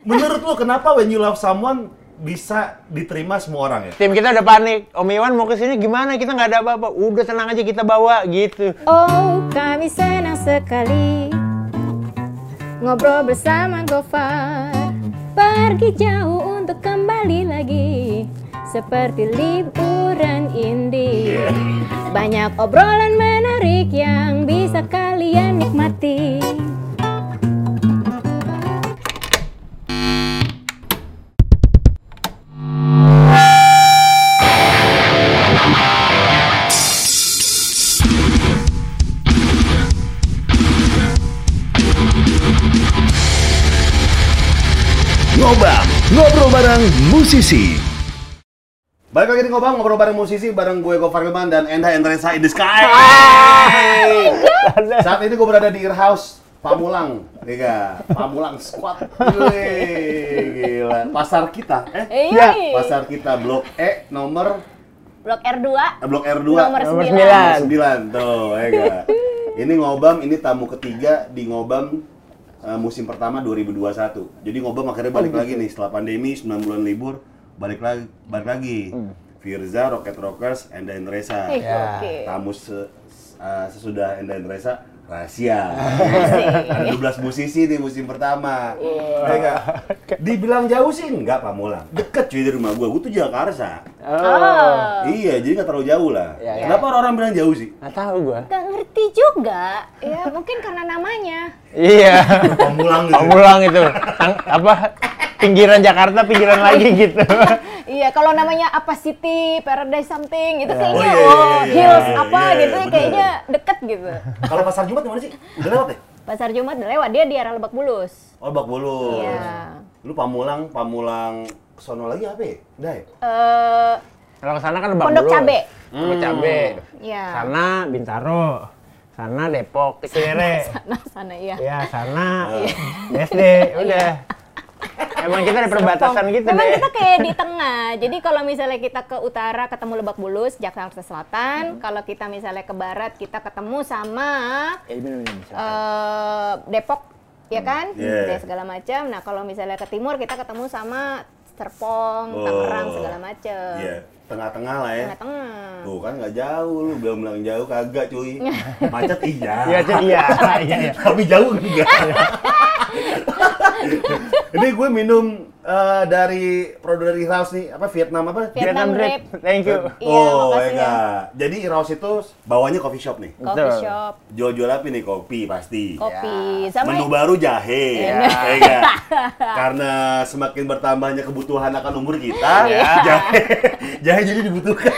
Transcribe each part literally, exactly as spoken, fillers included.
menurut lu kenapa When You Love Someone bisa diterima semua orang ya? Tim kita udah panik. Om Iwan mau kesini gimana? Kita nggak ada apa-apa. Udah tenang aja kita bawa gitu. Oh, kami senang sekali ngobrol bersama Gofar. Pergi jauh untuk kembali lagi seperti liburan indie. Banyak obrolan menarik yang bisa kalian nikmati. Ngobam, ngobrol bareng musisi. Balik lagi di Ngobam, ngobrol bareng musisi bareng gue Gofar Hilman dan Enda Endresa in the sky. Saat ini gue berada di Earhouse Pamulang, Tiga, Pamulang Squad. Gila, pasar kita, eh? Iya. Pasar kita Blok E nomor Blok R dua. eh, Blok R dua Nomor Nomor sembilan. sembilan tuh, ya gak? Ini Ngobam, ini tamu ketiga di Ngobam. Uh, musim pertama dua ribu dua puluh satu. Jadi Ngobam akhirnya balik lagi nih setelah pandemi sembilan bulan libur, balik lagi balik lagi. Hmm. Firza, Rocket Rockers, Enda Endresa. Eh, Ya. oke. Tamu se- uh, sesudah Enda Endresa rahasia. Ada dua belas musisi di musim pertama. Ya enggak? Dibilang jauh sih enggak, Pamulang. Deket cuy dari rumah gua. Gua tuh Jakarta. Oh. Iya, jadi nggak terlalu jauh lah. Ya, ya. Kenapa orang-orang bilang jauh sih? Nggak tahu gua. Gak ngerti juga. Ya, mungkin karena namanya. Iya. Pamulang gitu. Pamulang itu. Tang- apa? Pinggiran Jakarta, pinggiran lagi gitu. Iya, kalau namanya apa City, Paradise something, itu kayaknya Oh, iya, oh, iya, iya, Hills iya, apa iya, gitu, bener. kayaknya deket gitu. Kalau pasar Jumat di mana sih? Udah lewat ya? Pasar Jumat udah lewat, dia di arah Lebak Bulus. Oh, Bak Bulus. Iya. Lu Pamulang, Pamulang sono lagi apa ya? Udah ya? Eh, Kalau ke sana kan Lebak Pondok Bulus. Cabe. Pondok Cabe. Iya. Sana Bintaro. Sana Depok, Cikere. Sana sana iya. Ya, sana B S D. Udah. Emang kita ada perbatasan gitu Memang deh. kita kayak di tengah. Jadi kalau misalnya kita ke utara ketemu Lebak Bulus, Jakarta Selatan. Kalau kita misalnya ke barat kita ketemu sama Eh, minum, minum, silakan. eh, Depok, ya kan? Yeah. Dan segala macam. Nah kalau misalnya ke timur kita ketemu sama Serpong, Oh. Tangerang segala macam. Iya, tengah-tengah lah ya. Tengah-tengah. Tuh kan nggak jauh, lu belum bilang jauh kagak cuy. Macet iya. Iya, Cik, iya. Iya, iya. Tapi jauh enggak. Ini gue minum eh, dari produk dari House nih, apa Vietnam apa? Vietnam Drip. Drip. Thank you. Iya, Oh, makasih ya ya. enggak. Jadi House itu bawahnya coffee shop nih. Coffee Betul. shop, Jual-jual apa nih? Kopi pasti. kopi, sama Menu baru jahe, Iya. ya enggak? Karena semakin bertambahnya kebutuhan akan umur kita, Iya. jahe, jahe jadi dibutuhkan.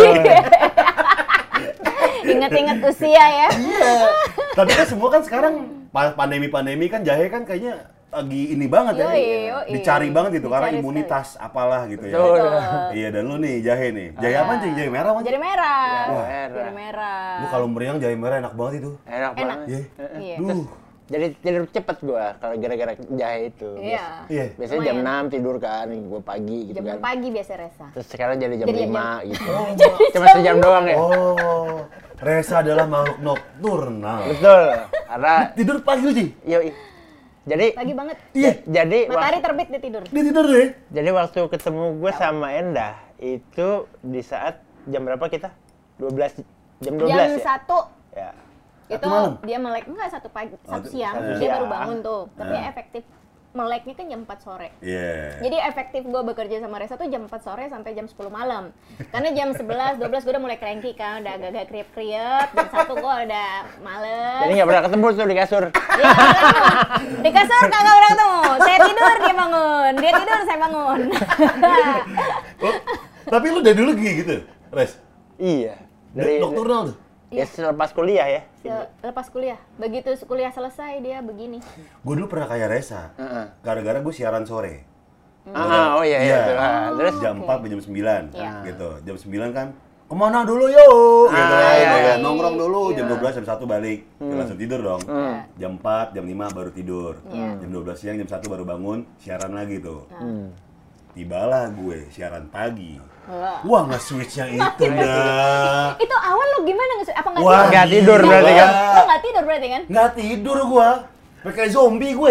ingat-ingat usia ya. Tapi kan semua kan sekarang pa- pandemi-pandemi kan jahe kan kayaknya lagi ini banget ya, Yoi, yoi. dicari banget gitu karena Dicari imunitas apalah gitu ya. Betul. Iya, dan lu nih jahe nih, jahe apa sih? Jahe merah apa? Jadi merah. Wah. Jadi merah. Lu kalau meriang jahe merah enak banget itu. Enak Enak. banget. Iya. Iya. Duh. Jadi tidur cepet gua kalau gara-gara jahe itu. Iya. Iya. Biasanya jam Lumayan. enam tidur kan, gua pagi gitu Jam kan. enam pagi biasa Resa. Terus sekarang jadi jam Jadi lima gitu. Oh, Cuma sejam doang ya. Oh, Resa adalah makhluk nokturnal. Betul. Karena Tidur pagi lu sih? yoi. Jadi Pagi banget. Iya. jadi Matahari waktu, terbit dia tidur. Dia tidur deh. jadi waktu ketemu gue sama Endah itu di saat jam berapa kita? dua belas jam dua belas Jam ya? satu Ya. itu malam? dia melek enggak satu pagi, satu itu- siang. satu Dia siang. baru bangun tuh. Tapi Ah. efektif meleknya kan jam empat sore. Iya. Jadi efektif gue bekerja sama Resa tuh jam empat sore sampai jam sepuluh malam. Karena jam sebelas, dua belas gue udah mulai cranky kan, udah agak-agak kriep-kriep. Jam satu gue udah males. Jadi nggak pernah ketemu tuh di kasur. Iya, nggak pernah ketemu. Di kasur kagak pernah ketemu. Saya tidur, dia bangun. Dia tidur, saya bangun. Oh, tapi lu dari dulu kayak gitu, Res? Iya. Dari Dari nokturnal tuh? ya selepas kuliah ya. Se- Lepas kuliah, begitu kuliah selesai dia begini. Gue dulu pernah kayak Resa, Heeh. gara-gara gue siaran sore. Ah, oh iya iya. betul. Ah, terus jam empat sampai jam sembilan, Iya. gitu. Jam sembilan kan, kemana dulu yuk? Gitu Ah, kan, iya, ya kan? iya. Nongkrong dulu, jam Iya. dua belas, jam satu balik. Ya, langsung tidur dong. Hmm. Jam empat, jam lima baru tidur. Iya. Jam dua belas siang, jam satu baru bangun, siaran lagi tuh. Hmm. Tibalah gue, siaran pagi. Wah. Wah, nge-switch yang itu dah. Itu awal lo gimana nge apa nggak Wah, tidur? nggak tidur gila. berarti kan? Lo nggak tidur berarti kan? Nggak tidur gua. Kayak zombie gue.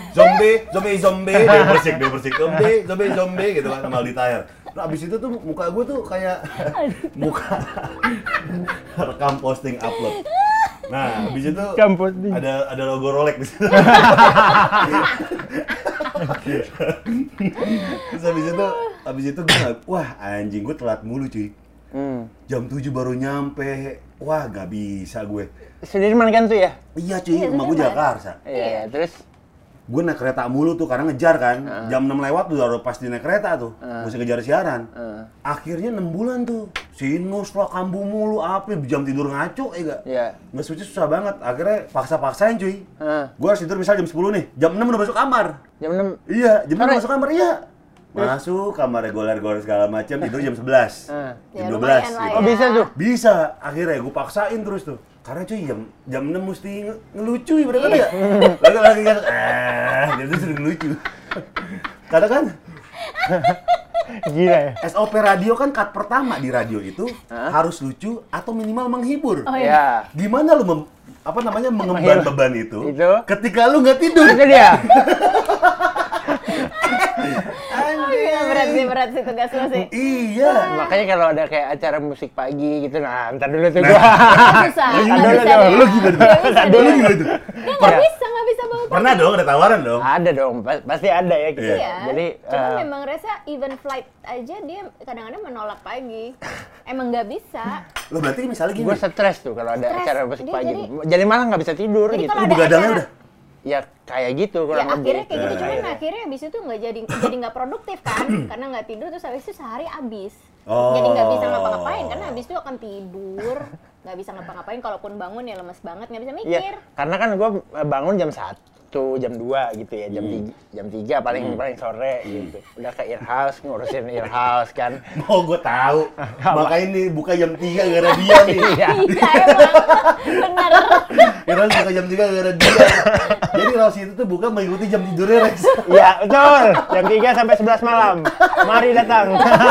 zombie, zombie, zombie, dia bersik, dia bersik, zombie, zombie, zombie gitu kan sama Aldi Taher. Nah, abis itu tuh muka gue tuh kayak muka rekam posting upload. Nah, abis itu Rekam posting. ada ada logo Rolex di situ. Terus abis itu, abis itu gue nggak, wah anjing gue telat mulu cuy. Hmm. Jam tujuh baru nyampe, wah gak bisa gue. Sudirman kan tuh ya? Iya cuy, Iya, rumah gue Sudirman. Jakarta. Iya, terus Gue naik kereta mulu tuh karena ngejar kan. Uh. Jam enam lewat tuh udah pasti naik kereta tuh. Uh. Mesti ngejar siaran. uh, Akhirnya enam bulan tuh. Sinus lah, kambuh mulu, apa jam tidur ngaco ya gak? Iya. Nggak switch susah banget. Akhirnya paksa-paksain cuy. uh, Gue harus tidur misal jam sepuluh nih. Jam enam udah masuk kamar. jam enam. Iya, jam enam Sore? masuk kamar, iya. Masuk kamar goler-goler segala macam, tidur jam sebelas. Uh. Ya, Jam dua belas lumayan lah gitu. Oh, bisa tuh? Bisa, akhirnya gue paksain terus tuh. Karena cuy jam jam enam mesti nge- ngelucu ya, bener kan ya? Lagi lagi kan, eh, jadi sudah ngelucu. Karena kan Gila ya? S O P radio kan cut pertama di radio itu Hah? harus lucu atau minimal menghibur. Oh, Iya. Gimana lu mem- apa namanya mengemban Menghibur. beban itu, Itu? ketika lu nggak tidur? Itu dia. Iya, berat sih, berat sih tugas lo sih. Iya. Makanya kalau ada kayak acara musik pagi gitu, nah ntar dulu tuh Nah. gua. Susah, Ntar nggak dulu bisa tuh. dia. Lu gimana? Nggak bisa Lu dia. gimana tuh? Dia nggak Ya. bisa, nggak bisa bawa Pernah dong ada tawaran dong. Ada dong, pa- pasti ada ya gitu. Iya. Iya. Jadi Cuma eh, memang Reza even flight aja dia kadang-kadang menolak pagi. Emang nggak bisa. Lo berarti misalnya gini. gue stres tuh kalau ada Stres. acara musik Dia pagi. jadi- Jadi malah nggak bisa tidur Jadi gitu. kalau Lu ada begadangnya acara- udah. Ya kayak gitu Ya kurang lebih. akhirnya kayak gitu, Nah, cuman iya. akhirnya abis itu nggak jadi jadi nggak produktif kan, karena nggak tidur terus habis itu sehari abis. Oh. Jadi nggak bisa ngapa-ngapain karena habis itu akan tidur, nggak bisa ngapa-ngapain. Kalaupun bangun ya lemes banget, nggak bisa mikir. Iya, karena kan gue bangun jam satu, jam dua gitu ya, jam tiga, jam tiga paling paling sore gitu. Udah ke earhouse ngurusin earhouse kan. Oh, gue tahu. Makanya ini buka jam tiga gara dia nih. Iya. Iya emang, benar. Kira buka jam tiga gara dia. Jadi Rossi itu tuh buka mengikuti jam tidurnya, Rex. Iya, betul. Jam tiga sampai sebelas malam. Mari datang.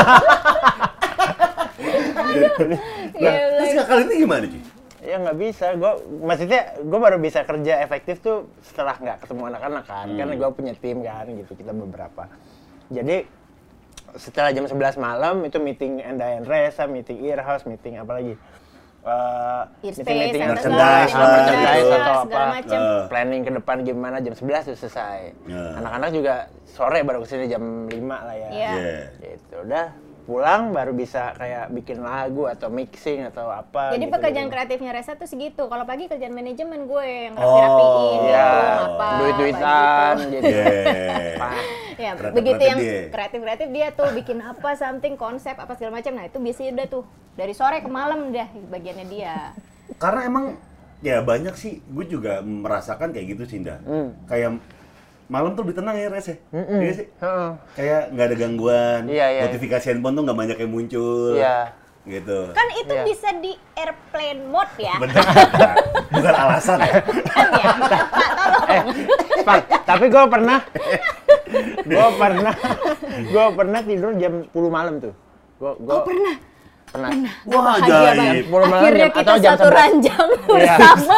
Nah, terus kali ini gimana, Ci? Ya nggak bisa, gue maksudnya gue baru bisa kerja efektif tuh setelah nggak ketemu anak-anak kan, Hmm. karena gue punya tim kan gitu, kita beberapa. Jadi setelah jam sebelas malam itu meeting Enda and Reza, meeting Earhouse, meeting apa lagi? Uh, Earspace, meeting-meeting apa merchandise segala- lah, merchandise gitu. atau segala apa, macem. Eh. planning ke depan gimana jam sebelas udah selesai. Ya. Anak-anak juga sore baru kesini jam lima lah ya. Iya. Iya. Gitu, udah pulang baru bisa kayak bikin lagu atau mixing atau apa. Jadi gitu pekerjaan dulu. kreatifnya Reza tuh segitu. Kalau pagi kerjaan manajemen gue yang Oh, rapi-rapiin, Iya, apa, duit-duitan apa gitu. gitu. Yeah. Pak. Ya, Kreatif-kreatif begitu yang dia. kreatif-kreatif dia tuh bikin apa, something, konsep, apa segala macam. Nah, itu biasanya udah tuh dari sore ke malam dah bagiannya dia. Karena emang ya banyak sih, gue juga merasakan kayak gitu sih, Nda. Hmm. Kayak malam tuh lebih tenang ya, Res ya? Mm-mm. Iya sih? Heeh. Kayak nggak ada gangguan, Iya, iya. notifikasi handphone tuh nggak banyak yang muncul. Iya. Gitu. Kan itu Iya. bisa di airplane mode ya. Bener. Bukan alasan ya. Kan ya. Pak, tolong. Eh, Pak, tapi gue pernah, gue pernah, gue pernah tidur jam sepuluh malam tuh. Gue, gue Oh, pernah. pernah. Wah, Bahagia ajaib. banget. sepuluh malam Akhirnya jam- kita atau jam satu sebelas. ranjang Iya. bersama.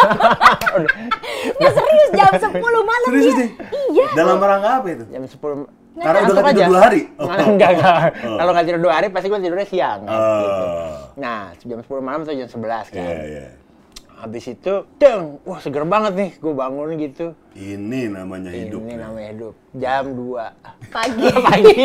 Nggak serius jam sepuluh malam Serius dia. sih? Iya. Dalam rangka apa itu? Jam sepuluh. Karena udah Anggap nggak tidur aja. dua hari? Oh. Enggak, enggak. Oh. Kalau nggak tidur dua hari, pasti gue tidurnya siang. kan, gitu. Oh. Nah, jam sepuluh malam atau jam sebelas kan. Iya, iya. Habis itu, deng, wah seger banget nih, gue bangun gitu. Ini namanya hidup. Ini ya. namanya hidup. Jam dua Pagi. pagi.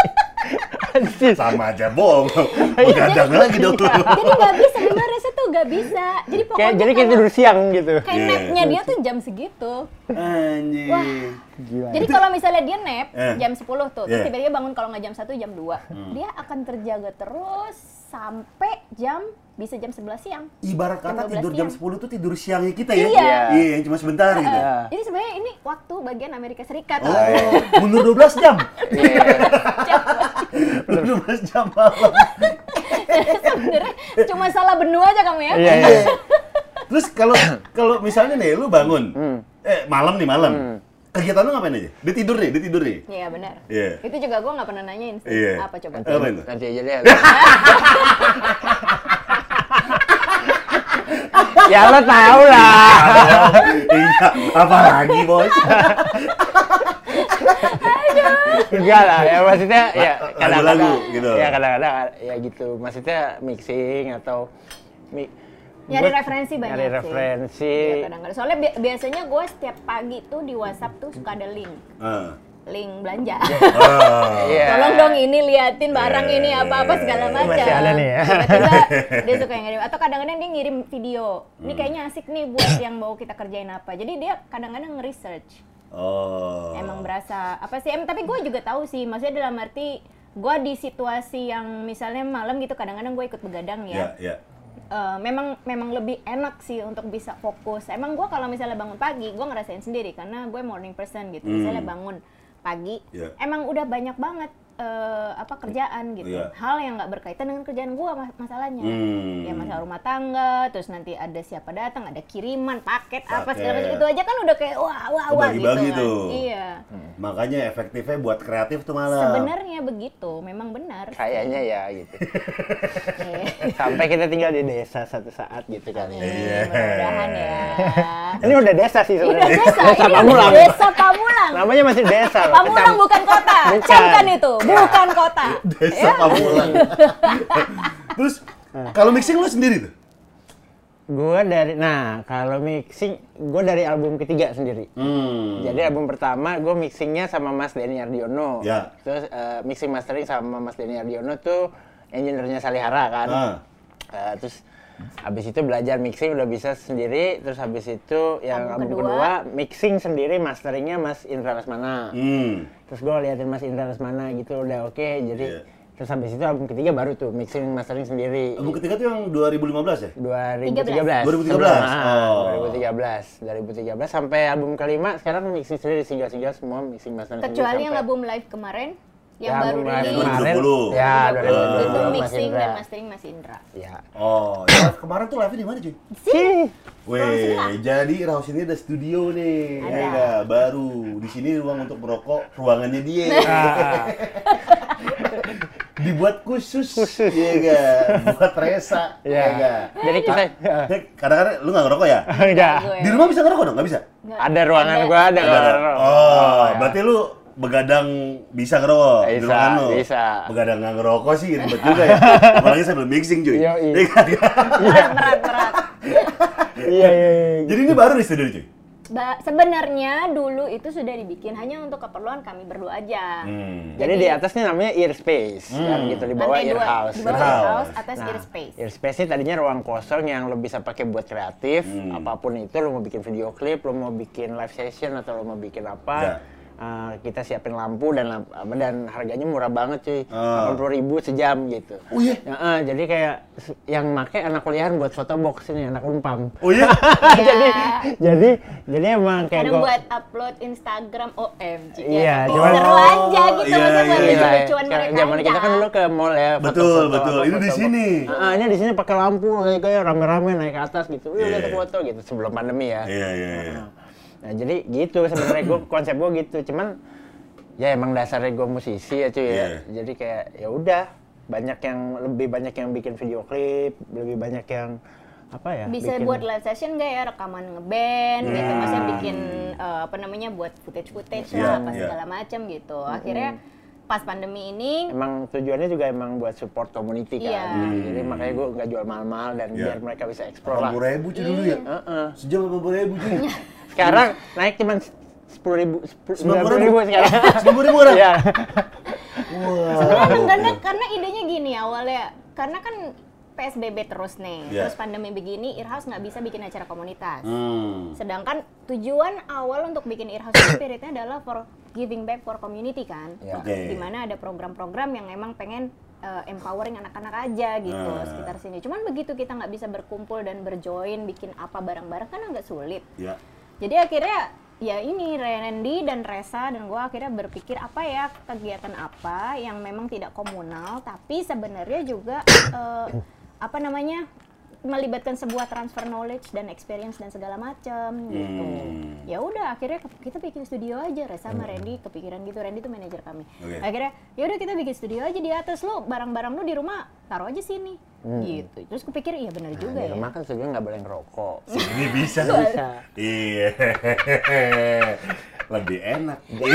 Anjir. Sama aja bohong. Begadang lagi dong. Jadi nggak bisa, memang Reza tuh nggak bisa. Jadi pokoknya Kayak, jadi kayak kalau- tidur siang gitu. kayak Iya. napnya dia tuh jam segitu. Anjing. Wah. Gila. Jadi kalau misalnya dia nap Eh. jam sepuluh tuh, terus Yeah. tiba-tiba bangun kalau nggak jam satu, jam dua. Hmm. Dia akan terjaga terus sampai jam bisa jam sebelas siang. Ibarat kata Jam dua belas tidur jam siang. sepuluh tuh tidur siangnya kita ya? Iya. Iya, yang cuma sebentar gitu. Iya. Jadi sebenarnya ini waktu bagian Amerika Serikat. Oh, mundur dua belas jam. Iya. Mundur dua belas jam malam. Sebenarnya cuma salah benua aja kamu ya. Iya, iya. Terus kalau kalau misalnya nih lu bangun, Hmm. eh malam nih malam, Hmm. kegiatan lu ngapain aja? Dia tidur nih, dia tidur nih. Iya benar. Iya. Itu juga gue nggak pernah nanyain sih. Iya. Apa coba? Eh, apa itu? Nanti aja deh. Ya lo tau lah. Iya, apa lagi bos? Enggak lah, ya maksudnya ya kadang-kadang lagu gitu. Ya kadang-kadang ya gitu. Maksudnya mixing atau mi, Nyari gua referensi banyak nyari sih. referensi. Ya, kadang-kadang. Soalnya bi- biasanya gue setiap pagi tuh di WhatsApp tuh suka ada link. Ah. Link belanja. Ah. Iya. Tolong dong ini liatin barang Iya, ini apa-apa segala iya, macam. masih ada nih ya. Tiba-tiba dia suka yang ngirim atau kadang-kadang dia ngirim video. Ini Hmm. kayaknya asik nih buat yang mau kita kerjain apa. Jadi dia kadang-kadang nge-research. Oh. Emang berasa apa sih? Em, tapi gue juga tahu sih. Maksudnya dalam arti gue di situasi yang misalnya malam gitu kadang-kadang gue ikut begadang Ya, ya. ya. Uh, memang memang lebih enak sih untuk bisa fokus. Emang gue kalau misalnya bangun pagi, gue ngerasain sendiri karena gue morning person gitu. Hmm. Misalnya bangun pagi, Yeah. emang udah banyak banget uh, apa kerjaan gitu. Yeah. Hal yang nggak berkaitan dengan kerjaan gue mas- masalahnya. Hmm. Ya masalah rumah tangga, terus nanti ada siapa datang, ada kiriman, paket, apa Paket. segala macam itu aja kan udah kayak wah wah Tuh wah bagi-bagi gitu. tuh. Kan. Iya. Makanya efektifnya buat kreatif tuh malah. Sebenarnya begitu, memang benar. Kayaknya ya gitu. Iya. Sampai kita tinggal di desa satu saat gitu kan ya. Iya. Mudah-mudahan ya. Ini udah desa sih Ini udah sebenarnya. desa, Desa ini Pamulang. Desa Pamulang. Namanya masih desa loh. Pamulang Kecam- bukan kota. Bukan. Camkan itu, bukan kota. Desa Pamulang. Terus kalau mixing lu sendiri tuh? Gua dari, nah kalau mixing, gue dari album ketiga sendiri. Hmm. Jadi album pertama gue mixingnya sama Mas Denny Ardiono. Ya. Terus eh, mixing mastering sama Mas Denny Ardiono tuh engineer-nya Salihara kan. Ah. Eh, terus habis itu belajar mixing udah bisa sendiri. Terus habis itu yang Album album, kedua. kedua, mixing sendiri, masteringnya Mas Indra Lesmana. Hmm. Terus gue liatin Mas Indra Lesmana gitu udah oke. Jadi Iya. terus habis itu album ketiga baru tuh mixing mastering sendiri. Album ketiga tuh yang dua ribu lima belas ya? dua ribu tiga belas. dua ribu tiga belas? Ah, Oh. dua ribu tiga belas. dua ribu tiga belas sampai album kelima sekarang mixing sendiri, single-single semua mixing mastering sendiri. Kecuali yang sampai- album live kemarin yang Ya, baru album live rilis. dua ribu kemarin. puluh. Ya, dua ribu dua puluh. Itu Mas mixing Indra. dan mastering Mas Indra. Ya. Oh, ya live kemarin tuh live-nya di mana cuy? Sih. Weh, jadi Raus ini ada studio nih, Ada. ya nggak? Baru di sini ruang untuk merokok, ruangannya dia. Ah. Dibuat khusus, Khusus. iya nggak? Buat Resa, Iya. ya nggak? Jadi kita Eh, Kadang-kadang lu nggak ngerokok ya? enggak. Gue. Di rumah bisa ngerokok dong? Nggak bisa? Nggak. Ada ruangan Ada. gua ada. Ada. ruangan- Oh, ya. berarti lu begadang bisa ngerokok di Bisa, ruangan lu? bisa. Begadang nggak ngerokok sih ribet juga ya. Apalagi sambil mixing cuy. Yoi. Iya kan? berat berat berat. Iya, iya, iya. Jadi ini baru di studio cuy? Ba- sebenarnya dulu itu sudah dibikin hanya untuk keperluan kami berdua aja. Hmm. Jadi di atasnya namanya ear space, kan gitu di bawah Lantai ear dua, house. di bawah Ear ear house. house, atas Nah, ear space. ear space ini tadinya ruang kosong yang lo bisa pakai buat kreatif, Hmm. apapun itu, lo mau bikin video klip, lo mau bikin live session atau lo mau bikin apa, Ya. uh, kita siapin lampu dan lamp- apa, dan harganya murah banget cuy, Ah. delapan puluh ribu sejam gitu. Oh iya? Ya, uh, jadi kayak s- yang make anak kuliahan buat foto box ini, anak umpam. Oh iya? jadi jadi jadi emang kayak Kadang gua- buat upload Instagram O M G. Iya, tapi cuman- seru aja gitu, iya, maksudnya buat iya, iya. lucu-lucuan Kayak mereka zaman kita aja. kan dulu ke mall ya. Betul, foto-foto betul. apa, Ini di foto- sini. Ah, ini di sini pakai lampu kayak kayak rame-rame naik ke atas gitu. Wih, Iya. lihat foto gitu sebelum pandemi ya. Iya, iya, iya. Nah, jadi gitu sebenarnya gua konsep gua gitu. Cuman ya emang dasarnya gua musisi ya cuy ya. Iya. Jadi kayak ya udah banyak yang lebih banyak yang bikin video klip, lebih banyak yang apa ya? Bisa bikin- buat live session nggak ya, rekaman ngeband gitu, Hmm. maksudnya bikin eh, apa namanya buat footage-footage Iya, lah, apa iya. segala macam gitu. Akhirnya pas pandemi ini Emang tujuannya juga emang buat support community kan. Iya. Jadi makanya gua nggak jual mahal-mahal dan Iya. biar mereka bisa explore lah. delapan puluh ribu cuy dulu ya? Heeh. Sejam delapan puluh ribu cuy. Sekarang naik cuma sepuluh ribu, sembilan puluh ribu? ribu sekarang. sembilan puluh ribu orang? Iya. Wah. sebenarnya karena karena idenya gini awalnya, karena kan P S B B terus nih, Iya. terus pandemi begini, Earhouse nggak bisa bikin acara komunitas. Hmm. Sedangkan tujuan awal untuk bikin Earhouse Spiritnya adalah for giving back for community kan, Ya. Oke. dimana ada program-program yang emang pengen uh, empowering anak-anak aja gitu Ah. sekitar sini. Cuman begitu kita nggak bisa berkumpul dan berjoin bikin apa bareng-bareng kan agak sulit. Ya. Jadi akhirnya ya ini Randy dan Resa dan gue akhirnya berpikir apa ya kegiatan apa yang memang tidak komunal tapi sebenarnya juga eh, apa namanya melibatkan sebuah transfer knowledge dan experience dan segala macam gitu. Hmm. Ya udah akhirnya ke- kita bikin studio aja Resa sama Randy kepikiran gitu. Randy tuh manajer kami. Oke. Akhirnya ya udah kita bikin studio aja di atas, lu barang-barang lu di rumah taruh aja sini. Gitu. Terus kupikir iya benar juga Di ya. rumah kan sebenarnya nggak boleh ngerokok. Ini bisa. Bisa. Iya. Lebih enak.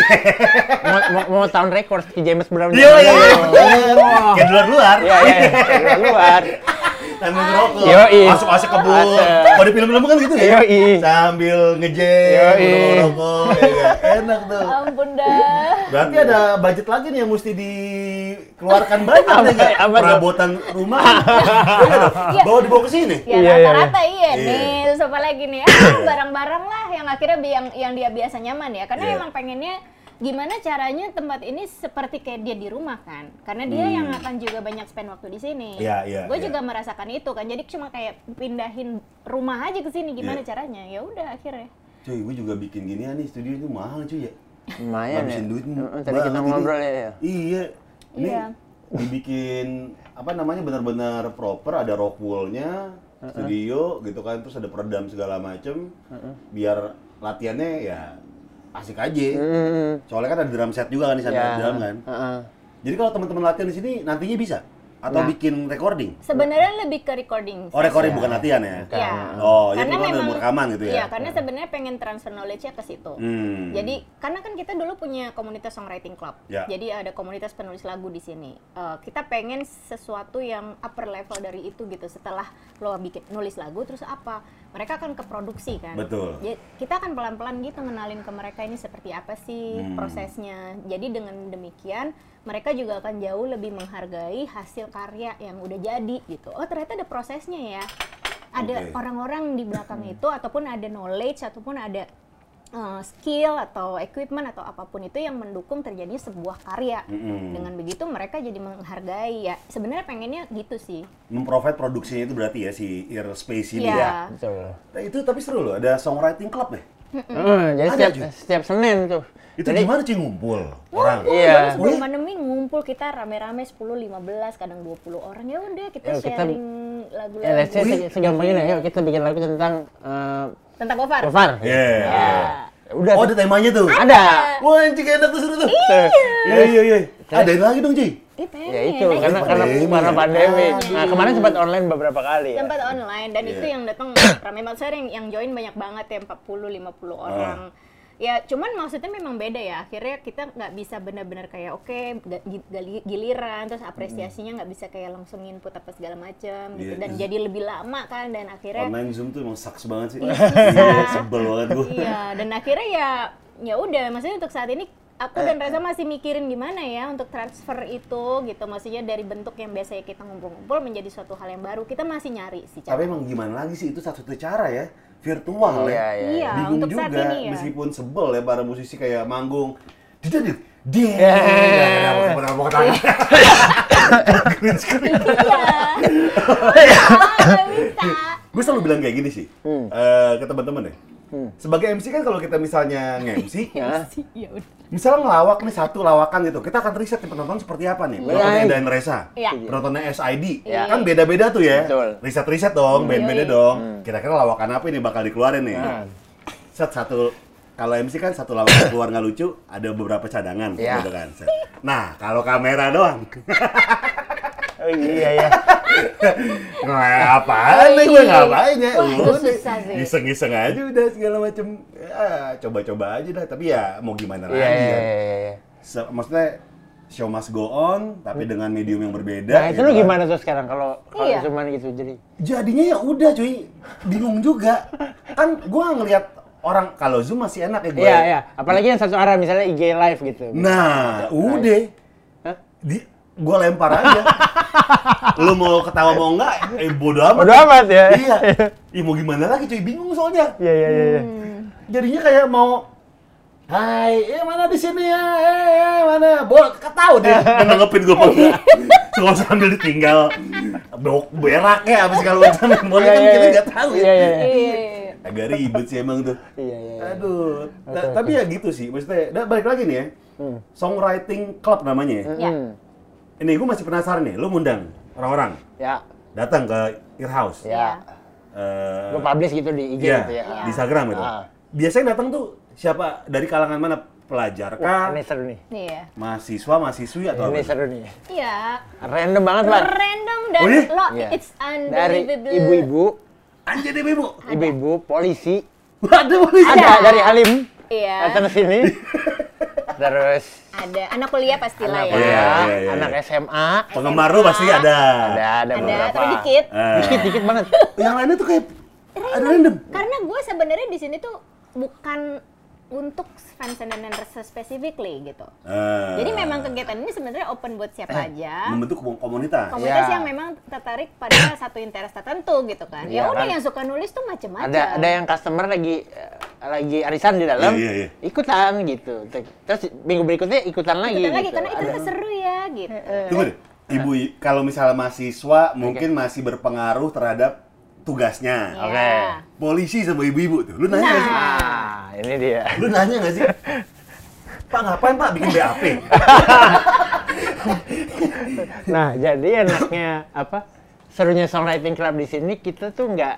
mau, mau, mau tahun rekor si James Brown. Iya, iya, iya. Kayak di luar-luar. Iya, iya, kayak di luar. Sambil ngerokok. Yoi. Masuk-masuk kebun. Asik. Kalau di film-film kan gitu ya. Yoi. Sambil ngejek, Yoi. ngerokok. Ya, kan? Enak tuh. Ampun dah. Berarti ada budget lagi nih yang mesti dikeluarkan banyak Apa- nih nggak? apa tuh? Perabotan rumah. Iya dong. Iya. Bawa dibawa ke sini. Ya Iya, iya, rata-rata iya, Iya. nih. Terus apa lagi nih? Ah, barang-barang lah yang akhirnya bi- yang yang dia biasa nyaman ya. Karena Iya. emang pengennya gimana caranya tempat ini seperti kayak dia di rumah kan. Karena dia Hmm. yang akan juga banyak spend waktu di sini. Iya, iya, Gue iya. juga merasakan itu kan. Jadi cuma kayak pindahin rumah aja ke sini gimana Iya. caranya? Ya udah akhirnya. Cuy, gue juga bikin ginian nih, studio itu mahal cuy ya. Lumayan ya. Ngabisin duit Mm, Tadi banget kita ini. ngobrol ya. ya. Iya. Ini Iya. dibikin apa namanya benar-benar proper, ada rock wall-nya, studio gitu kan, terus ada peredam segala macem. Biar latihannya ya asik aja. Hmm. Soalnya kan ada drum set juga kan di sana, Ya. drum kan. Heeh. Jadi kalau teman-teman latihan di sini nantinya bisa atau Nah. bikin recording. Sebenarnya lebih ke recording. Oh, recording Ya. bukan latihan ya? Bukan. Iya. Oh, jadi Karena bukan memang ilmu rekaman gitu ya? Iya, karena sebenarnya pengen transfer knowledge-nya ke situ. Hmm. Jadi karena kan kita dulu punya komunitas songwriting club. Ya. Jadi ada komunitas penulis lagu di sini. Eh, kita pengen sesuatu yang upper level dari itu gitu. Setelah lo bikin nulis lagu terus apa? Mereka akan ke produksi kan. Betul. Jadi kita akan pelan-pelan gitu ngenalin ke mereka ini seperti apa sih Hmm. prosesnya. Jadi dengan demikian mereka juga akan jauh lebih menghargai hasil karya yang udah jadi gitu. Oh, ternyata ada prosesnya ya. Ada Oke. orang-orang di belakang itu ataupun ada knowledge ataupun ada uh, skill atau equipment atau apapun itu yang mendukung terjadinya sebuah karya. Mm-mm. Dengan begitu mereka jadi menghargai ya. Sebenarnya pengennya gitu sih. Memprovide produksinya itu berarti ya si Ear Space ini Iya. ya. Betul. Nah, itu tapi seru loh, ada songwriting club ya. Heeh, jadi Ada, setiap, Ju? setiap Senin tuh. Itu Jadi- gimana sih ngumpul orang? Iya. Sebelum pandemi ngumpul kita rame-rame sepuluh, lima belas, kadang dua puluh orang. Ya udah kita Yuk, kita- sharing Ya, lagu-lagu. let's say se- segampang ini, yuk kita bikin lagu tentang eh, Tentang Gofar. Gofar. Iya. Ya. Udah. Oh, ada temanya tuh. Ada. Wah, anjing enak tuh seru tuh. Tuh. Iya, iya, iya. Adain lagi dong, Ci. Eh, pengen. Ya itu Nah, karena itu karena pandemi karena ya. pandemi. Aduh. Nah, kemarin sempat online beberapa kali ya. Tempat online dan Iya. itu yang datang ramai banget. Saya yang, yang join banyak banget ya, empat puluh lima puluh Ah. orang. Ya cuman maksudnya memang beda ya. Akhirnya kita nggak bisa benar-benar kayak oke ga- gi- gali- giliran terus apresiasinya nggak bisa kayak langsung input apa segala macam gitu Iya. dan jadi lebih lama kan dan akhirnya Online Zoom tuh emang sucks banget sih. Iya. Iya, sebel banget gua. iya dan akhirnya ya ya udah maksudnya untuk saat ini aku dan Reza masih mikirin gimana ya untuk transfer itu gitu maksudnya dari bentuk yang biasanya kita ngumpul-ngumpul menjadi suatu hal yang baru kita masih nyari sih Tapi cara. emang gimana lagi sih itu satu-satunya cara ya, virtual Iya, ya. iya. Iya, Bingung untuk saat juga ini ya. meskipun sebel ya para musisi kayak manggung. Dia dia dia. Iya. Ya, mau mau mau ketawa. Green screen. Iya. Nggak bisa. Gue selalu bilang kayak gini sih Hmm. eh, ke teman-teman ya. Hmm. Sebagai M C kan kalau kita misalnya nge-M C, Ya. Ya udah. misalnya ngelawak nih satu lawakan gitu, kita akan riset nih penonton seperti apa nih. Penontonnya Iya. dan Reza, Iya. penontonnya S I D, Iya. kan beda-beda tuh ya. Betul. Riset-riset dong, band-bandnya Iya. dong. Kira-kira lawakan apa ini bakal dikeluarin nih. Nah. Set satu, kalau M C kan satu lawakan keluar nggak lucu, ada beberapa cadangan Iya. gitu kan. Set. Nah, kalau kamera doang, Oh iya ya. ngapain nih gue ngapain ya? Wah, itu Udah, susah sih. iseng-iseng aja udah segala macem. Ya, coba-coba aja dah. Tapi ya mau gimana Iya lagi iya kan? iya, iya. Se- maksudnya show must go on, tapi dengan medium yang berbeda. Nah, itu gitu lu kan. gimana tuh sekarang kalau kalau Iya. cuman gitu jadi. Jadinya ya udah cuy, bingung juga. Kan gua ngelihat orang kalau Zoom masih enak ya gue. Iya iya, apalagi yang satu arah misalnya I G live gitu. Nah, udah. Hah? Di, gua lempar aja. Lu mau ketawa mau enggak, eh bodo amat. Bodo amat ya. Iya. Ih mau gimana lagi cuy, bingung soalnya. Iya iya iya. iya. Jadinya kayak mau Hai, eh mana di sini ya? Eh, eh mana? Bol, ketahu deh. Nanggepin gue apa? Soal sambil ditinggal. Bok berak ya, abis kalau macam boleh kan Iya, kita iya, nggak tahu iya, ya. iya, iya. Iya. Agak ribet sih emang tuh. Iya iya. iya. Aduh, ta- Oke, tapi ya gitu sih. Maksudnya, nah, balik lagi nih ya. Hmm. Songwriting Club namanya ya. Ya. Hmm. Ini gue masih penasaran nih, lu ngundang orang-orang Ya. datang ke Earhouse. Ya. Eh, Lu publish gitu di I G iya, gitu ya. di Instagram itu. Ah. Biasanya datang tuh siapa? Dari kalangan mana? Pelajar Wah, kah? ini seru nih. Iya. Mahasiswa, mahasiswi atau Ini apa? seru nih. Iya. Random banget, Pak. Random dan Oh, iya? lo Iya. it's Dari unbelievable. ibu-ibu, Anjir deh, Ibu. ibu-ibu, polisi, Ada polisi. ada dari Halim. Iya. datang ke sini. Terus Ada anak kuliah pastilah anak ya. kuliah, Iya, iya, iya. anak S M A. Penggemar lu pasti ada. Ada, ada Ada, beberapa. tapi dikit. Eh. Dikit, dikit banget. Yang lainnya tuh kayak ada random. Karena gue sebenarnya di sini tuh bukan untuk fans and Resa specifically gitu. Eh. Jadi memang kegiatan ini sebenarnya open buat siapa aja. Membentuk komu- komunitas. Komunitas Ya. yang memang tertarik pada satu interest tertentu gitu kan. Ya Iya, udah kan. yang suka nulis tuh macam-macam. Ada ada yang customer lagi eh, lagi arisan di dalam, Iya, iya, iya. ikutan gitu. Terus minggu berikutnya ikutan lagi. Ikutan lagi gitu. karena itu Ada. tuh seru ya gitu. Tunggu deh. Ibu, kalau misalnya mahasiswa mungkin masih berpengaruh terhadap tugasnya. Ya. Oke. Polisi sama ibu-ibu tuh. Lu nanya nggak sih? Ah, ini dia. Lu nanya nggak sih? Pak ngapain Pak bikin B A P? Nah, jadi enaknya apa? Serunya songwriting club di sini kita tuh nggak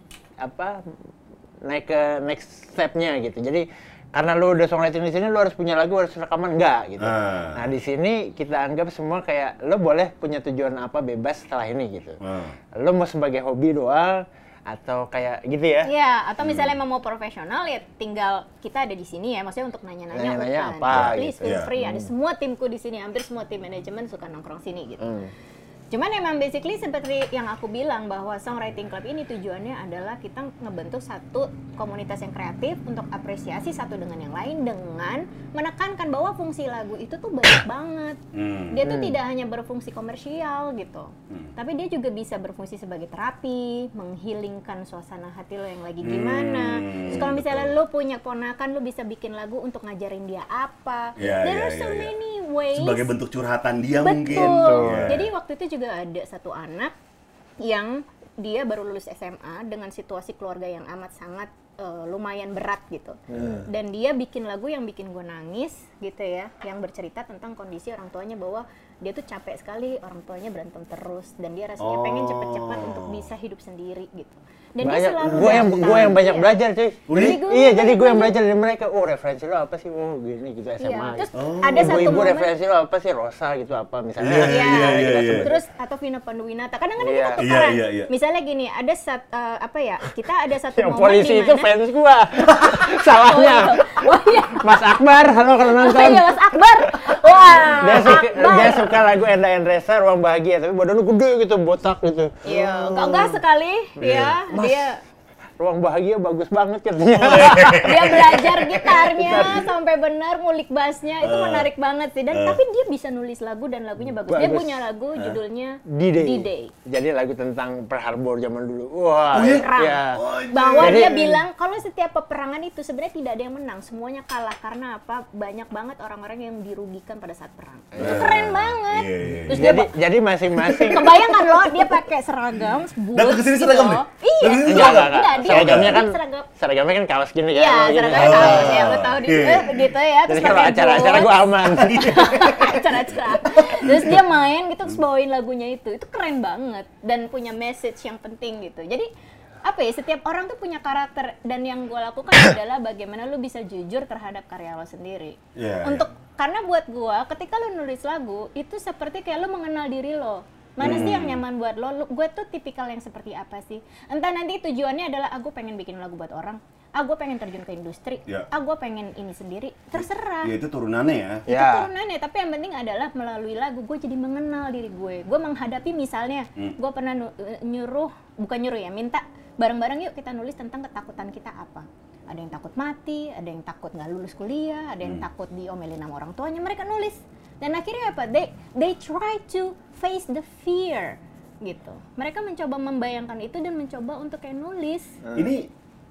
apa naik ke next step-nya gitu. Jadi karena lu udah songwriting di sini, lu harus punya lagu, harus rekaman enggak gitu. Ah. Nah, di sini kita anggap semua kayak lu boleh punya tujuan apa bebas setelah ini gitu. Ah. Lu mau sebagai hobi doang atau kayak gitu ya? Iya, atau misalnya mau profesional ya tinggal kita ada di sini ya, maksudnya untuk nanya-nanya Nanya-nanya open. apa Ya, please gitu. feel Iya. free, ada semua timku di sini, hampir semua tim manajemen suka nongkrong sini gitu. Hmm. Cuman emang basically seperti yang aku bilang bahwa songwriting club ini tujuannya adalah kita ngebentuk satu komunitas yang kreatif untuk apresiasi satu dengan yang lain dengan menekankan bahwa fungsi lagu itu tuh banyak banget. Hmm. Dia tuh Hmm. tidak hanya berfungsi komersial gitu, Hmm. tapi dia juga bisa berfungsi sebagai terapi, menghilingkan suasana hati lo yang lagi gimana. Hmm, Terus kalau misalnya betul. lo punya ponakan, lo bisa bikin lagu untuk ngajarin dia apa. Ya, There ya, are so ya, ya. many ways. Sebagai bentuk curhatan dia Betul. mungkin. Ya. Jadi waktu itu juga ada satu anak yang dia baru lulus S M A dengan situasi keluarga yang amat sangat eh, lumayan berat gitu. Dan dia bikin lagu yang bikin gue nangis gitu ya, yang bercerita tentang kondisi orang tuanya bahwa dia tuh capek sekali, orang tuanya berantem terus dan dia rasanya pengen Oh. cepet-cepet untuk bisa hidup sendiri gitu. Dan dia Banyak, selalu gue yang datang, gue yang banyak iya. belajar cuy. Udah? Jadi, Gue iya, jadi banyak gue yang belajar. belajar dari mereka. Oh, referensi lo apa sih? Oh, gini gitu S M A. Iya, terus gitu. Oh. ada satu Ibu-ibu momen referensi lo apa sih? Rosa gitu apa misalnya. Iya, Iya, iya, iya, kita iya. sebut. Terus atau Vina Panduwinata. Kadang-kadang Iya. kita tukeran. Iya, iya, iya. Misalnya gini, ada sat, eh, apa ya? Kita ada satu Yang momen polisi di itu mana- fans gua. Salahnya. Oh iya. Mas Akbar, halo kalau Oh nonton. iya, Mas Akbar. Wah. Dia suka, Akbar. dia suka lagu Enda Endresa, Ruang Bahagia, tapi badannya gede gitu, botak gitu. Iya, enggak enggak sekali ya. Mas. Dia Ruang Bahagia bagus banget katanya. dia belajar gitarnya sampai benar, ngulik bassnya itu menarik banget sih. Dan tapi dia bisa nulis lagu dan lagunya bagus. Dia Bagus. punya lagu judulnya D-Day. D-Day. Jadi lagu tentang Pearl Harbor zaman dulu. Wah, Oh iya? Perang. ya. Bahwa Jadi- dia bilang kalau setiap peperangan itu sebenarnya tidak ada yang menang, semuanya kalah karena apa? Banyak banget orang-orang yang dirugikan pada saat perang. Itu keren banget. Iya, iya, Terus dia Jadi jadi masing-masing. kebayangkan loh dia pakai seragam boots Datang ke sini gitu seragam loh. nih? Iya. Datang ke sini Enggak, enggak, Enggak, enggak. dia Seragamnya kan seragam. seragamnya kan kaos gini ya. Iya, begini. seragamnya Oh. kaos ya, lu tahu di Iya. eh, gitu ya. Jadi Terus kalau pakai acara-acara boots. gue aman. acara-acara. Terus dia main gitu terus bawain lagunya itu. Itu keren banget dan punya message yang penting gitu. Jadi apa ya, setiap orang tuh punya karakter dan yang gue lakukan adalah bagaimana lu bisa jujur terhadap karya lo sendiri. Iya, Untuk karena buat gue ketika lu nulis lagu itu seperti kayak lu mengenal diri lo. Mana sih yang nyaman buat lo? Lu- Gue tuh tipikal yang seperti apa sih? Entah nanti tujuannya adalah aku pengen bikin lagu buat orang, ah gue pengen terjun ke industri, Ya. ah gue pengen ini sendiri, terserah. Ya itu turunannya ya. Itu Ya. turunannya, tapi yang penting adalah melalui lagu gue jadi mengenal diri gue. Gue menghadapi misalnya, Hmm. gue pernah nu- nyuruh, bukan nyuruh ya, minta bareng-bareng yuk kita nulis tentang ketakutan kita apa. Ada yang takut mati, ada yang takut nggak lulus kuliah, ada yang Hmm. takut diomelin sama orang tuanya, mereka nulis. Dan akhirnya apa? They they try to face the fear gitu. Mereka mencoba membayangkan itu dan mencoba untuk kayak nulis. Ini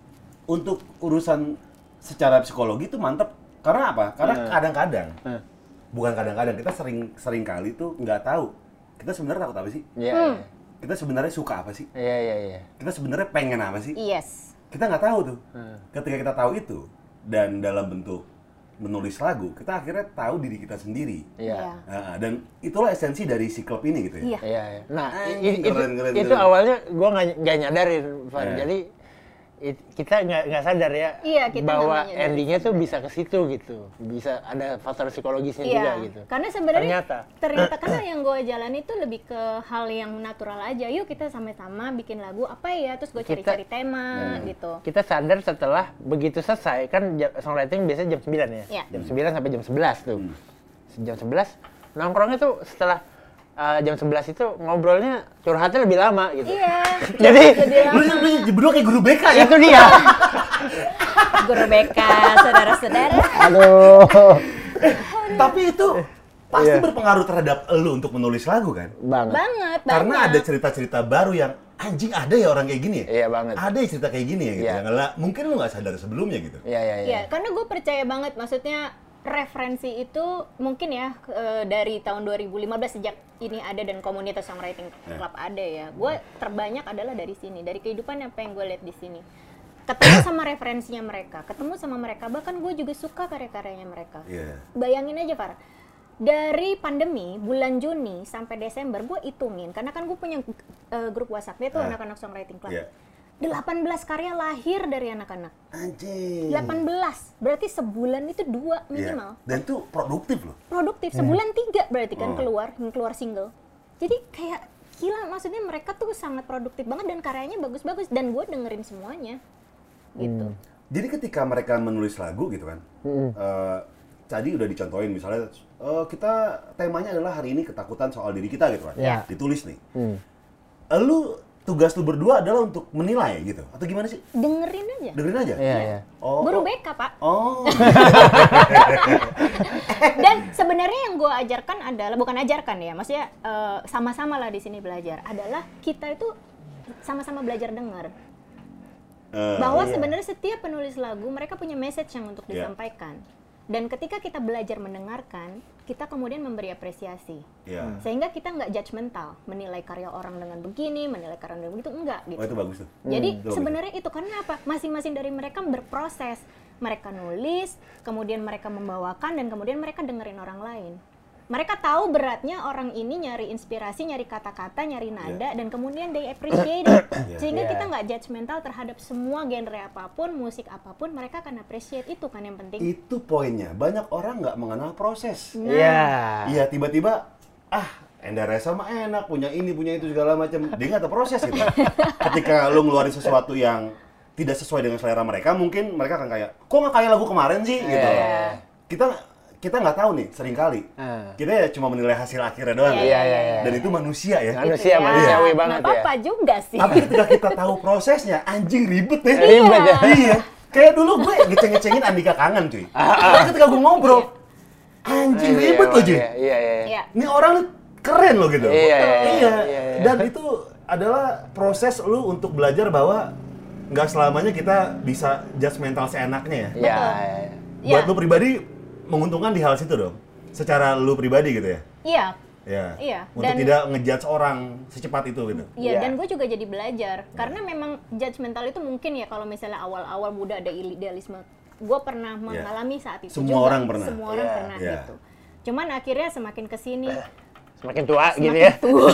untuk urusan secara psikologi itu mantap. Karena apa? Karena Hmm. kadang-kadang, Hmm. bukan kadang-kadang, kita sering sering kali tuh nggak tahu kita sebenarnya takut apa sih? Iya. Hmm. Kita sebenarnya suka apa sih? Iya, iya, iya. Kita sebenarnya pengen apa sih? Yes. Kita nggak tahu tuh. Hmm. Ketika kita tahu itu dan dalam bentuk menulis lagu, kita akhirnya tahu diri kita sendiri. Iya. Nah, dan itulah esensi dari si klub ini gitu ya. Iya. Iya, iya. Nah, Anjing, i- itu, keren, keren, itu keren. awalnya gue nggak nggak nyadarin, Van. Iya. Jadi it, kita nggak nggak sadar ya Iya, kita bahwa nggak menyadari endingnya tuh sebenarnya. bisa ke situ gitu, bisa ada faktor psikologisnya Iya, juga gitu. karena sebenarnya Ternyata. ternyata karena yang gue jalani itu lebih ke hal yang natural aja. Yuk kita sama-sama bikin lagu apa ya, terus gue Kita- cari-cari tema Hmm. gitu. Kita sadar setelah begitu selesai, kan jam- songwriting biasanya jam sembilan ya? Iya. Jam sembilan sampai jam sebelas tuh. Hmm. Jam sebelas, nongkrongnya tuh setelah uh, jam sebelas itu ngobrolnya, curhatnya lebih lama gitu. Iya. Jadi, Jadi Lu, lu berdua kayak guru B K ya? itu dia. guru B K, saudara-saudara. Aduh. Tapi itu pasti Iya. berpengaruh terhadap lu untuk menulis lagu kan? Banget. Banget, Karena banyak. ada cerita-cerita baru yang anjing ada ya orang kayak gini ya? Iya banget. Ada ya cerita kayak gini ya gitu Iya. ya? Nggak- mungkin lu nggak sadar sebelumnya gitu. Iya, iya, iya. Ya, karena gue percaya banget, maksudnya referensi itu mungkin ya eh, dari tahun dua ribu lima belas sejak ini ada dan komunitas songwriting club ada ya. Gue terbanyak adalah dari sini, dari kehidupan apa yang gue lihat di sini. Ketemu sama referensinya mereka, ketemu sama mereka, bahkan gue juga suka karya-karyanya mereka. Iya. Bayangin aja Farah, dari pandemi bulan Juni sampai Desember gue hitungin, karena kan gue punya eh, grup WhatsApp itu Ah. anak-anak songwriting club. Iya. delapan belas karya lahir dari anak-anak. Anjing. delapan belas, berarti sebulan itu dua minimal. Iya. Dan itu produktif loh. Produktif, sebulan tiga berarti kan Oh. keluar, yang keluar single. Jadi kayak gila, maksudnya mereka tuh sangat produktif banget dan karyanya bagus-bagus dan gue dengerin semuanya. Gitu. Jadi ketika mereka menulis lagu gitu kan, eh, tadi udah dicontohin misalnya eh, kita temanya adalah hari ini ketakutan soal diri kita gitu kan, Iya. ditulis nih. Hmm. Lu tugas lu berdua adalah untuk menilai gitu, atau gimana sih? Dengerin aja. Dengerin aja. Iya, iya. Oh. Guru oh. B K, Pak. Oh. Dan sebenarnya yang gue ajarkan adalah, bukan ajarkan ya, maksudnya eh, sama-sama lah di sini belajar, adalah kita itu sama-sama belajar dengar. Eh, Bahwa iya. sebenarnya setiap penulis lagu mereka punya message yang untuk Iya. disampaikan. Dan ketika kita belajar mendengarkan, kita kemudian memberi apresiasi. Iya. Sehingga kita nggak judgmental, menilai karya orang dengan begini, menilai karya dengan begitu, enggak gitu. Oh itu bagus tuh. Jadi Itu bagus. sebenarnya itu karena apa? Masing-masing dari mereka berproses. Mereka nulis, kemudian mereka membawakan, dan kemudian mereka dengerin orang lain. Mereka tahu beratnya orang ini nyari inspirasi, nyari kata-kata, nyari nada, dan kemudian they appreciate it. Sehingga Yeah. kita nggak judgmental terhadap semua genre apapun, musik apapun, mereka akan appreciate itu kan yang penting. Itu poinnya. Banyak orang nggak mengenal proses. Nah, Iya. Iya, tiba-tiba ah Enda Resa mah enak, punya ini, punya itu segala macam. Dia nggak tahu proses gitu. Ketika lu ngeluarin sesuatu yang tidak sesuai dengan selera mereka, mungkin mereka akan kayak, kok nggak kayak lagu kemarin sih? Gitu. Iya. Kita kita nggak tahu nih, seringkali. Ah. Kita ya cuma menilai hasil akhirnya doang. Iya, Iya, iya, iya. Dan itu manusia ya. Manusia, ya. manusiawi Nggak banget ya. apa-apa juga sih. Tapi ketika kita tahu prosesnya, anjing ribet ya. Ribet ya. Iya. Kayak dulu gue ngeceng-ngecengin Andika Kangen cuy. Tapi ketika gue ngobrol, anjing Iya, ribet loh cuy. Iya, iya, iya. Iya. Ini orang nih keren loh gitu. Iya, iya, iya, Iya. iya, iya. Dan itu adalah proses lu untuk belajar bahwa nggak selamanya kita bisa judgmental seenaknya ya. Iya, iya. Iya. Buat lu pribadi menguntungkan di hal situ dong. Secara lu pribadi gitu ya. Iya. Ya. Iya, Untuk dan- tidak ngejudge orang secepat itu gitu. Iya, Iya. dan gue juga jadi belajar. Karena memang judgmental itu mungkin ya kalau misalnya awal-awal muda ada idealisme. Gue pernah mengalami saat itu Semua juga. orang pernah. Semua orang Iya. pernah Iya. gitu. Cuman akhirnya semakin kesini, Semakin tua gitu semakin ya. tua.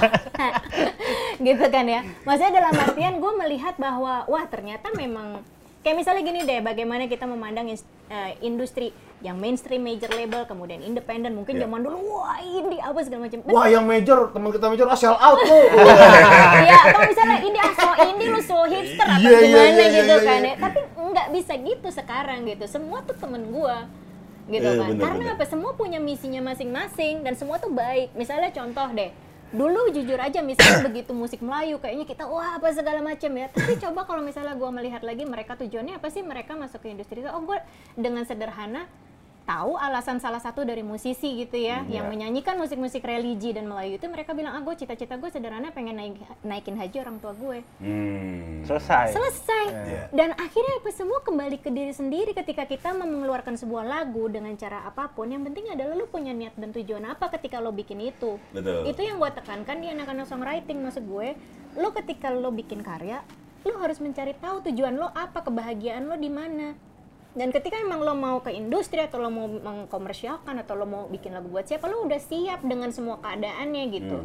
gitu kan ya. Maksudnya dalam artian gue melihat bahwa, wah ternyata memang, kayak misalnya gini deh, bagaimana kita memandang ins- eh, industri yang mainstream major label, kemudian independen, mungkin Iya. zaman dulu, wah ini apa segala macam. Wah, yang major, teman kita major, ah sell out lu. Iya, atau misalnya ini ah so indie lu so hipster atau Iya, iya, gimana iya, gitu iya, kan iya. ya. Tapi nggak bisa gitu sekarang gitu. Semua tuh temen gua gitu Iya, kan. bener, Karena bener. apa? Semua punya misinya masing-masing dan semua tuh baik. Misalnya contoh deh. Dulu jujur aja misalnya begitu musik Melayu kayaknya kita wah apa segala macam ya. Tapi coba kalau misalnya gua melihat lagi mereka tujuannya apa sih mereka masuk ke industri itu? Oh, gua dengan sederhana tahu alasan salah satu dari musisi gitu ya, yang Iya. menyanyikan musik-musik religi dan Melayu itu mereka bilang, ah gue cita-cita gue sederhana pengen naik, naikin haji orang tua gue. Hmm. Selesai. Selesai. Iya. Dan akhirnya apa semua kembali ke diri sendiri ketika kita mau mengeluarkan sebuah lagu dengan cara apapun. Yang penting adalah lu punya niat dan tujuan apa ketika lo bikin itu. Betul. Itu yang gue tekankan di anak-anak songwriting. Maksud gue, lo ketika lo bikin karya, lo harus mencari tahu tujuan lo apa, kebahagiaan lo di mana. Dan ketika emang lo mau ke industri atau lo mau mengkomersialkan atau lo mau bikin lagu buat siapa, lo udah siap dengan semua keadaannya gitu. Hmm.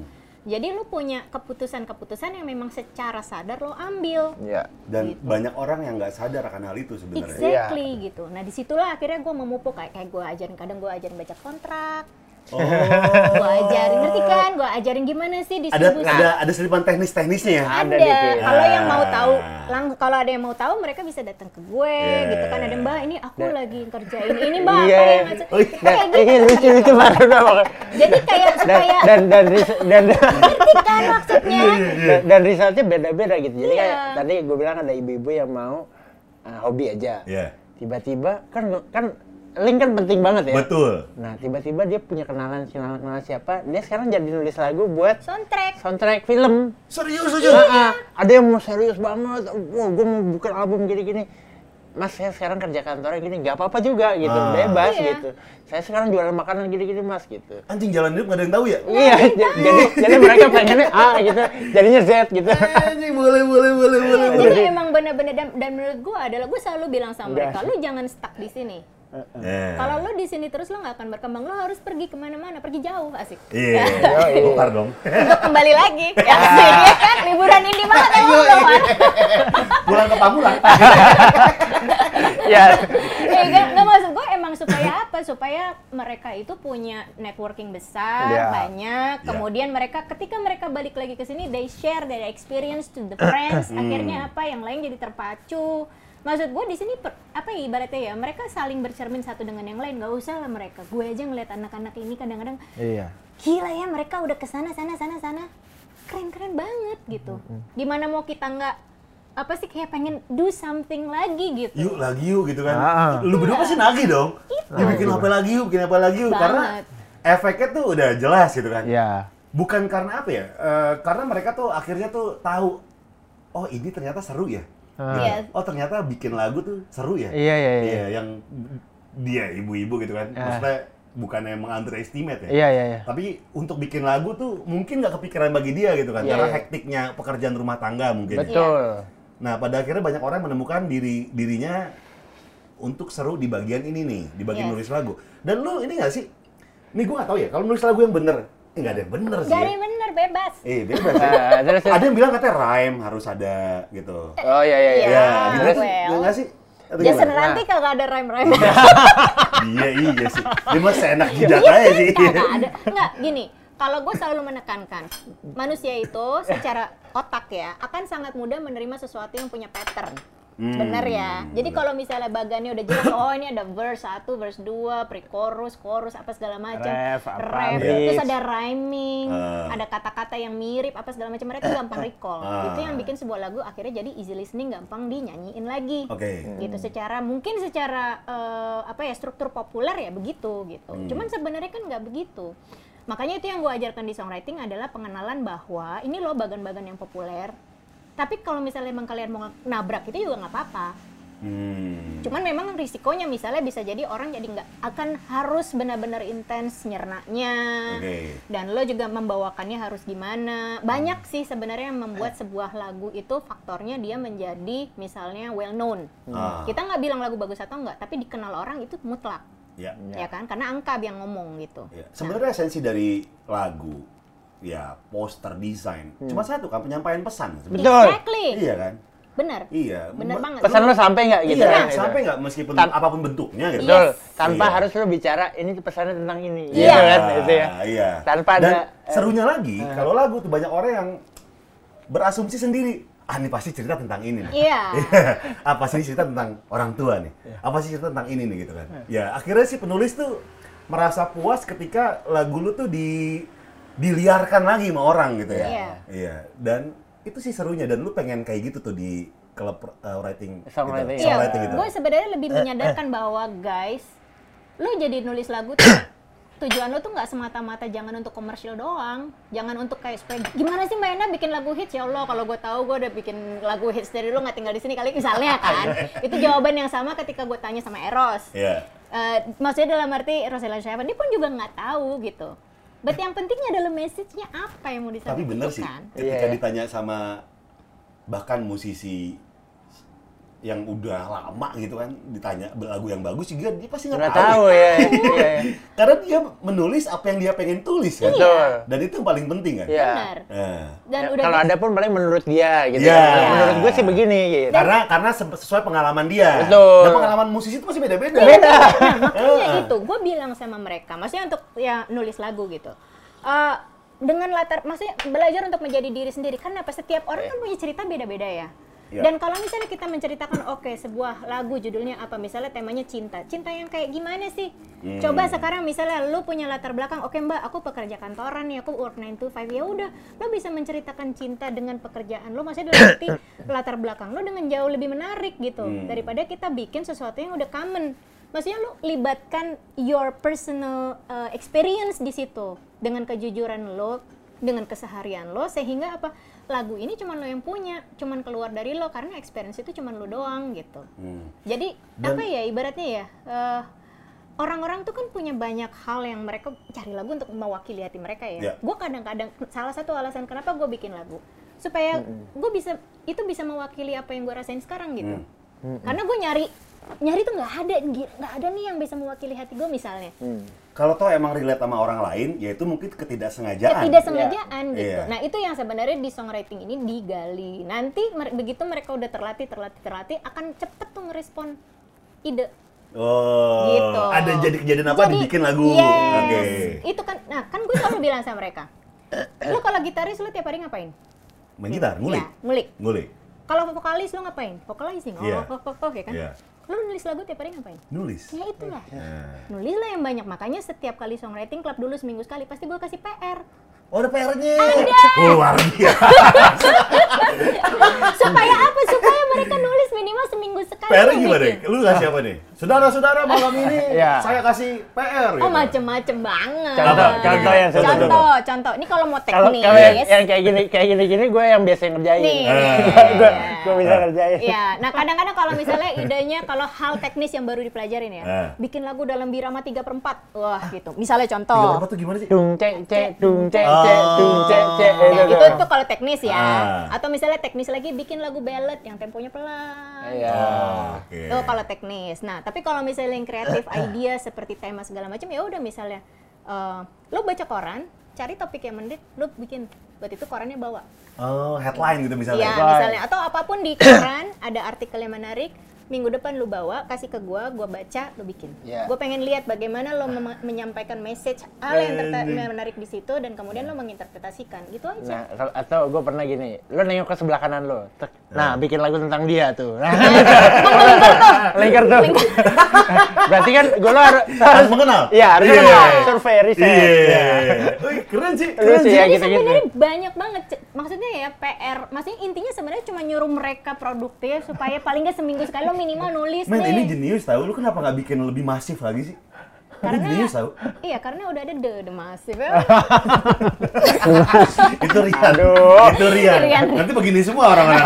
Jadi lu punya keputusan-keputusan yang memang secara sadar lo ambil. Iya. Dan Gitu. banyak orang yang nggak sadar akan hal itu sebenarnya. Exactly gitu. Nah disitulah akhirnya gue memupuk kayak kayak gue ajarin, kadang gue ajarin baca kontrak, Oh. gue ajarin, ngerti kan? Gue ajarin gimana sih Ada distribusi. ada ada selipan teknis-teknisnya ya. Ada Ada. dikit. Kalau yang mau tahu, Ah. lang kalau ada yang mau tahu mereka bisa datang ke gue Yeah. gitu kan. Ada Mbak, ini aku Dan- lagi kerjain ini Mbak, Iya. apa yang maksud- Oh, iya. Dan kayak gitu. ini lucu itu baru dong. Jadi kayak Dan supaya dan dan ris- dan ngerti kan maksudnya. dan, dan risetnya beda-beda gitu. Jadi Iya. kayak tadi gue bilang ada ibu-ibu yang mau uh, hobi aja. Iya. Tiba-tiba kan kan link kan penting banget ya. Betul. Nah, tiba-tiba dia punya kenalan kenalan, kenalan siapa, dia sekarang jadi nulis lagu buat Soundtrack. soundtrack film. Serius aja. Nah, ah, ada yang mau serius banget, wah gue mau bikin album gini-gini. Mas, saya sekarang kerja kantornya gini, nggak apa-apa juga gitu, Ah. bebas Iya. gitu. Saya sekarang jualan makanan gini-gini mas gitu. Anjing jalan hidup nggak ada yang tahu ya? Iya, j- jadi jadi mereka pengennya A gitu, jadinya Z gitu. Anjing boleh boleh boleh boleh. Jadi boleh. emang bener-bener dan, dan menurut gue adalah gue selalu bilang sama Udah. mereka, lu jangan stuck di sini. Eh. Kalau lu di sini terus lu nggak akan berkembang, lu harus pergi kemana-mana, pergi jauh, asik. Iya. Yoi. Bokar dong. Untuk kembali lagi, ya asik, ya kan? Liburan ini banget emang lu kan? Pulang ke Pamulang. Ya, Eh, nggak nggak maksud gue emang supaya apa? Supaya mereka itu punya networking besar, Iya. banyak. Iya. Kemudian mereka ketika mereka balik lagi ke sini, they share their experience to the friends. Akhirnya apa? Yang lain jadi terpacu. Maksud gue di sini per- apa ya ibaratnya ya? Mereka saling bercermin satu dengan yang lain. Gak usah lah mereka. Gue aja ngeliat anak-anak ini kadang-kadang iya. gila ya mereka udah kesana sana sana sana keren-keren banget gitu. Gimana mau kita nggak apa sih kayak pengen do something lagi gitu. Yuk lagi yuk gitu kan. Ah. Lu berdua pasti nagih dong. Ya, bikin apa lagi yuk, bikin apa lagi yuk. Karena Banget. efeknya tuh udah jelas gitu kan. Iya. Bukan karena apa ya? Eh, karena mereka tuh akhirnya tuh tahu, oh ini ternyata seru ya. Ah. Gitu. Iya. Oh ternyata bikin lagu tuh seru ya. Iya, iya, iya. Iya, yang dia ibu-ibu gitu kan. Ah. Maksudnya bukan emang underestimate ya. Iya, iya, iya. Tapi untuk bikin lagu tuh mungkin nggak kepikiran bagi dia gitu kan. Iya, Karena iya. hektiknya pekerjaan rumah tangga mungkin. Betul. Nah, pada akhirnya banyak orang menemukan diri dirinya untuk seru di bagian ini nih, di bagian Yes. nulis lagu. Dan lu ini nggak sih? Nih gue nggak tahu ya, kalau nulis lagu yang bener, eh, nggak ada yang bener sih. Gak ada Ya. yang bener, bebas. Eh, bebas ya. Ah, terus Ada yang bilang katanya rhyme harus ada gitu. Oh iya iya iya. Iya. gitu well. sih. Ya nggak sih? Atau Jason gimana? nanti kagak ada rhyme-rhyme. Iya, iya sih. Dia mah seenak jidat aja sih. Kagak ada. Enggak, gini. Kalau gue selalu menekankan, manusia itu secara otak ya, akan sangat mudah menerima sesuatu yang punya pattern. Hmm, Bener ya. Jadi kalau misalnya bagannya udah jelas, oh ini ada verse satu, verse dua, pre-chorus, chorus, apa segala macam. Ref, apa, Ref, bridge. terus ada rhyming, Ah. ada kata-kata yang mirip, apa segala macam. Mereka gampang recall. Ah. Itu yang bikin sebuah lagu akhirnya jadi easy listening, gampang dinyanyiin lagi. Oke. Gitu secara mungkin secara eh, apa ya struktur populer ya begitu gitu. Hmm. Cuman sebenarnya kan nggak begitu. Makanya itu yang gue ajarkan di songwriting adalah pengenalan bahwa ini loh bagan-bagan yang populer. Tapi kalau misalnya emang kalian mau nabrak itu juga nggak apa-apa. Hmm. Cuman memang risikonya misalnya bisa jadi orang jadi nggak akan harus benar-benar intens nyernanya. Oke. Dan lo juga membawakannya harus gimana. Banyak sih sebenarnya yang membuat sebuah lagu itu faktornya dia menjadi misalnya well known. Ah. Kita nggak bilang lagu bagus atau enggak, tapi dikenal orang itu mutlak. Ya. Ya kan? Karena angka yang ngomong gitu. Ya. Sebenarnya esensi dari lagu, ya poster desain, cuma satu kan penyampaian pesan. sebenarnya. Betul. Exactly. Iya kan? Bener. Iya. Bener Ma- banget. Pesan lo sampai nggak gitu? Iya, kan, gitu. sampai nggak meskipun Tan- apapun bentuknya gitu. Betul. Yes. Tanpa Iya. harus lo bicara ini pesannya tentang ini. Iya. Gitu kan, itu ya. Iya. Tanpa Dan ada serunya lagi, kalau lagu tuh banyak orang yang berasumsi sendiri. Ah, ini pasti cerita tentang ini nih. Iya. Apa sih cerita tentang orang tua nih? Apa sih cerita tentang ini nih gitu kan? Ya, akhirnya si penulis tuh merasa puas ketika lagu lu tuh di diliarkan lagi sama orang gitu ya. Iya. Iya. Dan itu sih serunya dan lu pengen kayak gitu tuh di klub uh, writing Songwriting. gitu. Iya, Songwriting gitu. gue sebenarnya lebih menyadarkan bahwa guys, lo jadi nulis lagu tuh tujuan lo tuh nggak semata-mata jangan untuk komersial doang, jangan untuk kayak supaya gimana sih Mbak Ena bikin lagu hits ya Allah kalau gue tahu gue udah bikin lagu hits dari lo nggak tinggal di sini kali misalnya kan, itu jawaban yang sama ketika gue tanya sama Eros. Iya. Eh, maksudnya dalam arti Rosella Syafan dia pun juga nggak tahu gitu. But yang pentingnya adalah message-nya apa yang mau disampaikan. Tapi bener sih, kan? ketika Iya. ditanya sama bahkan musisi yang udah lama gitu kan ditanya lagu yang bagus juga dia pasti nggak Nggak tahu. tahu ya. Iya. Karena dia menulis apa yang dia pengen tulis kan. Betul. Dan itu yang paling penting kan. Iya. Benar. Nah. Dan Ya, udah kalau gitu- ada pun paling menurut dia gitu. Iya. Ya, menurut gue sih begini gitu. Karena karena se- sesuai pengalaman dia. Betul. Dan pengalaman musisi itu pasti beda-beda. Beda. Nah, makanya Heeh. itu gue bilang sama mereka, maksudnya untuk ya nulis lagu gitu. Eh, dengan latar, maksudnya belajar untuk menjadi diri sendiri. Karena apa? Setiap orang kan punya cerita beda-beda ya. Ya. Dan kalau misalnya kita menceritakan, oke, sebuah lagu judulnya apa, misalnya temanya cinta, cinta yang kayak gimana sih? Hmm. Coba sekarang misalnya lu punya latar belakang, oke mbak, aku pekerja kantoran nih, aku work nine to five, ya udah, lo bisa menceritakan cinta dengan pekerjaan lo, maksudnya dalam arti latar belakang lo dengan jauh lebih menarik gitu, Hmm. daripada kita bikin sesuatu yang udah common. Maksudnya lo libatkan your personal uh, experience di situ dengan kejujuran lo, dengan keseharian lo, sehingga apa? Lagu ini cuma lo yang punya, cuman keluar dari lo karena experience itu cuma lo doang gitu. Hmm. Jadi Dan- apa ya ibaratnya ya eh, orang-orang tuh kan punya banyak hal yang mereka cari lagu untuk mewakili hati mereka ya. Ya. Gue kadang-kadang salah satu alasan kenapa gue bikin lagu supaya gue bisa itu bisa mewakili apa yang gue rasain sekarang gitu. Hmm. Karena gue nyari nyari tuh nggak ada nggak ada nih yang bisa mewakili hati gue misalnya. Kalau toh emang relate sama orang lain, yaitu mungkin ketidaksengajaan. Ketidaksengajaan gitu. Iya. Nah itu yang sebenarnya di songwriting ini digali. Nanti mer- begitu mereka udah terlatih, terlatih, terlatih, akan cepet tuh ngerespon ide. Oh, Gitu. ada jadi kejadian apa Jadi, dibikin lagu. Yes. Oke. Itu kan, nah kan gue selalu bilang sama mereka, lo kalau gitaris lo tiap hari ngapain? Main gitar, ngulik. Ya, ngulik. Ngulik. Kalau vokalis lo ngapain? Vocalizing. Oh, Iya. oh, oh, oh, ya kan? Iya. Lo nulis lagu tiap hari ngapain? Nulis. Ya itulah. Nah. Nulis lah yang banyak. Makanya setiap kali songwriting club dulu seminggu sekali pasti gue kasih P R. Oh, ada P R-nya. Oh, luar biasa. Supaya apa? Supaya mereka nulis minimal seminggu sekali. P R-nya lo gimana? bikin. Lu ngasih apa nih? Saudara-saudara malam ini Iya. saya kasih P R Oh gitu. macem-macem banget. Contoh, contoh yang Contoh, contoh. Contoh, contoh. Ini kalau mau Kalau teknis. kalau yang, yang kayak gini kayak gini-gini gue yang biasa ngerjain. Nih. gue gue bisa ngerjain. Iya, nah kadang-kadang kalau misalnya idenya kalau hal teknis yang baru dipelajarin ya, Eh. bikin lagu dalam birama tiga per empat, wah gitu. Misalnya Tiga contoh, berapa tuh gimana sih? Dung cek cek dung cek cek dung cek cek. nah, itu tuh kalau teknis ya. Ah. Atau misalnya teknis lagi bikin lagu ballad yang temponya pelan. Iya. Oh, oke. Itu kalau teknis. Nah, tapi kalau misalnya yang kreatif idea seperti tema segala macam ya udah misalnya eh, lo baca koran, cari topik yang menarik, lo bikin. Buat itu korannya bawa. Oh, headline gitu misalnya. Iya, Baik. misalnya atau apapun di koran ada artikel yang menarik, minggu depan lu bawa, kasih ke gua, gua baca, lu bikin. Iya. Gua pengen lihat bagaimana lo mem- menyampaikan message hal yang terta- menarik di situ dan kemudian lo menginterpretasikan. Gitu aja. Nah, kalau- atau gue pernah gini, lo nengok ke sebelah kanan lo, tek. Nah, bikin lagu tentang dia tuh. Nah, lingkar tuh. Berarti kan gue lo harus Harus mengenal. Iya, harus Iya. mengenal. Survei riset. Iya. Iya. Wih, keren sih. Lucu Keren sih. ya Jadi gitu-gitu. sebenarnya banyak banget. C- Maksudnya ya P R, maksudnya intinya sebenarnya cuma nyuruh mereka produktif supaya paling nggak seminggu sekali lo minimal nulis Men, deh. ini jenius tahu. Lu kenapa nggak bikin lebih masif lagi sih? Ini Karena jenius tahu. iya, karena udah ada the, the massive. Itu Rian. Aduh. Itu Rian. Rian. Nanti begini semua orang-orang.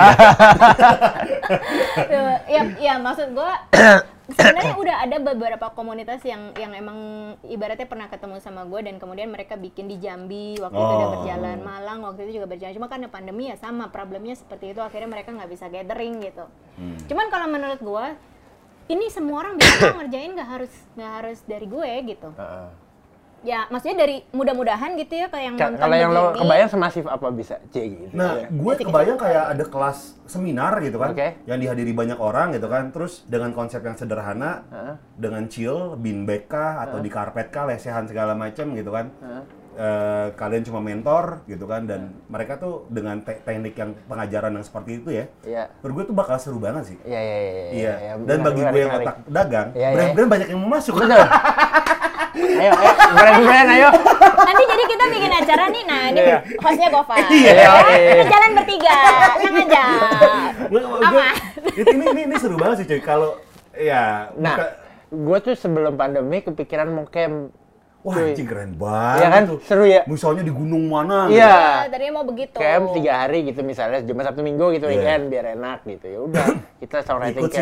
Tuh, ya, ya maksud gua sebenarnya udah ada beberapa komunitas yang yang emang ibaratnya pernah ketemu sama gue dan kemudian mereka bikin di Jambi waktu itu udah Oh. berjalan, Malang waktu itu juga berjalan. Cuma karena pandemi ya sama problemnya seperti itu, akhirnya mereka nggak bisa gathering gitu. Hmm. Cuman kalau menurut gua ini semua orang bisa ngerjain, nggak harus nggak harus dari gue gitu. Heeh. Ya maksudnya dari mudah-mudahan gitu ya kayak yang Ka- nonton Kalau yang lo begini. kebayang semasif apa bisa? C gitu. Nah, ya. gue kebayang kayak ada kelas seminar gitu kan, Oke. yang dihadiri banyak orang gitu kan, terus dengan konsep yang sederhana, Heeh. dengan chill, beanbag kah, atau di karpet kah, lesehan segala macam gitu kan. Heeh. Eh, kalian cuma mentor gitu kan, dan mereka tuh dengan te- teknik yang pengajaran yang seperti itu ya, Iya. menurut gue tuh bakal seru banget sih. Iya, iya, iya. Iya. iya, Dan benar, bagi benar, gue yang menarik. otak dagang, Iya, iya. brand-brand banyak yang mau masuk. Betul. Ayo, ayo, brand-brand, ayo. Nanti jadi kita bikin acara nih, nah ini Iya. hostnya Gofar. Iya, Ya, iya. kita jalan bertiga, tenang aja. Gua- gua- Aman. itu ini, ini ini seru banget sih cuy. Kalau ya, Nah, buka- gue tuh sebelum pandemi kepikiran mau camp. wah cuy. anjing keren banget. Iya kan? tuh. Seru ya? Misalnya di gunung mana? Iya. Ya, tadinya mau begitu. Camp tiga hari gitu misalnya, Jumat Sabtu Minggu gitu Iya. weekend biar enak gitu. Ya udah, kita songwriting Ikut sih camp. gue.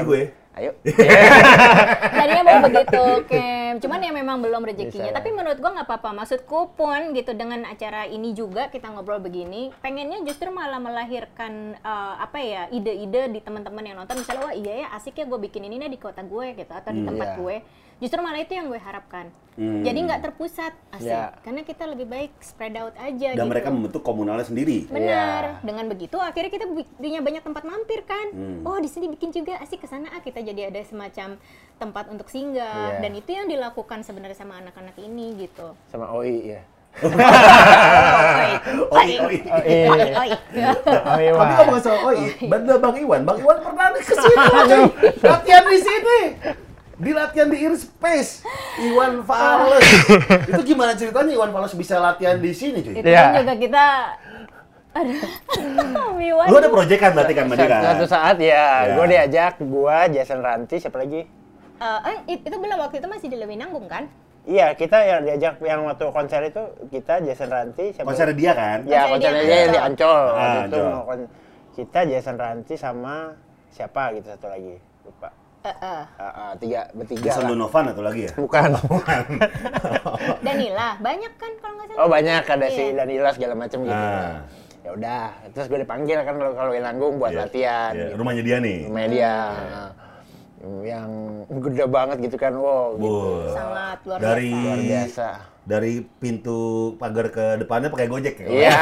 ayo. Tadinya mau begitu, Kem. Cuman ya memang belum rezekinya. Bisa. Tapi menurut gua nggak apa-apa. Maksudku pun gitu dengan acara ini juga kita ngobrol begini, pengennya justru malah melahirkan uh, apa ya ide-ide di teman-teman yang nonton. Misalnya wah iya ya asik ya gue bikin ini nih di kota gue gitu atau di tempat Iya. gue. Justru malah itu yang gue harapkan. Hmm. Jadi nggak terpusat, asik. Ya. Karena kita lebih baik spread out aja. Dan gitu. mereka membentuk komunalnya sendiri. Benar. Iya. Dengan begitu akhirnya kita bi- punya banyak tempat mampir kan. Hmm. Oh, di sini bikin juga asik ke sana ah kita jadi ada semacam tempat untuk singgah Iya. dan itu yang dilakukan sebenarnya sama anak-anak ini gitu. Sama O I ya. Oi, Oi, oi. iya. oi, oi. O I Tapi wah. ngomong soal Oi, benda Bang Iwan, Bang Iwan pernah nih ke sini cuy. Latihan di sini. Di latihan di Airspace, Iwan Fals. Itu gimana ceritanya Iwan Fals bisa latihan di sini cuy? Itu Iya. kan juga kita aduh. Miwan. Lu ada proyekan berarti kan sama dia kan? Suatu saat ya, Ya. gue diajak, gue Jason Ranti, siapa lagi? Eh, eh, it- itu belum waktu itu masih di Lewinanggung kan? Iya, kita yang diajak yang waktu konser itu kita Jason Ranti, siapa? Konser dia kan? Ya, Konser konser dia dia yang Ancol. di Ancol. Ah, Waktu itu Ancol. mau kon- kita Jason Ranti sama siapa gitu satu lagi, lupa. Eh, eh. Ah, ah, tiga, bertiga Jason lah. Donovan atau lagi ya? Bukan. Danila, banyak kan kalau nggak salah. Oh banyak, ada si Iya. Danila segala macam gitu. Ah. Ya udah, terus gue dipanggil kan kalau kalau Inanggung buat Iya, latihan. iya. gitu. Rumahnya dia nih. Rumahnya dia. Yang gede banget gitu kan, wow gitu. Bu. Sangat luar dari biasa. Luar biasa. dari pintu pagar ke depannya pakai Gojek ya? Iya.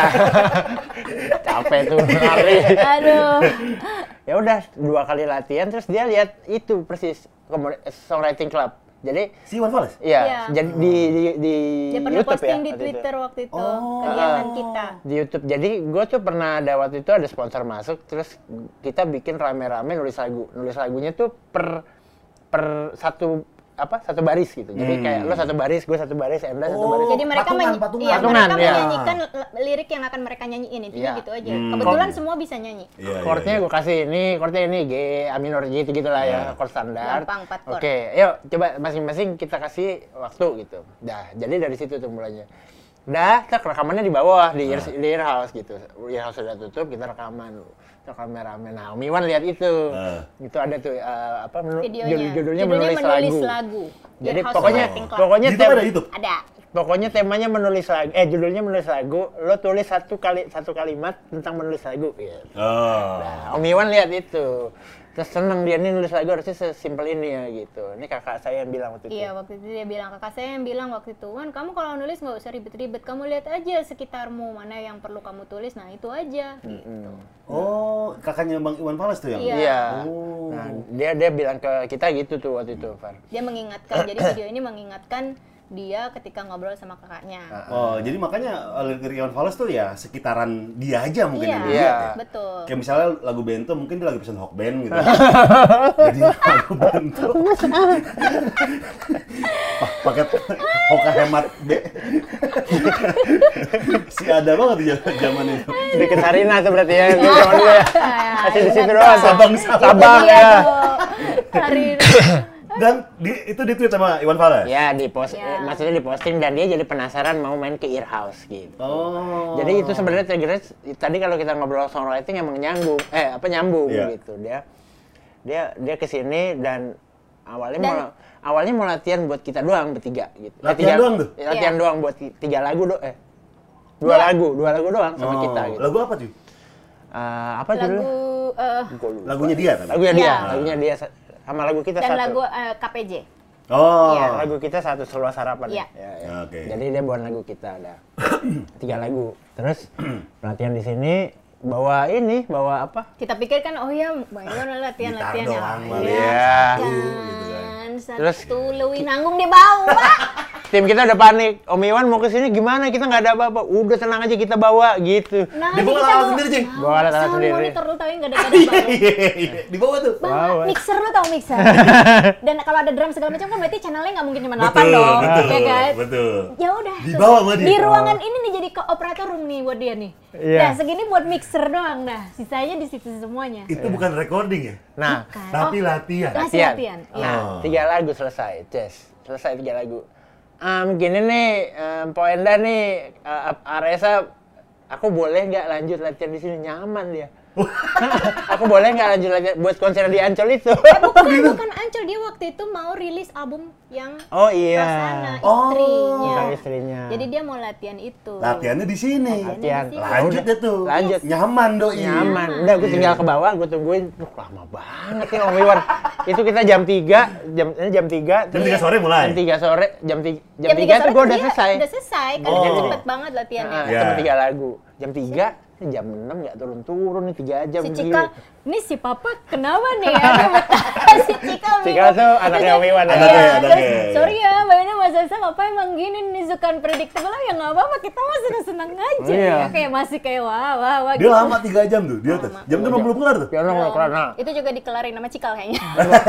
Capek tuh lari. Aduh. Ya udah dua kali latihan terus dia lihat itu persis Komu- Songwriting Club. Jadi Si Iwan Fals? iya, Iya. jadi di di, di Dia pernah YouTube posting ya. di waktu itu. Twitter waktu itu Oh. kegiatan kita. Di YouTube. Jadi gue tuh pernah ada waktu itu ada sponsor masuk terus kita bikin rame-rame nulis lagu. Nulis lagunya tuh per per satu apa? Satu baris gitu. Jadi Hmm. kayak lo satu baris, gue satu baris, Enda satu Oh. baris. Jadi mereka patungan, menyi- patungan. iya, Patungan, mereka iya. menyanyikan l- lirik yang akan mereka nyanyiin itu Iya. gitu aja. Hmm. Kebetulan Kok- semua bisa nyanyi. Iya, iya, Chordnya iya. gue kasih ini, chordnya ini G, A minor gitu gitulah ya, Iya. chord standar. Gampang, empat chord. Oke, yuk coba masing-masing kita kasih waktu gitu. Dah, jadi dari situ tuh mulainya. Dah, kita rekamannya di bawah di ear, di ear house gitu. Ear house udah tutup, kita rekaman. Kita kameramen. Nah, Om Iwan lihat itu. Ah. Itu ada tuh eh, apa menu- Videonya. judul- judulnya menulis, lagu. lagu. Jadi Earhouse pokoknya Songwriting Club. pokoknya Di YouTube tem- ada YouTube? ada. Pokoknya temanya menulis lagu, eh judulnya menulis lagu, lo tulis satu kali satu kalimat tentang menulis lagu. Gitu. Oh. Nah, Om Iwan lihat itu, terus seneng dia nih nulis lagu harusnya sesimpel ini ya gitu. Ini kakak saya yang bilang waktu itu. Iya, waktu itu dia bilang, kakak saya yang bilang waktu itu, Wan, kamu kalau nulis nggak usah ribet-ribet, kamu lihat aja sekitarmu, mana yang perlu kamu tulis, nah itu aja. Gitu. Oh, kakaknya Bang Iwan Fals tuh yang? Iya. Iya. Oh. Nah, dia dia bilang ke kita gitu tuh waktu itu, Far. Dia mengingatkan, jadi video ini mengingatkan dia ketika ngobrol sama kakaknya. Oh, jadi makanya lirik Iwan Fals tuh ya sekitaran dia aja mungkin Iya, yang dilihat ya? betul. Kayak misalnya lagu Bento mungkin dia lagi pesen Hok Band gitu. Jadi lagu Bento. Pa- Paket Hoka hemat B. Si ada banget di zaman itu. Deket Sarina tuh berarti ya, di zaman dulu ya. Masih di situ doang. Sabang, Sabang. Sabang Iya ya. tuh, hari ini. Dan di, itu di tweet sama Iwan Fals? Ya, di post, Ya. eh, maksudnya di posting dan dia jadi penasaran mau main ke Ear House gitu. Oh. Jadi itu sebenarnya triggernya tadi kalau kita ngobrol songwriting emang nyambung, eh apa nyambung Iya. gitu. Dia dia dia kesini dan awalnya Dan- mau awalnya mau latihan buat kita doang bertiga gitu. Eh, Latihan tiga- doang tuh? ya, latihan Iya. doang buat ti- tiga lagu do eh dua, Dua. lagu, dua lagu doang sama Oh, kita gitu. Lagu apa cuy? Eh, apa Lagu judulnya? eh, Gua lupa. Lagunya dia kan? Lagunya dia, Iya. lagunya dia sa- sama lagu kita dan satu. lagu eh, K P J. Oh. Iya. Lagu kita satu seluas harapan Iya. ya. ya. Oke. Jadi dia buat lagu kita ada tiga lagu. Terus latihan di sini bawa ini, bawa apa? Kita pikir kan, oh ya, bayar latihan Gitar latihan doang, ya. Bang. Iya. gitu kan. Kan satu Terus- Lewinanggung dia bawa. Tim kita udah panik. Om Iwan mau ke sini gimana? Kita nggak ada apa-apa. Udah tenang aja kita bawa gitu. Nah, Dibawa kita alat bawa- sendiri, Cing? Bawa alat-alat Sound sendiri. monitor lu tau ya nggak ada nggak ada baru. Iya, di bawah tuh. Bawa Bawa. mixer lu tau mixer. Dan kalau ada drum segala macam kan berarti channelnya nggak mungkin cuma delapan Betul, dong, betul, ya kan? betul. Ya udah. Dibawa sama dia. Di ruangan ini nih jadi ke operator room nih buat dia nih. Iya. Nah, segini buat mixer doang dah. Sisanya di situ semuanya. Itu bukan recording ya? Nah, Bukan. Tapi Oh, latihan. Masih latihan. Iya. Nah, Oh. tiga lagu selesai, Ces. Selesai tiga lagu. Um, gini nih, um, Poenda nih, uh, Aresa, aku boleh nggak lanjut latihan di sini? Nyaman dia. Aku boleh nggak lanjut lagi buat konser di Ancol itu? Eh, bukan, bukan Ancol, dia waktu itu mau rilis album yang Oh iya. Rasana, Oh. istrinya. Bukan istrinya. Jadi dia mau latihan itu. Latihannya di sini. Latihan. di sini. Lanjut deh tuh. Lanjut. Nyaman doi. Nyaman. Udah gue tinggal ke bawah, gue tungguin. Duh, lama banget nih Om Iwan. Itu kita jam tiga, jam ini jam tiga. Jam tiga sore mulai. Jam tiga sore, jam tiga, jam Jam tiga tiga tuh sore gue udah dia selesai. Udah selesai, kan Oh. dia cepet banget latihannya. Nah, Iya. cuma tiga lagu. Jam tiga, ini jam enam nggak turun-turun nih tiga jam. Si gila. Cika, ini si Papa kenapa nih ya? Si Cika Cika tuh anaknya Om Iwan ya. Anaknya, Iya, anaknya. terus, sorry ya Mbak Ina, Mas Esa, Papa emang gini nih, suka unpredictable, ya nggak apa-apa, kita mah seneng-seneng aja. Iya. Ya, kayak masih kayak wah, wah, wah. Dia lama tiga jam tuh, di atas. Jam enam belum kelar tuh. Piano nggak kelar. Nah, Itu juga dikelarin sama Cikal kayaknya.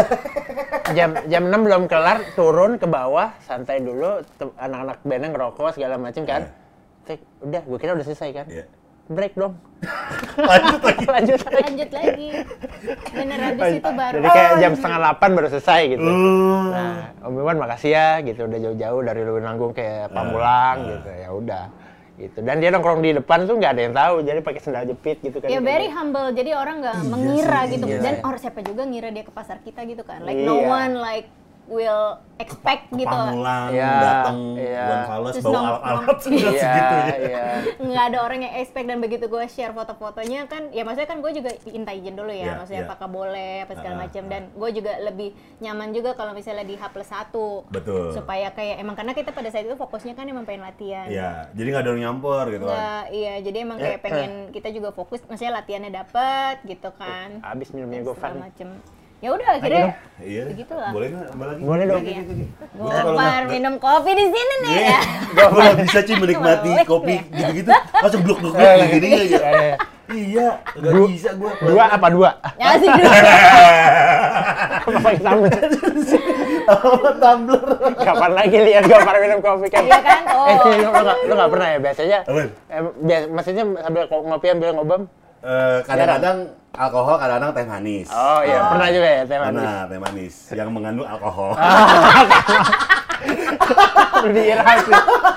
jam jam enam belum kelar, turun ke bawah, santai dulu, te- anak-anak bandnya ngerokok segala macam kan. Tek, udah, gue kira udah selesai kan. Iya. Break dong. Lanjut lagi. Lanjut lagi. Lanjut lagi. Bener habis itu baru. Jadi kayak jam setengah delapan baru selesai gitu. Oh. Nah, Om Iwan makasih ya gitu, udah jauh-jauh dari Lewinanggung ke Pamulang gitu. Ya udah. Gitu. Dan dia nongkrong di depan tuh nggak ada yang tahu, jadi pakai sendal jepit gitu kan. Ya very humble, jadi orang nggak Iya mengira sih, gitu. iya. Dan orang siapa juga ngira dia ke pasar kita gitu kan. Like no Iya. one like will expect gitu. Pamulang, Iya, datang, iya. Iwan Fals Terus bawa nong- alat-alat nong- sudah Iya, segitunya. iya. Nggak ada orang yang expect, dan begitu gue share foto-fotonya kan, ya maksudnya kan gue juga minta izin dulu ya, Iya, maksudnya iya. apakah boleh apa segala Ah, macam, ah. dan gue juga lebih nyaman juga kalau misalnya di H plus satu. Betul. Supaya kayak emang karena kita pada saat itu fokusnya kan emang pengen latihan. Iya, jadi nggak ada orang nyampur gitu kan. Nggak, iya, jadi emang kayak pengen kita juga fokus, maksudnya latihannya dapet gitu kan. Habis minumnya Dan segala Gofar. macem. Ya udah akhirnya Iya. begitulah. Boleh nggak tambah lagi? Boleh dong. ya. Gua kalau Gopar nggak- minum kopi di sini nih Iya, ya. gua kalau bisa Ci menikmati Boleh, kopi ya. gitu-gitu, langsung blok-blok Eh, gini aja. Iya, iya. Iya, nggak Dua- bisa gua. Dua apa dua? Ya sih dulu. Apa pakai tumbler? Apa tumbler? Kapan lagi lihat Gofar minum kopi kan? Iya kan? Oh. Eh, Ci, lu lu nggak lu nggak pernah ya biasanya? Apaan? Eh, bias, maksudnya sambil ko- ngopi ambil ngobam? Eh, kadang-kadang alkohol, kadang-kadang teh manis. Oh iya, pernah juga ya teh manis. Nah, teh manis yang mengandung alkohol. Udah diirham sih.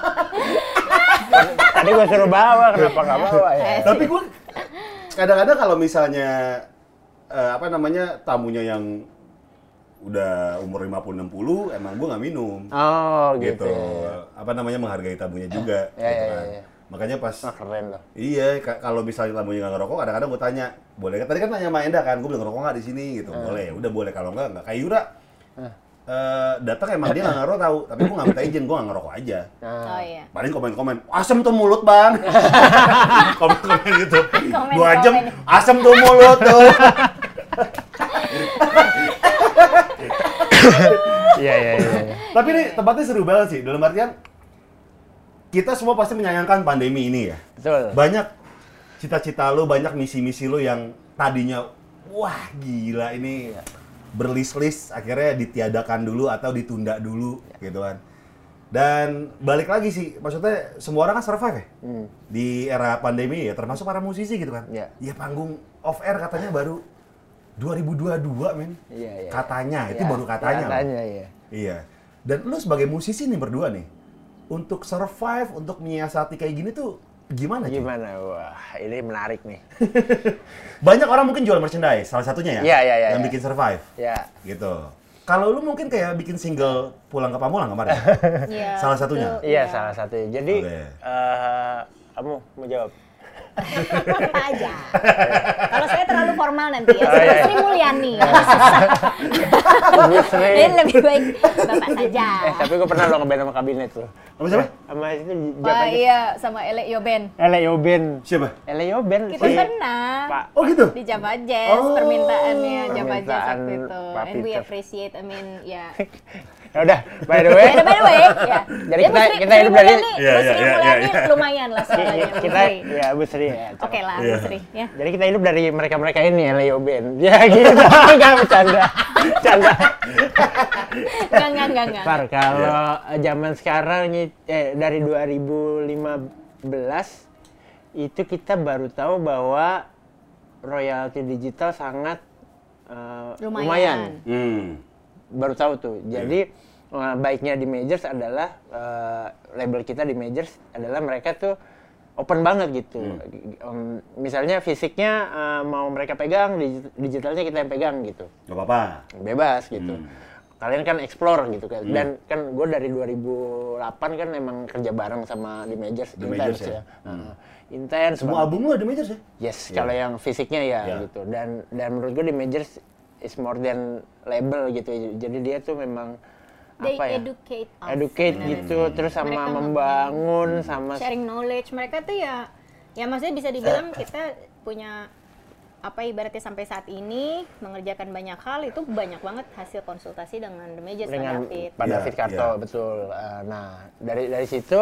Tadi gua suruh bawa, kenapa nggak bawa ya? Eh, Tapi gue kadang-kadang kalau misalnya eh, apa namanya tamunya yang udah umur lima puluh enam puluh, emang gue nggak minum. Oh Gitu. gitu. ya. Apa namanya menghargai tamunya juga. Ya, gitu ya, kan. ya, ya. Makanya pas Wah keren loh. iya ka- kalau misalnya tamunya nggak ngerokok, kadang-kadang gue tanya, boleh kan? Tadi kan tanya sama Enda kan, gue bilang ngerokok nggak di sini gitu. Boleh, udah boleh. Kalau nggak nggak. Kayak Yura. eh, datang emang dia nggak ngerokok tahu, tapi gue nggak minta izin, gue nggak ngerokok aja. Oh iya. Paling komen-komen, asem tuh mulut bang. Komen-komen gitu. Komen-komen. Dua jam, asem tuh mulut tuh. Iya iya iya. iya. Tapi ini tempatnya seru banget sih, dalam artian kita semua pasti menyayangkan pandemi ini ya. Betul. Banyak cita-cita lo, banyak misi-misi lo yang tadinya, wah gila ini berlis-lis, akhirnya ditiadakan dulu atau ditunda dulu gitu kan. Dan balik lagi sih, maksudnya semua orang kan survive ya Hmm. di era pandemi ya, termasuk para musisi gitu kan. Iya. Ya panggung off air katanya baru dua ribu dua puluh dua men. Iya, iya. Katanya, itu Iya, baru katanya. loh. Katanya iya. Iya. Dan lu sebagai musisi nih berdua nih, untuk survive, untuk menyiasati kayak gini tuh gimana? Ci? Gimana? Wah, ini menarik nih. Banyak orang mungkin jual merchandise, salah satunya ya, Iya, iya, iya, yang iya. bikin survive, Ya. gitu. Kalau lu mungkin kayak bikin single Pulang ke Pamulang kemarin, Iya. salah satunya. betul, Iya, salah satunya. Jadi, Oke. eh, kamu mau jawab? Apa aja. Kalau saya terlalu formal nanti ya. Oh, iya, Saya iya. Sri Mulyani. Bu Sri. Jadi lebih baik Bapak saja. Eh, tapi gue pernah lo ngeband sama kabinet tuh. Apa siapa? Sama itu Wah Japan. iya, sama Ele Yoben. Ele Yoben. Siapa? Ele Yoben. Kita si pernah Pak. Oh gitu? di Java Jazz, Oh. permintaannya Java Jazz Permintaan waktu itu. Pak And we Peter. appreciate, I mean, ya. Ya udah, by the way. By the, by the way, ya. Jadi Ya, Bu kita- Sri- kita Sri hidup dari- Mulyani, Iya, Bu iya, Sri iya, Mulyani iya. lumayan lah soalnya. Bu kita Sri. ya Bu Sri ya. Oke lah, Iya. Bu Sri. Ya. Jadi kita hidup dari mereka-mereka ini ya, Leo Band. Ya gitu, nggak bercanda. Bercanda. Enggak, enggak, enggak, enggak. Par, kalau zaman sekarang nih, eh, dari dua ribu lima belas itu kita baru tahu bahwa royalti digital sangat eh, Lumayan. lumayan. Hmm. Baru tahu tuh. Jadi eh, baiknya di majors adalah eh, label kita di majors adalah mereka tuh open banget gitu. Hmm. Um, misalnya fisiknya uh, mau mereka pegang, digitalnya kita yang pegang gitu. Gak apa-apa. Bebas gitu. Hmm. Kalian kan explore gitu kan. Hmm. Dan kan gue dari dua ribu delapan kan emang kerja bareng sama The Majors, The Intense Majors, ya. ya. Uh, Intense. Semua album lu ada Majors ya? Yes, yeah. kalau yang fisiknya ya yeah. gitu. Dan dan menurut gue The Majors is more than label gitu. Jadi dia tuh memang They apa ya? educate us. Educate gitu, Hmm. terus sama Mereka membangun, sama sharing knowledge. Mereka tuh ya, ya maksudnya bisa dibilang kita punya apa ibaratnya sampai saat ini mengerjakan banyak hal, itu banyak banget hasil konsultasi dengan The Majors, dengan Pak David. Pak Yeah, David Karto, yeah. betul. Uh, nah, dari dari situ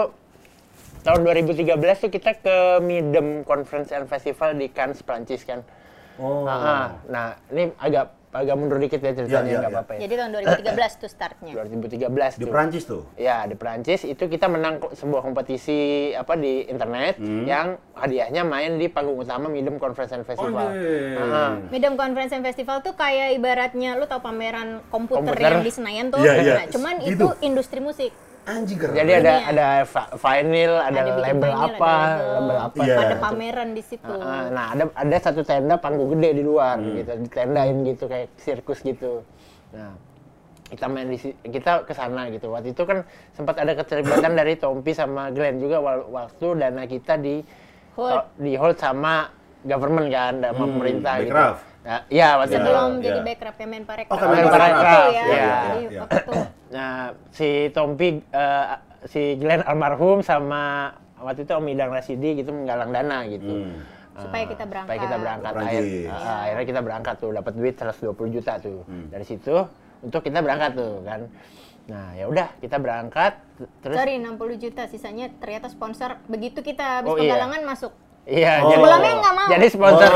tahun dua ribu tiga belas tuh kita ke Midem Conference and Festival di Cannes, Prancis kan. Oh. Nah, nah, ini agak agak mundur dikit ya ceritanya, Yeah, yeah, nggak yeah. apa-apa ya. Jadi tahun dua ribu tiga belas tuh startnya. dua ribu tiga belas Di tuh. Perancis tuh? Ya, di Perancis itu kita menang ko- sebuah kompetisi apa di internet Hmm. yang hadiahnya main di panggung utama Midem Conference and Festival. Oh, yeah. Nah, Midem Conference and Festival tuh kayak ibaratnya lu tau pameran komputer, Komputer. yang di Senayan tuh. Iya, iya. Nah, cuman Gitu. itu industri musik. Anjing keren. jadi ada ya. ada va- vinyl, ada, Ada bikin label vinyl, apa, ada label, label. apa. Iya. Ada pameran di situ. Ah, nah, ada ada satu tenda panggung gede di luar Hmm. gitu, ditendain gitu kayak sirkus gitu. Nah, kita main di si- kita ke sana gitu. Waktu itu kan sempat ada keterlibatan dari Tompi sama Glenn juga wal- waktu dana kita di Hold. di hold sama government kan, sama Hmm, pemerintah gitu. Backcraft. Nah, iya waktu Ya. itu. Sebelum Iya. jadi backcraftnya Menparekraf. Oh, Kemenparekraf, Menparekraf ya. iya. Jadi Iya. waktu itu Nah, si Tompi, eh, si Glenn almarhum sama waktu itu Om Idang Rasidi gitu menggalang dana gitu. Hmm. Eh, Supaya kita berangkat. Supaya kita berangkat. Ke Akhir, Prancis. eh, akhirnya kita berangkat tuh, dapat duit seratus dua puluh juta tuh. Hmm. Dari situ untuk kita berangkat tuh kan. Nah, ya udah kita berangkat terus sorry enam puluh juta, sisanya ternyata sponsor. Begitu kita habis Oh, iya. penggalangan masuk. iya, Oh. jadi Sebelumnya nggak mau. Jadi sponsor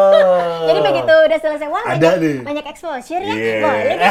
Oh. Jadi begitu udah selesai, wah Ada banyak, nih. banyak exposure ya, Iya. boleh deh.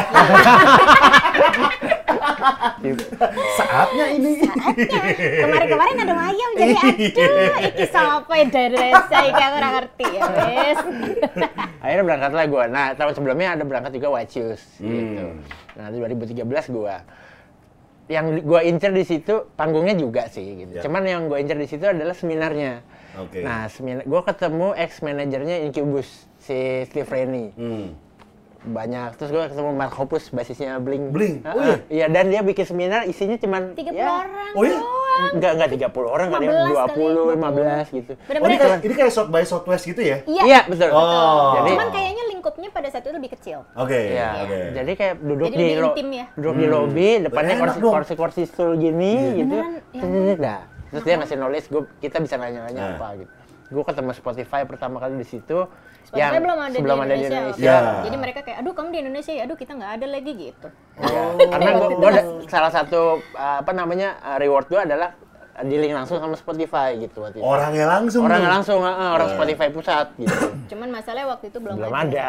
Saatnya ini. Saatnya. Kemarin-kemarin ada ayam, jadi aduh, iki sampai dari saya kayak aku nggak ngerti ya, wes. akhirnya berangkatlah gua. Nah, tahun sebelumnya ada berangkat juga White Shoes gitu. Hmm. Nah, dua ribu tiga belas gua yang gua incer di situ panggungnya juga sih gitu. Ya. Cuman yang gua incer di situ adalah seminarnya. Oke. Nah, seminar gua ketemu ex manajernya Incubus si Steve Rennie. Hmm. Banyak. Terus gua ketemu Mark Hoppus, basisnya Blink. Blink? Ah, Oh iya? ah. Iya, dan dia bikin seminar isinya cuman tiga puluh ya, orang Oh iya? doang. Enggak, enggak tiga puluh orang kali ya, lima belas dua puluh, kali, lima belas gitu. Oh, ini Bener-bener. kayak, ini kayak South by Southwest gitu ya? Iya. Iya, betul. Oh. Jadi Cuman kayaknya lingkupnya pada saat itu lebih kecil. Oke, Iya, oke. jadi kayak duduk Jadi di lebih lo- intim ya? duduk di lobby, depannya Enak kursi, dong. kursi kursi stool gini gitu. Beneran, ya. Terus, nah, terus dia ngasih knowledge, gua kita bisa nanya-nanya Nah. apa gitu. Gue ketemu Spotify pertama kali di situ. Spotify belum ada sebelum di ada di Indonesia. Indonesia. Ya. Jadi mereka kayak, aduh kamu di Indonesia ya, aduh kita nggak ada lagi gitu. Iya. Karena gue Waktu itu ada masih- salah satu uh, apa namanya uh, reward gue adalah uh, di link langsung sama Spotify gitu waktu itu. Orangnya langsung. Orangnya tuh. langsung, uh, orang Iya. Spotify pusat gitu. Cuman masalahnya waktu itu belum, Belum ada.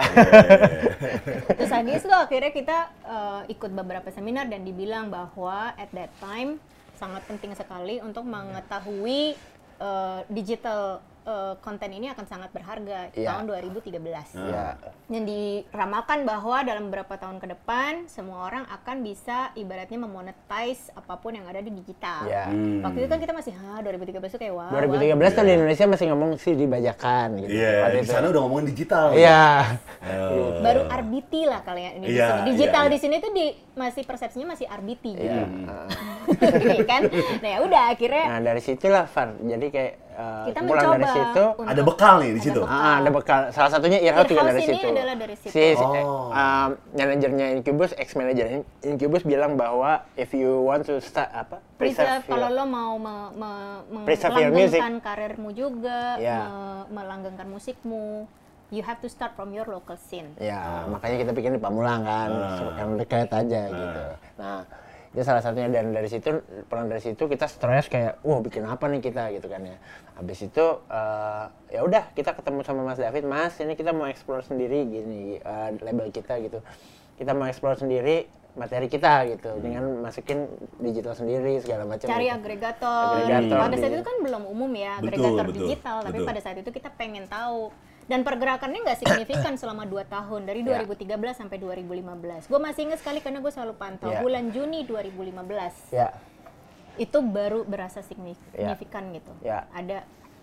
Terus habis itu akhirnya kita eh, ikut beberapa seminar dan dibilang bahwa at that time sangat penting sekali untuk mengetahui eh, digital eh, konten ini akan sangat berharga Iya. tahun dua ribu tiga belas. Iya. Dan diramalkan bahwa dalam beberapa tahun ke depan semua orang akan bisa ibaratnya memonetize apapun yang ada di digital. Iya. Hmm. Waktu itu kan kita masih ha dua ribu tiga belas tuh kayak wah. dua ribu wah. tiga belas tuh Iya. di Indonesia masih ngomong sih dibajakan gitu. Iya, Waktu di itu. sana udah ngomongin digital. Iya. Oh. Baru R B T lah kalian ini di Iya, sini. Digital iya, iya. di sini tuh di masih persepsinya masih R B T gitu. Iya. Iya kan? Nah, ya udah akhirnya Nah, dari situlah Far. Jadi kayak uh, kita pulang mencoba dari situ untuk- Ada bekal nih di Ada situ. bekal. Ah, ada bekal. Salah satunya Earhouse juga Earhouse dari ini situ. adalah dari situ. Si, si Oh. um, manajernya Incubus, ex manajer Incubus bilang bahwa if you want to start apa? preserve your- kalau lo mau me, me, me- Preserve your music. melanggengkan karirmu juga, Iya. me- melanggengkan musikmu, you have to start from your local scene. Ya, makanya kita bikin di Pamulang kan, Ah. yang dekat aja gitu. Nah, itu salah satunya, dan dari situ, pulang dari situ kita stres kayak, wah bikin apa nih kita gitu kan ya. Habis itu eh, ya udah kita ketemu sama Mas David, Mas ini kita mau explore sendiri gini eh, label kita gitu. Kita mau explore sendiri materi kita gitu, dengan masukin digital sendiri segala macam. Cari gitu. agregator. Agregator Pada saat di- itu kan belum umum ya Betul, agregator betul, digital, tapi betul. pada saat itu kita pengen tahu. Dan pergerakannya nggak signifikan selama dua tahun, dari dua ribu tiga belas sampai dua ribu lima belas. Gue masih ingat sekali karena gue selalu pantau. Ya. Bulan Juni dua ribu lima belas Ya, itu baru berasa signif- Ya. signifikan gitu. Ya. Ada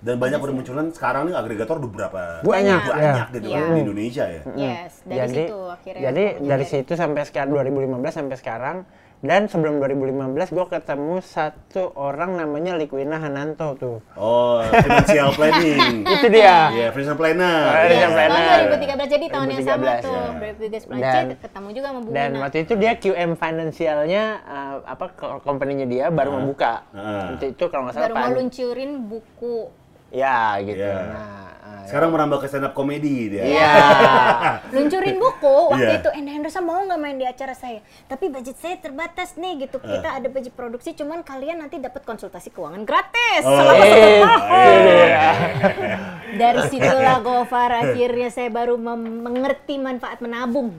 Dan banyak bermunculan sekarang nih agregator udah berapa Banyak, banyak ya. gitu Iya. kan di Indonesia ya. Yes, dari jadi, situ akhirnya. jadi aku dari menjadi- situ sampai sekarang dua ribu lima belas sampai sekarang, dan sebelum dua ribu lima belas gue ketemu satu orang namanya Liquina Hananto tuh. Oh, financial planning. Itu dia. Iya, financial planner. Financial Yes, Iya. planner. tahun dua ribu tiga belas jadi tahun yang sama dua ribu tiga belas, tuh. ya. dua ribu tiga belas Dan- ketemu juga sama Bu Dan Wina. waktu itu dia Q M Financialnya uh, apa ko- company-nya dia baru membuka. Ah. Itu, itu kalau nggak salah Baru mau Pak- luncurin buku. Ya gitu. Iya. Nah, uh, Sekarang merambah ke stand up comedy dia. Iya. Luncurin buku waktu Iya. itu, Enda Henderson mau nggak main di acara saya? Tapi budget saya terbatas nih gitu. Kita ada budget produksi, cuman kalian nanti dapat konsultasi keuangan gratis Oh, selama iya. satu Eh, tahun. iya. Dari situlah Gofar akhirnya saya baru mem- mengerti manfaat menabung.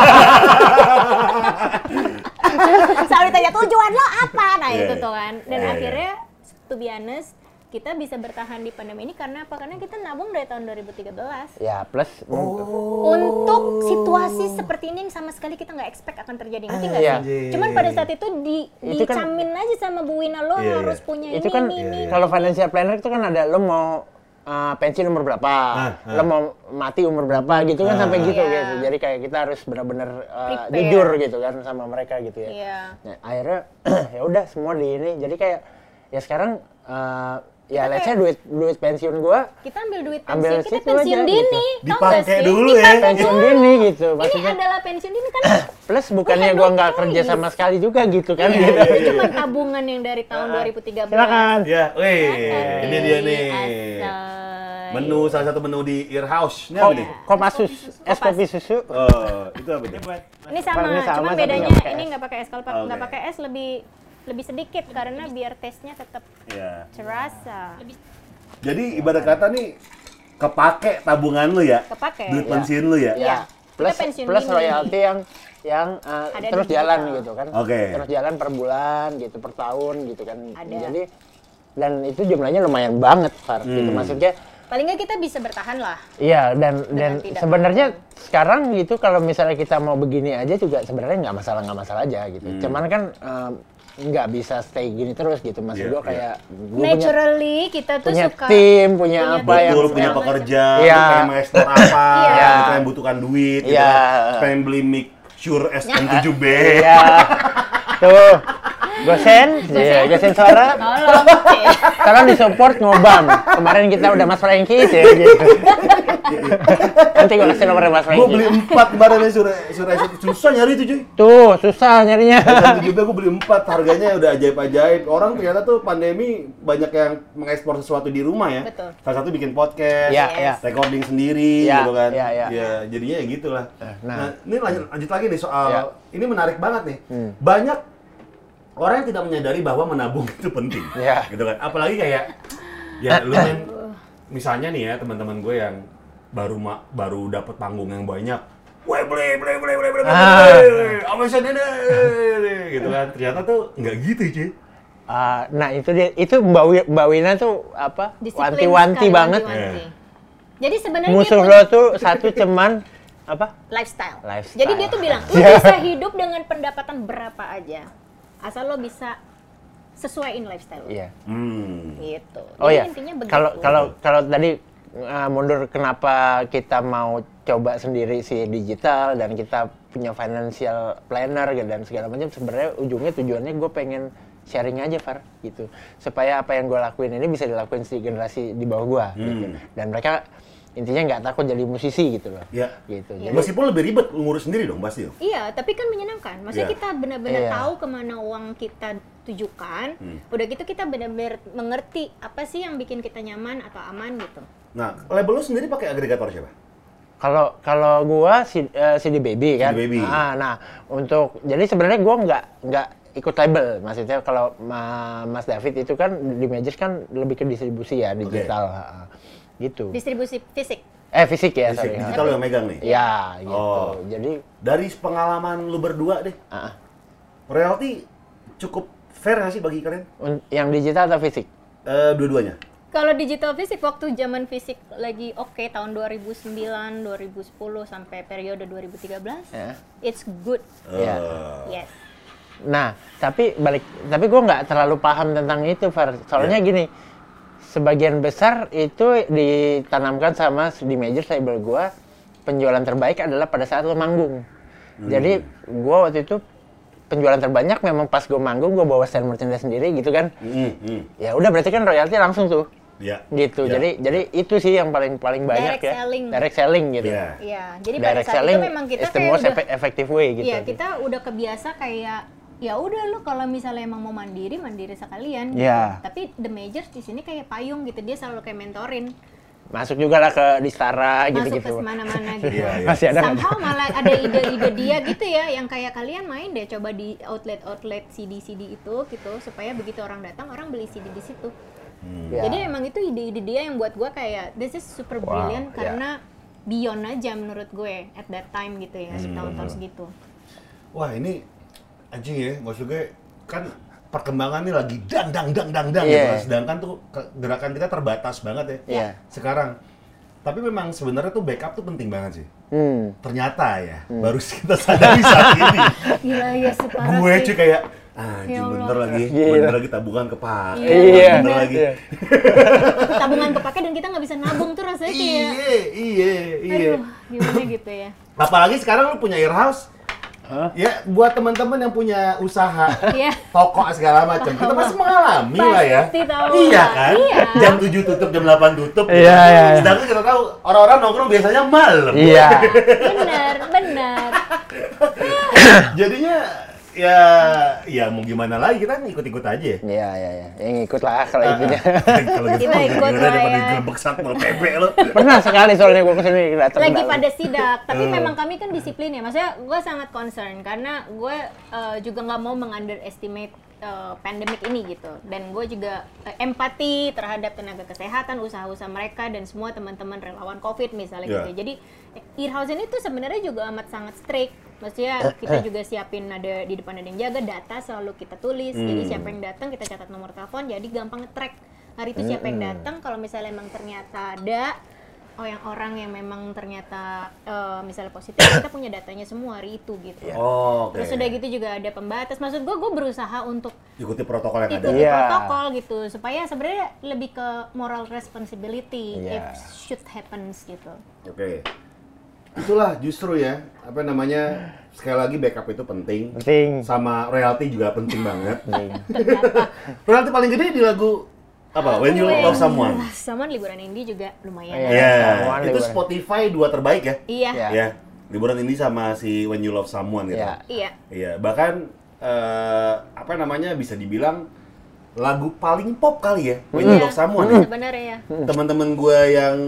Selalu ditanya tujuan lo apa? Nah Iya, itu iya. tuh kan. Dan Iya, iya. akhirnya, to be honest, kita bisa bertahan di pandemi ini karena apa? Karena kita nabung dari tahun dua ribu tiga belas. Ya plus Untuk situasi seperti ini yang sama sekali kita nggak expect akan terjadi, ngerti nggak Iya. sih? Cuman pada saat itu di, Itu kan- dicamin aja sama Bu Wina, lo Iya, harus iya. punya itu ini, kan ini, ini. kalau financial planner itu kan ada lo mau uh, pensiun umur berapa, Ah, ah. lo mau mati umur berapa gitu kan Ah. sampai gitu Iya. gitu. Jadi kayak kita harus benar-benar uh, Prepare. jujur gitu kan sama mereka gitu ya. Iya. Nah, akhirnya ya udah semua di ini. Jadi kayak ya sekarang uh, ya Kita let's say kayak- duit duit pensiun gua Kita ambil duit Ambil pensiun, kita situ pensiun aja, dini, gitu. tau nggak Dipakai sih? dulu ya. Dipakai pensiun dulu. dini gitu. Ini Maksudnya adalah pensiun dini kan plus bukannya have gua no nggak kerja choice. sama sekali juga gitu kan Iya, gitu. itu cuma tabungan yang dari tahun dua ribu tiga belas. Silakan. Ya, weh, Oke, ini dia nih. asal. Menu salah satu menu di Ear House. Ini Kop, apa nih? Kopasus, es kopi susu. Oh, itu apa nih? Ini sama, Warnanya sama, cuma tapi bedanya nggak pakai ini es. nggak pakai es. Kalau Oke. nggak pakai es lebih lebih sedikit karena biar taste-nya tetap Ya. terasa. Jadi ibarat kata nih kepake tabungan lu ya. Kepake. Duit Ya. pensiun lu ya. Iya. Plus Kita pensiun plus dini. royalti yang yang uh, Ada di terus digital. jalan gitu kan. Oke. Terus jalan per bulan gitu, per tahun gitu kan. Ada. Jadi dan itu jumlahnya lumayan banget, Far. Hmm. Gitu maksudnya. Paling nggak kita bisa bertahan lah. Iya, dan dan tidak sebenarnya sekarang gitu kalau misalnya kita mau begini aja juga sebenarnya nggak masalah nggak masalah aja gitu. Hmm. Cuman kan um, nggak bisa stay gini terus gitu. Maksud Iya, gua iya. kayak gua punya, Naturally kita tuh punya suka tim, punya apa yang Betul, punya segala pekerja, Iya. lu pengen mengeksplor apa, Iya. lu pengen butuhkan duit, gitu Iya. kan. Pengen beli mic Shure S M tujuh B. Iya. Tuh. Gosen, iya, gosen suara. Tolong. Tolong disupport ngobam. Kemarin kita udah Mas Franky ya, gitu. Nanti gue kasih nomornya Mas Gue beli Franky. empat kemarin nih Shure Shure S M susah nyari itu cuy. Tuh, susah nyarinya. S M tujuh B gue beli empat, harganya udah ajaib-ajaib. Orang ternyata tuh pandemi banyak yang mengekspor sesuatu di rumah ya. Betul. Salah satu bikin podcast, Iya, Yes. iya. recording sendiri Iya, gitu kan. iya, iya. Ya, jadinya ya gitulah. Nah. Nah, ini lanjut, lanjut lagi nih soal Iya. ini menarik banget nih. Hmm. Banyak orang yang tidak menyadari bahwa menabung itu penting. Iya. Gitu kan. Apalagi kayak ya lu main misalnya nih ya teman-teman gue yang baru ma baru dapat panggung yang banyak. Weh, beli, beli, beli, beli, beli, Ah. beli, apa sih ini, gitu kan. Ternyata tuh nggak gitu, cuy. Ah, nah itu dia, itu Mbak, Wi- Mbak Wina tuh apa? Disiplin Wanti-wanti sekali, banget. wanti-wanti. Jadi sebenarnya Musuh dia lo punya tuh satu cuman apa? lifestyle. Lifestyle. Jadi dia tuh bilang, lu Iya. bisa hidup dengan pendapatan berapa aja. Asal lo bisa sesuaiin lifestyle lo. Iya. Hmm. Gitu. Oh Jadi ya. intinya begitu. Kalau kalau kalau tadi uh, mundur kenapa kita mau coba sendiri si digital dan kita punya financial planner gitu dan segala macam, sebenarnya ujungnya tujuannya gue pengen sharing aja, Far, gitu. Supaya apa yang gue lakuin ini bisa dilakuin si generasi di bawah gue gitu. Hmm. Dan mereka intinya nggak takut jadi musisi gitu loh. Ya. Gitu. Iya. Jadi Meskipun lebih ribet ngurus sendiri dong pasti. Iya, tapi kan menyenangkan. Maksudnya Iya. kita benar-benar Iya. tahu kemana uang kita tujukan. Hmm. Udah gitu kita benar-benar mengerti apa sih yang bikin kita nyaman atau aman gitu. Nah, label lu sendiri pakai agregator siapa? Kalau kalau gua si, eh, C D Baby kan. C D Baby. Ah, nah, untuk jadi sebenarnya gua nggak nggak ikut label. Maksudnya kalau Ma- Mas David itu kan di Majors kan lebih ke distribusi ya, digital. Ah, gitu. Distribusi fisik. Eh fisik ya, Fisik, sorry. digital lu yang megang nih. Ya, gitu. Oh. Jadi Dari pengalaman lu berdua deh, ah, royalti cukup fair nggak sih bagi kalian? un- yang digital atau fisik? Eh, dua-duanya. Kalau digital fisik waktu zaman fisik lagi oke tahun dua ribu sembilan, dua ribu sepuluh sampai periode dua ribu tiga belas. Ya. It's good. Iya. Eh, Yes. Nah, tapi balik, tapi gue nggak terlalu paham tentang itu, Far. Soalnya Iya. gini, sebagian besar itu ditanamkan sama di major label gua, penjualan terbaik adalah pada saat lo manggung. Hmm. Jadi gua waktu itu penjualan terbanyak memang pas gua manggung, gua bawa stand merchandise sendiri gitu kan. Hmm. Hmm. Ya udah berarti kan royalti langsung tuh. Ya. Gitu. Ya. Jadi jadi itu sih yang paling paling banyak direct ya. Selling. Direct selling gitu. Iya. Ya, jadi direct pada saat selling itu memang kita is the kayak most udah effective way gitu. Iya, kita udah kebiasa kayak ya udah lu kalau misalnya emang mau mandiri, mandiri sekalian. Iya. Gitu. Tapi the majors di sini kayak payung gitu, dia selalu kayak mentorin. Masuk juga lah ke Distara gitu-gitu. Masuk ke mana-mana gitu. Iya, iya. Masih ada. Somehow malah ada ide-ide dia gitu ya, yang kayak kalian main deh coba di outlet-outlet C D C D itu gitu, supaya begitu orang datang, orang beli C D di situ. Hmm. Yeah. Jadi emang itu ide-ide dia yang buat gue kayak this is super wow, brilliant yeah. karena beyond aja menurut gue at that time gitu ya, hmm. tahun-tahun segitu. Wah ini anjing ya, maksud gue kan perkembangan ini lagi dang dang dang dang dang yeah. gitu. Sedangkan tuh gerakan kita terbatas banget ya yeah. sekarang. Tapi memang sebenarnya tuh backup tuh penting banget sih. Hmm. Ternyata ya, hmm. baru kita sadari saat ini. Gila ya separah gue sih. cuy kayak ah, ya bener lagi, Gila. bener lagi tabungan kepake, iya. bener lagi. Iya. Tabungan kepake dan kita nggak bisa nabung tuh rasanya kayak. Iya, iya, iya. Aduh, gimana gitu ya. Apalagi sekarang lu punya earhouse. Huh? Ya, buat teman-teman yang punya usaha, yeah. toko segala macam, kita masih mengalami lah ya. Tahu iya lah. kan? Iya. jam tujuh tutup, jam delapan tutup. Iya, iya. Sedangkan kita tahu orang-orang nongkrong biasanya malam. Iya. Benar, benar. Jadinya ya, ya mau gimana lagi, kita ikut-ikut aja. Iya, iya, iya. Yang ikut lah kalau itunya. Kalau gitu Kita mau ikut gimana lah daripada ya. digerebek satpol P P lo. Pernah sekali soalnya gue kesini datang. Lagi pada sidak, tapi memang kami kan disiplin ya. Maksudnya gue sangat concern karena gue uh, juga nggak mau mengunderestimate uh, pandemic ini gitu. Dan gue juga uh, empati terhadap tenaga kesehatan, usaha-usaha mereka dan semua teman-teman relawan COVID misalnya Yeah. gitu. Jadi earhouse ini tuh sebenarnya juga amat sangat strict. Maksudnya kita juga siapin ada di depan ada yang jaga, data selalu kita tulis. Hmm. Jadi siapa yang datang kita catat nomor telepon, jadi gampang nge-track hari itu siapa yang datang. Kalau misalnya emang ternyata ada oh yang orang yang memang ternyata uh, misalnya positif, kita punya datanya semua hari itu gitu. Oh, okay. Terus udah gitu juga ada pembatas. Maksud gue, gue berusaha untuk ikuti protokol yang ada. ikuti Yeah. protokol gitu, supaya sebenarnya lebih ke moral responsibility Yeah. if shit happens gitu. Oke. Okay. Itulah justru ya, apa namanya, sekali lagi backup itu penting. Penting. Sama royalti juga penting banget. Ternyata. Royalti paling gede di lagu apa? When You Love Someone. Someone liburan indie juga lumayan. Iya. Iya, Someone itu liburan. Spotify dua terbaik ya. Iya. Iya. Ya, liburan indie sama si When You Love Someone gitu. Iya. Iya. Iya, bahkan eh, apa namanya bisa dibilang lagu paling pop kali ya, When You Iya, Love Someone. ya. sebenarnya ya. Teman-teman gue yang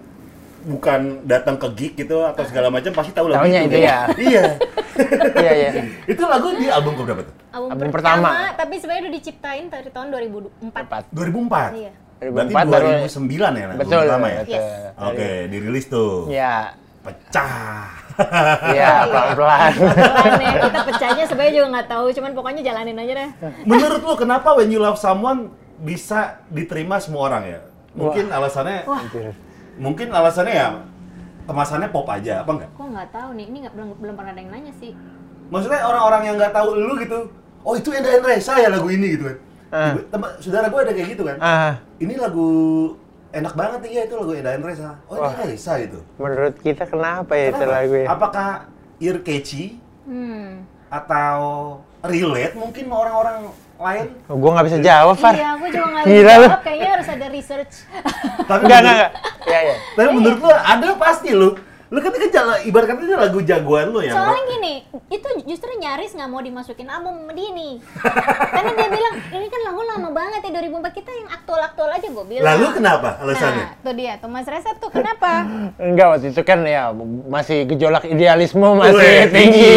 bukan datang ke gig gitu atau segala macam pasti tahu lagu Taunya itu ya. Iya. Iya, iya. Itu lagu di album keberapa tuh? Album, Album pertama, pertama. tapi sebenarnya udah diciptain dari tahun dua ribu empat. Empat. dua ribu empat. Iya. Berarti dua ribu empat baru- dua ribu sembilan ya album Betul. pertama ya? betul. Yes. Oke, dirilis tuh. Iya. Pecah. Iya, pelan-pelan. Pelan ya, kita pecahnya sebenarnya juga nggak tahu, cuman pokoknya jalanin aja deh. Menurut lo kenapa When You Love Someone bisa diterima semua orang ya? Mungkin alasannya Wah, mungkin alasannya ya kemasannya pop aja, apa enggak? gua nggak tahu nih, ini nggak belum belum pernah ada yang nanya sih. Maksudnya orang-orang yang nggak tahu lu gitu, oh itu Enda Endresa ya lagu ini gitu kan. Ah. Tem- saudara gue ada kayak gitu kan. Ah, Ini lagu enak banget nih ya, itu lagu Enda Endresa. Oh Wah. Enda Endresa gitu. menurut kita kenapa ya itu Kenapa? lagu ya? Apakah ear catchy Hmm. atau relate mungkin sama orang-orang lain? Oh, gua nggak bisa jawab, Far. Iya, gua juga nggak Gila bisa lu. jawab. Kayaknya harus ada research. Tapi Enggak, enggak, menurut- enggak. Iya, iya. Tapi menurut lu ada pasti lu. Lu kan kan jala- ibarat katanya itu lagu jagoan lu yang Soalnya gini, itu justru nyaris nggak mau dimasukin album sama dia nih. Karena dia bilang, ini kan lagu lama banget ya, dua ribu empat kita yang aktual-aktual aja gue bilang. Lalu kenapa alasannya? Nah, tuh dia, tuh Mas Reza tuh kenapa? Enggak, waktu itu kan ya masih gejolak idealisme masih Weh, tinggi.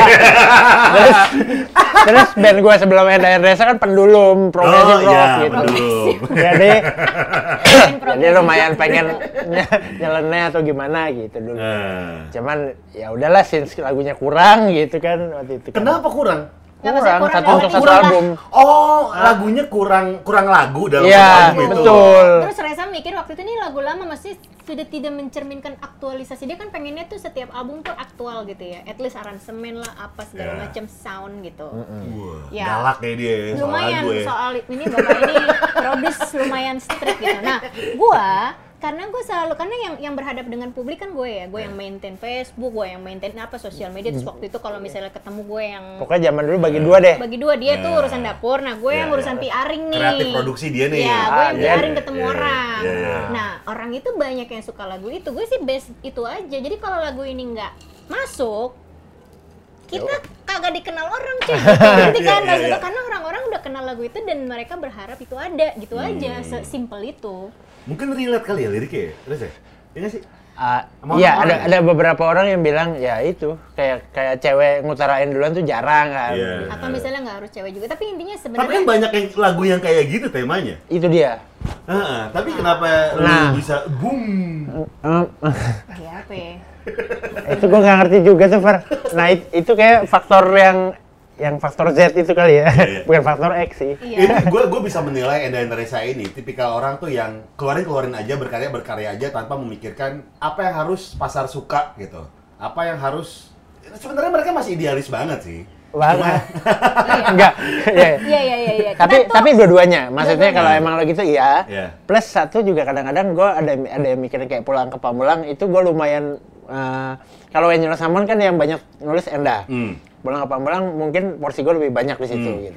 terus, terus band gue sebelum Enda Endresa kan pendulum, progressive Oh, rock iya, gitu. pendulum. jadi, jadi progressive lumayan rock. pengen ny- nyeleneh atau gimana gitu dulu. Nah. Cuman ya udahlah, since lagunya kurang gitu kan waktu itu. Kan. Kenapa kurang? Nggak maksudnya kurang, kurang satu dalam untuk arti satu jumlah. album. Oh, lagunya kurang kurang lagu dalam Iya, satu album itu. betul. Terus Reza mikir waktu itu nih lagu lama masih sudah tidak mencerminkan aktualisasi. Dia kan pengennya tuh setiap album tuh aktual gitu ya. At least aransemen lah apa segala Yeah. macam sound gitu. Wah, Ya. galak ya dia soal Lumayan lagu ya. soal ini bapak ini produce lumayan strict gitu. Nah, gua karena gue selalu karena yang yang berhadap dengan publik kan gue ya, gue yang maintain Facebook, gue yang maintain apa sosial media. Terus waktu itu kalau misalnya ketemu gue yang Pokoknya zaman dulu bagi dua deh. bagi dua dia tuh Ya. urusan dapur, nah gue yang Ya, urusan ya. P R-ing nih. Kreatif produksi dia nih. Iya, gue Ah, yang dia- P R-ing ketemu ya, ya, orang. ya, ya. Nah, orang itu banyak yang suka lagu itu. Gue sih base itu aja. Jadi kalau lagu ini nggak masuk, kita kagak dikenal orang cuy. Ngerti kan? Iya, Maksudnya iya. karena orang-orang udah kenal lagu itu dan mereka berharap itu ada, gitu Hmm. aja. Sesimpel itu. Mungkin relate kali ya liriknya ya? Terus ya? Iya nggak sih? Ah, Sama iya, orang-orang ada ada beberapa orang yang bilang ya itu kayak kayak cewek ngutarain duluan tuh jarang kan. Iya. Atau misalnya nggak harus cewek juga. Tapi intinya Tapi kan sebenarnya banyak yang lagu yang kayak gitu temanya. Itu dia. Heeh, tapi kenapa Nah. lu bisa boom? Eh, ya apa ya? itu gue nggak ngerti juga tuh, Far. Nah, it- itu kayak faktor yang yang faktor Z itu kali ya, Iya, iya. bukan faktor X sih. Iya. Ini gue gue bisa menilai Enda Endresa ini tipikal orang tuh yang keluarin keluarin aja berkarya berkarya aja tanpa memikirkan apa yang harus pasar suka gitu, apa yang harus sebenarnya mereka masih idealis banget sih. Banget. Enggak. Iya. Iya iya iya iya. Tapi Kita tuh- tapi dua-duanya. Maksudnya Dua-duanya. kalau emang lo gitu iya. Iya. Plus satu juga kadang-kadang gue ada ada yang mikirin kayak pulang ke Pamulang itu gue lumayan eh, kalau When You Love Someone kan yang banyak nulis Enda. Hmm. Pulang ke Pamulang mungkin porsi gue lebih banyak di situ Hmm. gitu.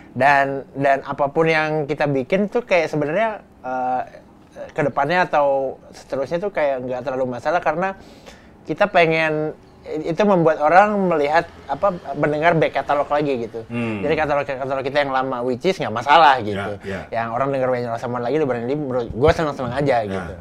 Dan dan apapun yang kita bikin tuh kayak sebenarnya eh, ke depannya atau seterusnya tuh kayak nggak terlalu masalah karena kita pengen itu membuat orang melihat apa mendengar back katalog lagi gitu. Hmm. Jadi katalog katalog kita yang lama which is nggak masalah gitu. ya. Yang orang denger When You Love Someone lagi lebaran ini menurut gue seneng-seneng aja gitu.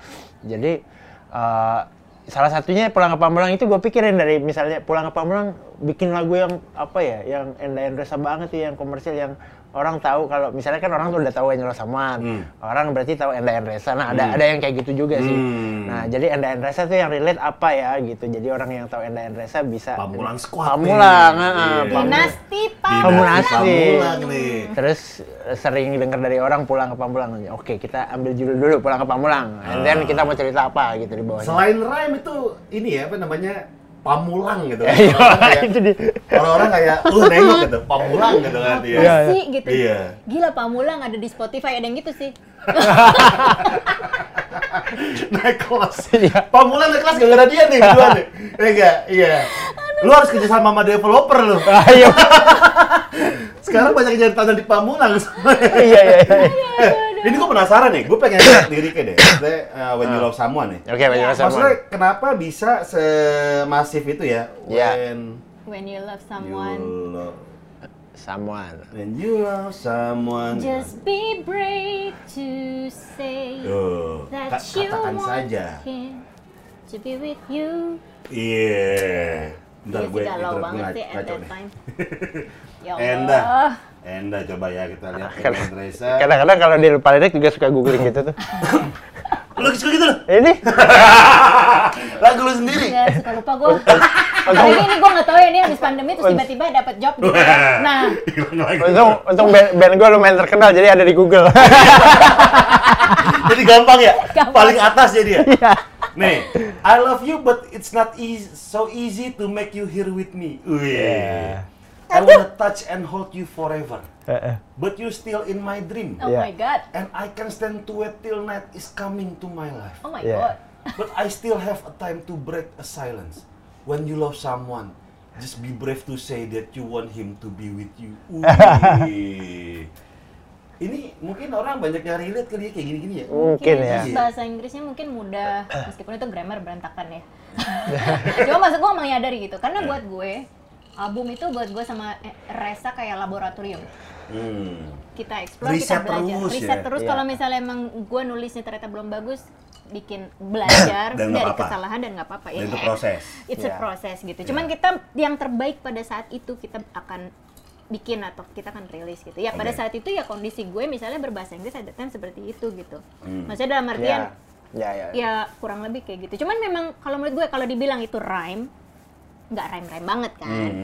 Jadi eh, salah satunya Pulang ke Pamulang itu gue pikirin dari misalnya Pulang ke Pamulang bikin lagu yang apa ya, yang Enda Endresa banget ya, yang komersial yang orang tahu kalau misalnya kan orang tuh udah tahu When You Love Someone, Hmm. orang berarti tahu Enda Endresa. Nah ada Hmm. ada yang kayak gitu juga sih. Hmm. Nah jadi Enda Endresa tuh yang relate apa ya gitu. Jadi orang yang tahu Enda Endresa bisa Pamulang Squad Pamulang, nih. ah, Iya. Pamulang. Dinasti Pamulang. Pamulang. Pamulang nih. Terus eh, sering dengar dari orang Pulang ke Pamulang. Oke, kita ambil judul dulu Pulang ke Pamulang. And then Ah. kita mau cerita apa gitu di bawahnya. Selain rhyme itu ini ya apa namanya? Pamulang gitu. Iya, Orang-orang kayak- itu dia. Orang-orang kayak uh nengok gitu, Pamulang gitu kan dia. Apa sih gitu? Iya. Gila Pamulang ada di Spotify, ada yang gitu sih. Naik kelas. Iya. Pamulang naik kelas gara-gara dia nih berdua nih. Iya enggak? Iya. Lu harus kerja sama sama developer lu. Ayo. Sekarang banyak yang jadi tanah di Pamulang. Iya, iya, iya. Ini gue penasaran nih, gue pengen lihat liriknya deh. Maksudnya uh, When You Love Someone nih. Oke, When You Love Someone. Maksudnya kenapa bisa semasif itu ya? Iya. When When you love you someone, love, Someone. when you love someone. just be brave to say Tuh, that ka- you katakan want saja. him to be with you. Iya. Bentar Iya gue sih galau gue banget ngac- sih at ngaco that nih. time. Ya Enda. Allah. Enda coba ya kita lihat Kadang- Endresa. Kadang-kadang kalau di lupa lirik juga suka googling gitu tuh. Lu suka gitu loh. Ini Lagu lu sendiri. Ya suka lupa gue. Apalagi ini gue nggak tahu ya, ini habis pandemi terus tiba-tiba dapat job gitu. Nah, Hilang lagi. untung untung band, band gue lumayan terkenal jadi ada di Google. Jadi gampang ya? Gampang. Paling atas jadi ya? Iya. Nih, I love you but it's not easy, so easy to make you here with me. Wih. Yeah. I wanna touch and hold you forever, Heeh. but you still in my dream. oh Yeah. my god. And I can stand to wait till night is coming to my life. Oh my Yeah. god. But I still have a time to break a silence. When you love someone, just be brave to say that you want him to be with you. Wih. Ini mungkin orang banyak yang relate kali ya kayak gini-gini ya. Mungkin ya. Terus bahasa Inggrisnya mungkin mudah, meskipun itu grammar berantakan ya. Cuma maksud gue menyadari gitu, karena buat gue album itu buat gue sama eh, Reza kayak laboratorium. Hmm. Kita explore, Riset kita belajar, terus riset ya? terus. Iya. Kalau misalnya emang gue nulisnya ternyata belum bagus, bikin belajar Dan nggak dari apa-apa. kesalahan dan nggak apa-apa ya. Dan itu proses. It's Iya. a process gitu. Cuman kita yang terbaik pada saat itu kita akan bikin atau kita akan rilis gitu. Ya pada Oke. saat itu ya kondisi gue misalnya berbahasa Inggris at that time seperti itu gitu. Hmm. Maksudnya dalam artian Ya. Ya, ya. ya kurang lebih kayak gitu. Cuman memang kalau menurut gue kalau dibilang itu rhyme, nggak rhyme-rhyme banget kan. Hmm.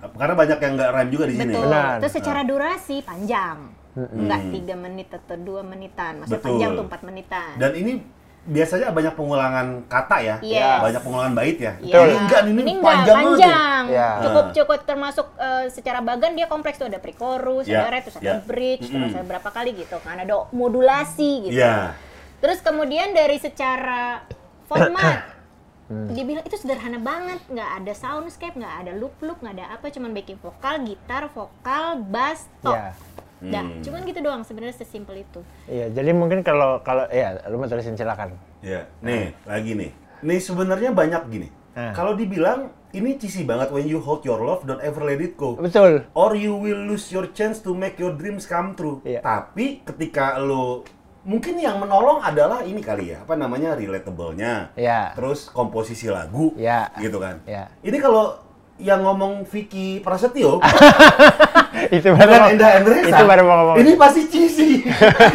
Karena banyak yang nggak rhyme juga di sini. Betul. Benar. Terus secara durasi panjang. Enggak tiga menit atau dua menitan. Maksudnya Betul. panjang tuh empat menitan. Dan ini biasanya banyak pengulangan kata ya, Yes. banyak pengulangan bait ya. Iya. Ini enggak, ini, Ini enggak panjang banget. panjang. Ya. Cukup cukup termasuk eh, secara bagan dia kompleks tuh, ada pre-chorus, Ya. ada rap, terus Ya. ada bridge, Mm-mm. terus ada berapa kali gitu kan, ada modulasi gitu. Iya. Terus kemudian dari secara format dibilang itu sederhana banget, nggak ada soundscape, nggak ada loop-loop, nggak ada apa, cuman backing vokal, gitar, vokal, bass, top. Ya. Dah, Hmm. cuman gitu doang sebenarnya, sesimpel itu. Iya, jadi mungkin kalau kalau ya lu mau terusin silakan. Iya. Nih, lagi nih. Nih sebenarnya banyak gini. Ah. Kalau dibilang ini cheesy banget, when you hold your love, don't ever let it go. Betul. Or you will lose your chance to make your dreams come true. Iya. Tapi ketika lo, mungkin yang menolong adalah ini kali ya, apa namanya, relatable-nya. Iya. Terus komposisi lagu, Iya. gitu kan. Iya. Ini kalau yang ngomong Vicky Prasetyo, Itu baru bukan mau- Endah Endresa, itu baru mau ngomong. ini pasti cheesy.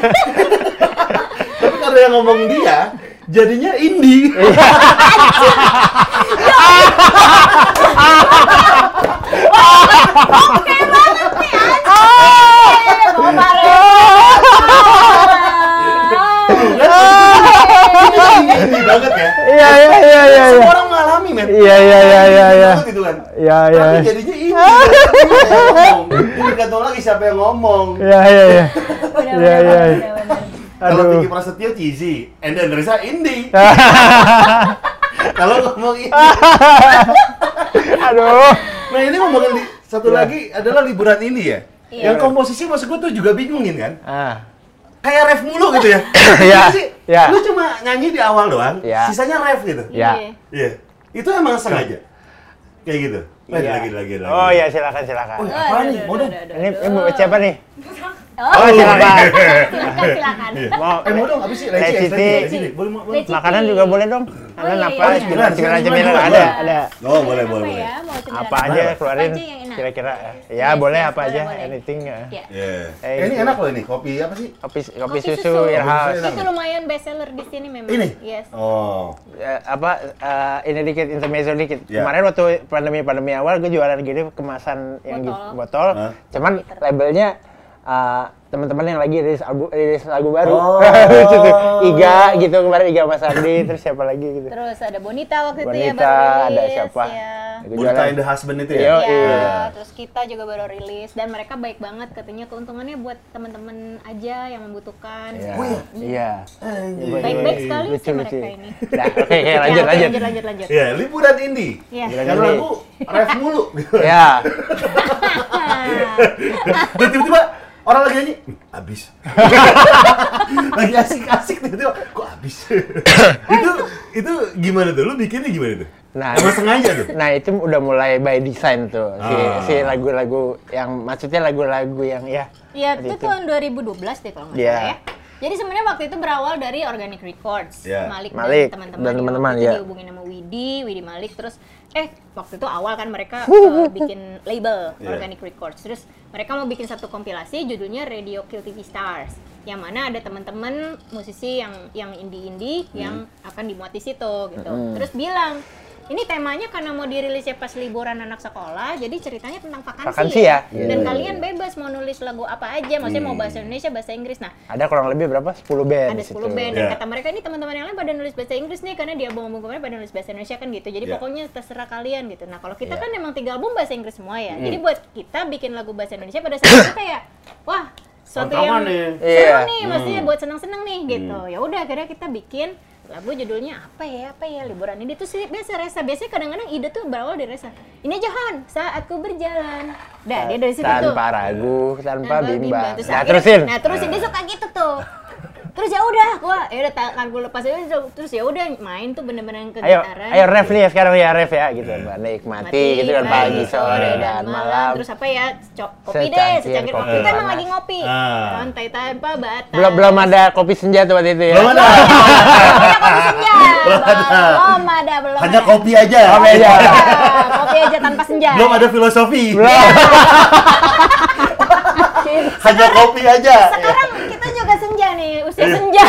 Tapi kalau yang ngomong dia, jadinya indie. Ini indie banget ya. Iya iya iya iya. iya. Semua orang mengalami, men. Iya iya iya iya iya. Banget itu kan. Iya iya. Tapi jadinya indie. Dia yang ngomong. Ini tergantung lagi siapa yang ngomong. Iya iya iya. Benar, Iya benar, iya. benar, benar. Kalau Aduh. Vicky Prasetyo cheesy, Enda Endresa indie. Kalau ngomong ini. Aduh. Nah ini ngomongin li- satu Iya. lagi adalah liburan ini ya. Iya. Yang komposisi maksud gue tuh juga bingungin kan. Ah. Kayak ref mulu gitu ya. Iya, Jadi sih, iya. lu cuma nyanyi di awal doang, Iya. sisanya ref gitu. Iya. Iya. Iya. Itu emang sengaja. Kayak gitu. Lagi Iya. lagi lagi lagi. Oh iya silakan silakan. Oh, Aduh, apa nih? aduh, Mau dong. aduh, aduh, Ini aduh. ini buat siapa nih? Oh, Oh silakan. silakan, silakan. Mau Eh mau dong, apa sih? Leci, Leci, Leci. Leci, Leci, Leci. Boleh, mau- boleh. Leci. makanan juga boleh dong. Kalian iya, apa? iya. Oh, cemilan, Cemilan cemilan cemilan cemilan juga ada boleh. ada. Oh boleh Apa boleh ya? boleh. Mau cemilan Apa apa? aja Apa keluarin aja yang enak? kira-kira. Ya Yes, boleh yes, apa boleh, aja, boleh. anything ya. Iya. Iya. Eh, Eh, ini itu. enak loh ini, kopi apa sih? Kopi kopi Kopi susu susu. Irhaus. Enak. Itu lumayan best seller di sini memang. Ini? Yes. Oh. Eh, apa eh, ini dikit intermezzo dikit. Ya. Kemarin waktu pandemi-pandemi awal gue jualan gini kemasan yang Botol. gitu, botol. Hah? Cuman labelnya eh, teman-teman yang lagi rilis album rilis lagu baru. Oh. Itu tuh, Iga gitu kemarin Iga Mas Ardi, terus siapa lagi gitu. Terus ada Bonita waktu itu ya Bonita, baru rilis. ada siapa? Ya. Gua Bonita jualan. and the Husband itu Yo, ya? Ya, iya. terus kita juga baru rilis dan mereka baik banget, katanya keuntungannya buat teman-teman aja yang membutuhkan. Iya. Oh, iya? Iya. Anjir. Baik-baik sekali Lucu, sih lucu. mereka ini. Nah, oke, oke, Ya, lanjut, oke, lanjut. lanjut, lanjut, lanjut. Iya, liburan indie. Iya. Liburan Yang indie. lagu ref mulu. Ya. Dan tiba-tiba orang lagi nyanyi, abis. Lagi asik-asik tiba-tiba, kok abis? itu itu gimana tuh? Lu bikinnya gimana tuh? Nah, Emang sengaja tuh? Nah, itu udah mulai by design tuh. Si Ah. si lagu-lagu yang maksudnya lagu-lagu yang ya. Iya, seperti itu tahun dua ribu dua belas deh kalau nggak Iya. salah ya. Jadi sebenarnya waktu itu berawal dari Organic Records, Iya. Malik, Malik dan teman-teman dan yang teman-teman, waktu itu ya. dihubungin sama Widi, Widi Malik, terus eh waktu itu awal kan mereka uh, bikin label Iya. Organic Records, terus mereka mau bikin satu kompilasi judulnya Radio Kill T V Stars, yang mana ada teman-teman musisi yang yang indie-indie yang akan dimuat di situ gitu. Terus bilang ini temanya karena mau dirilisnya pas liburan anak sekolah, jadi ceritanya tentang vakansi, Vakansi ya? Dan Iya. kalian bebas mau nulis lagu apa aja, maksudnya mau bahasa Indonesia, bahasa Inggris. Nah, Ada kurang lebih berapa? sepuluh band ada di sepuluh situ. band dan Iya. kata mereka ini teman-teman yang lain pada nulis bahasa Inggris nih karena dia album kemarin pada nulis bahasa Indonesia kan gitu. Jadi Iya. pokoknya terserah kalian gitu. Nah, kalau kita Iya. kan emang tiga album bahasa Inggris semua ya. Hmm. Jadi buat kita bikin lagu bahasa Indonesia pada saat itu kayak wah, suatu Tantangan yang nih. seru Iya. nih, maksudnya buat seneng-seneng nih gitu. Ya udah akhirnya kita bikin lagu judulnya apa ya apa ya liburan ini tuh sih biasa Resa, biasanya kadang-kadang ide tuh berawal dari Resa. Ini aja Han, saat ku berjalan. Dah dia dari situ tuh. Tanpa ragu, tanpa bimbang. Terus Nah, akhirnya- terusin. Nah, terusin dia suka gitu tuh. Terus ya udah, gua ya udah tangan gue lepas aja terus ya udah main tuh bener-bener ke Ayo, gitaran. ayo ref nih ya sekarang ya ref ya gitu. Nikmati gitu kan pagi, sore, dan malam. Terus apa ya? Cok, kopi deh, Secangkir secangkir kopi. kopi Kita emang panas. lagi ngopi. Ah. Santai tanpa batas. Belum belum ada kopi senja tuh waktu itu ya. Belum ada. Pokoknya kopi senja. Belum ada. Belum ada, belum Hanya ada. kopi aja. Kopi aja. Ah, kopi aja tanpa senja. Belum ada filosofi. Belum. Hanya kopi aja. Sekarang kita juga senja nih, usia senja.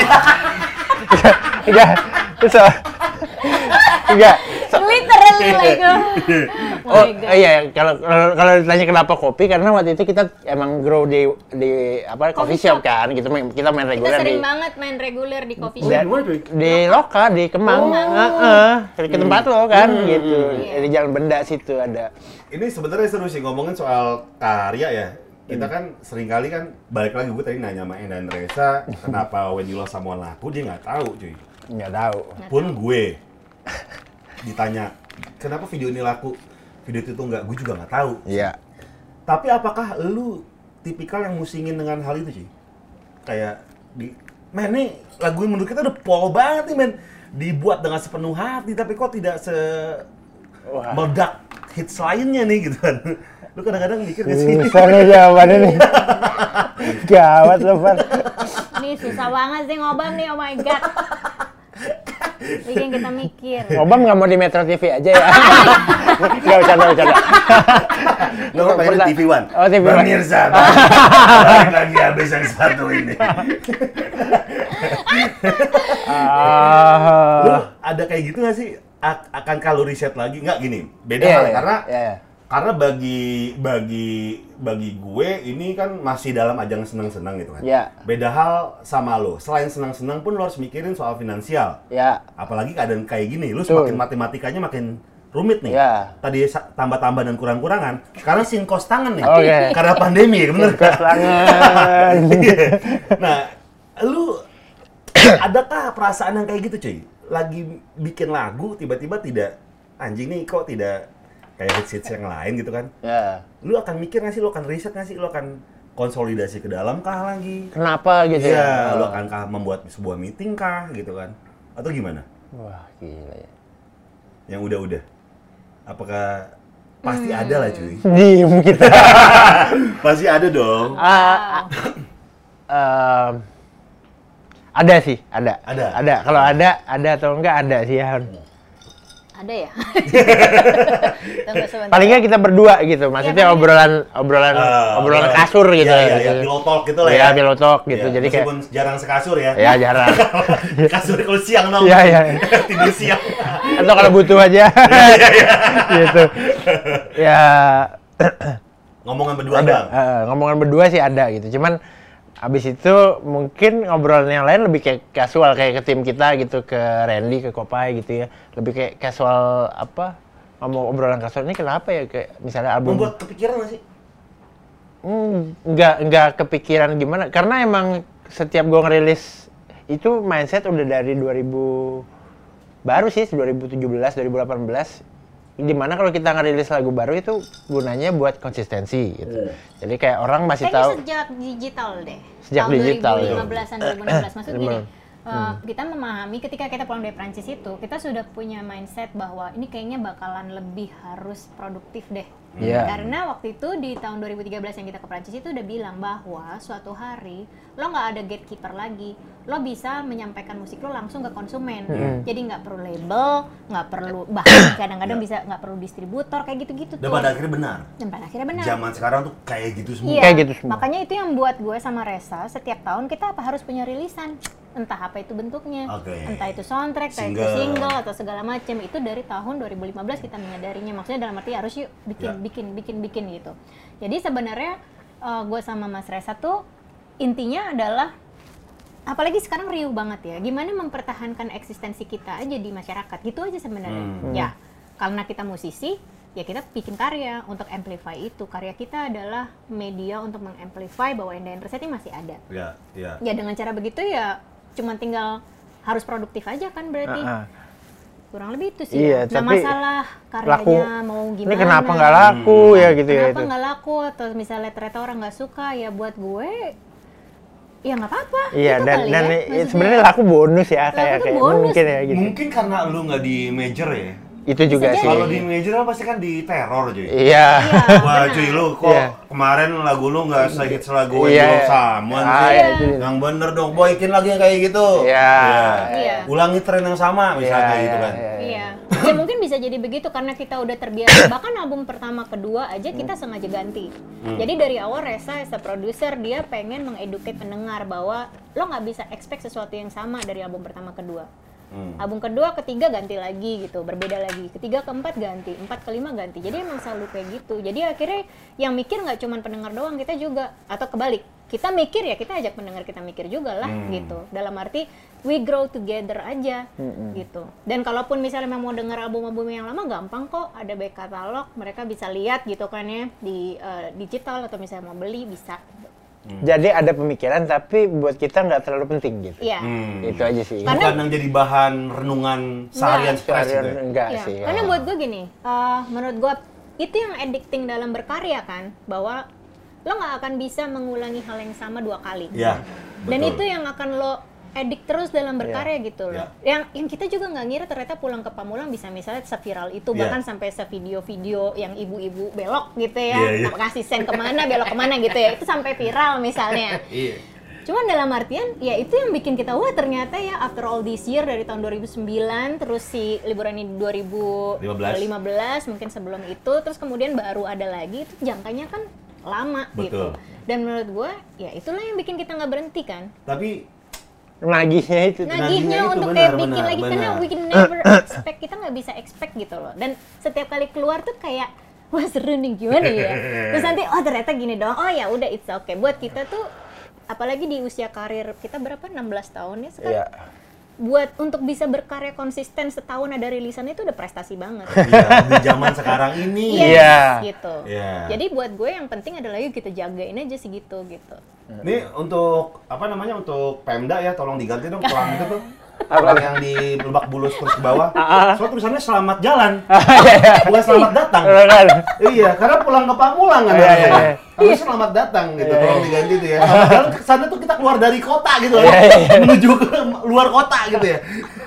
Tiga. Terus so, tiga. Literally like Oh my God. iya, kalau kalau kalau ditanya kenapa kopi, karena waktu itu kita emang grow di di apa coffee Coffee shop kan, gitu main- kita main Kita reguler sering di banget main reguler di coffee Oh, shop. di mana cuy? di lokal di Kemang, Heeh, ke tempat lo kan, gitu. Iya. Di Jalan Benda situ ada. Ini sebenarnya seru sih ngomongin soal karya ya. Kita kan sering kali kan balik lagi gue tadi nanya sama Enda dan Reza kenapa When You Love Someone laku, dia nggak tahu cuy. Nggak tahu. Pun gue ditanya kenapa video ini laku, video itu nggak, gue juga nggak tahu. Iya. Tapi apakah lu tipikal yang musingin dengan hal itu sih? Kayak di, men nih lagu menurut kita udah pol banget nih men, dibuat dengan sepenuh hati tapi kok tidak se Wah. meledak hits lainnya nih gitu kan. Lu kadang-kadang mikir gak sih? Susah nih jawabannya nih. Gawat loh, Pan. Nih susah banget sih ngobam nih, oh my god. Bikin kita mikir. Ngobam nggak mau di Metro T V aja ya? Nggak bercanda, bercanda. Lu kan pengen di T V One. Oh, T V One. Pemirsa, balik lagi habis yang satu ini. Ah. Lu ada kayak gitu gak sih? A- akan kalau riset lagi? Nggak gini, beda Iya, hal ya, iya, karena iya, iya. karena bagi bagi bagi gue ini kan masih dalam ajang senang-senang gitu kan. Iya. Beda hal sama lo. Selain senang-senang pun lo harus mikirin soal finansial. Ya, Apalagi keadaan kayak gini, lu Betul. semakin matematikanya makin rumit nih. Iya. Tadi sa- tambah-tambah dan kurang-kurangan. Sekarang sinkos tangan nih. Oke. Karena pandemi, bener Sinkos tangan. Iya. Nah, lu adakah perasaan yang kayak gitu cuy? Lagi bikin lagu, tiba-tiba tidak, anjing nih kok tidak kayak hits-hits yang lain gitu kan? Ya. Lu akan mikir nggak sih, lu akan riset nggak sih, lu akan konsolidasi ke dalam kah lagi? Kenapa gitu ya? Iya, lu akan kah membuat sebuah meeting kah gitu kan? Atau gimana? Wah, gila ya. Yang udah-udah. Apakah pasti ada lah cuy. Diem kita. Pasti ada dong. Ah, ah, em, ada sih, ada. Ada? Ada. Kalau ada, ada atau enggak ada sih ya. Ada ya? Tunggu sebentar. Paling nggak kita berdua gitu. Maksudnya Iya, obrolan obrolan Ah, obrolan obrolan. kasur gitu. Iya, iya, gitu. iya, pillow talk gitu lah ya. Iya, pillow talk gitu. Iya, Jadi kayak meskipun jarang sekasur ya. ya jarang. Kasur kalau siang dong. Iya, iya. Tidur siang. Atau kalau butuh aja. gitu. Ya Ngomongan berdua ada. bang. eh, ngomongan berdua sih ada gitu. Cuman abis itu mungkin ngobrolan yang lain lebih kayak casual kayak ke tim kita gitu, ke Randy, ke Kopai gitu ya. Lebih kayak casual apa? Ngomong obrolan casual ini kenapa ya, kayak misalnya album Membuat kepikiran nggak sih? Hmm, nggak nggak kepikiran gimana, karena emang setiap gua ngerilis itu mindset udah dari dua ribu baru sih, dua ribu tujuh belas, dua ribu delapan belas, dimana kalau kita ngerilis lagu baru itu gunanya buat konsistensi gitu. Hmm. Jadi kayak orang masih Kayaknya tahu sejak digital deh. Sejak Tahun digital, dua ya. ribu lima belasan, dua ribu enam belas. Maksud gini, Bener. uh, kita memahami ketika kita pulang dari Prancis itu, kita sudah punya mindset bahwa ini kayaknya bakalan lebih harus produktif deh. Iya. Karena waktu itu di tahun dua ribu tiga belas yang kita ke Prancis itu udah bilang bahwa suatu hari lo nggak ada gatekeeper lagi, lo bisa menyampaikan musik lo langsung ke konsumen. Jadi nggak perlu label, nggak perlu, bahkan kadang-kadang bisa nggak perlu distributor kayak gitu-gitu tuh. Dan pada akhirnya benar. Dan pada akhirnya benar. Zaman sekarang tuh kayak gitu semua. Iya, Kayak gitu semua. makanya itu yang buat gue sama Reza setiap tahun kita apa harus punya rilisan, entah apa itu bentuknya, Oke. entah itu soundtrack, entah itu Single. single atau segala macam. Itu dari tahun dua ribu lima belas kita menyadarinya, maksudnya dalam arti harus yuk bikin, Ya. bikin, bikin, bikin gitu. Jadi sebenarnya uh, gue sama Mas Reza tuh intinya adalah, apalagi sekarang riuh banget ya, gimana mempertahankan eksistensi kita aja di masyarakat, gitu aja sebenarnya. Hmm. Ya, karena kita musisi, ya kita bikin karya untuk amplify itu. Karya kita adalah media untuk mengamplify bahwa Enda and Reza ini masih ada. Ya, ya. Ya dengan cara begitu ya cuma tinggal harus produktif aja kan berarti. Ah, ah. Kurang lebih itu sih. Iya, ya. Nah tapi masalah karyanya laku. mau gimana. Ini kenapa nggak laku ya gitu ya Kenapa itu. nggak laku, atau misalnya ternyata orang nggak suka, ya buat gue ya nggak apa-apa. Iya, Itu dan kali dan ya, i- maksudnya. sebenarnya laku bonus ya, Laku kayak tuh kayak bonus. mungkin ya gitu. Mungkin karena lu nggak di major ya. Itu juga Bisa sih. jadi. Kalau di major kan pasti kan di teror cuy. Iya. Wah benar. cuy lu kok Iya. kemarin lagu lu nggak sehits lagu Iya, When You Love iya. Someone Ah, sih. iya, itu dia. Yang bener dong, boykin lagi yang kayak gitu. Iya. Iya. Ulangi tren yang sama misalnya Iya, kayak gitu iya, kan. iya. Iya, ya mungkin bisa jadi begitu karena kita udah terbiasa. Bahkan album pertama, kedua aja kita sengaja ganti. Jadi dari awal Reza as a producer dia pengen mengeduket pendengar bahwa lo nggak bisa expect sesuatu yang sama dari album pertama, kedua. Hmm. Album kedua, ketiga ganti lagi gitu, berbeda lagi. Ketiga, keempat ganti, empat, kelima ganti. Jadi emang selalu kayak gitu. Jadi akhirnya yang mikir nggak cuma pendengar doang, kita juga, atau kebalik. Kita mikir ya, kita ajak pendengar kita mikir juga lah Hmm. gitu. Dalam arti we grow together aja Hmm. gitu. Dan kalaupun misalnya memang mau denger album-album yang lama, gampang kok, ada back katalog, mereka bisa lihat gitu kan ya di uh, digital, atau misalnya mau beli bisa. Hmm. Jadi ada pemikiran tapi buat kita nggak terlalu penting gitu. Iya. Hmm. Itu aja sih. Karena- Bukan yang jadi bahan renungan seharian stres gitu ya? Enggak Iya, sih. karena ya. buat gue gini, uh, menurut gue itu yang addicting dalam berkarya kan, bahwa lo nggak akan bisa mengulangi hal yang sama dua kali. Iya, Dan betul. itu yang akan lo addict terus dalam berkarya gitu loh. Iya. Yang yang kita juga nggak ngira ternyata pulang ke Pamulang bisa misalnya seviral itu, Iya. bahkan sampai sevideo-video yang ibu-ibu belok gitu ya, Iya, iya. kasih sen kemana, belok kemana gitu ya, itu sampai viral misalnya. Iya. Cuman dalam artian, ya itu yang bikin kita, wah ternyata ya after all this year, dari tahun dua ribu sembilan, terus si liburan ini dua ribu lima belas, mungkin sebelum itu, terus kemudian baru ada lagi, itu jangkanya kan lama gitu. Betul. Dan menurut gue, ya itulah yang bikin kita nggak berhenti kan. Tapi Nagihnya itu. Nagihnya Nagihnya itu, untuk benar, kayak bikin benar, lagi, karena benar. we can never expect, kita nggak bisa expect gitu loh. Dan setiap kali keluar tuh kayak, wah seru nih, gimana ya. Terus nanti, oh ternyata gini doang, oh ya udah it's okay. Buat kita tuh, apalagi di usia karir kita berapa, enam belas tahun ya sekarang. Iya. Buat untuk bisa berkarya konsisten setahun ada rilisan itu udah prestasi banget. ya, di zaman sekarang ini. Yes, Iya. gitu. Iya. Jadi buat gue yang penting adalah yuk kita jagain aja segitu gitu. Ini untuk apa namanya, untuk Pemda ya, tolong diganti dong pelang itu tuh. Pelang yang di Lebak Bulus terus ke bawah. Soalnya tulisannya selamat jalan. Bukan selamat datang. Iya, karena pulang ke Pamulang kan Iya, iya, harusnya. iya. Harusnya selamat datang gitu, Iya, tolong iya. diganti tuh ya. Selamat jalan ke sana tuh kita keluar dari kota gitu loh. Iya, iya. Menuju ke luar kota gitu ya.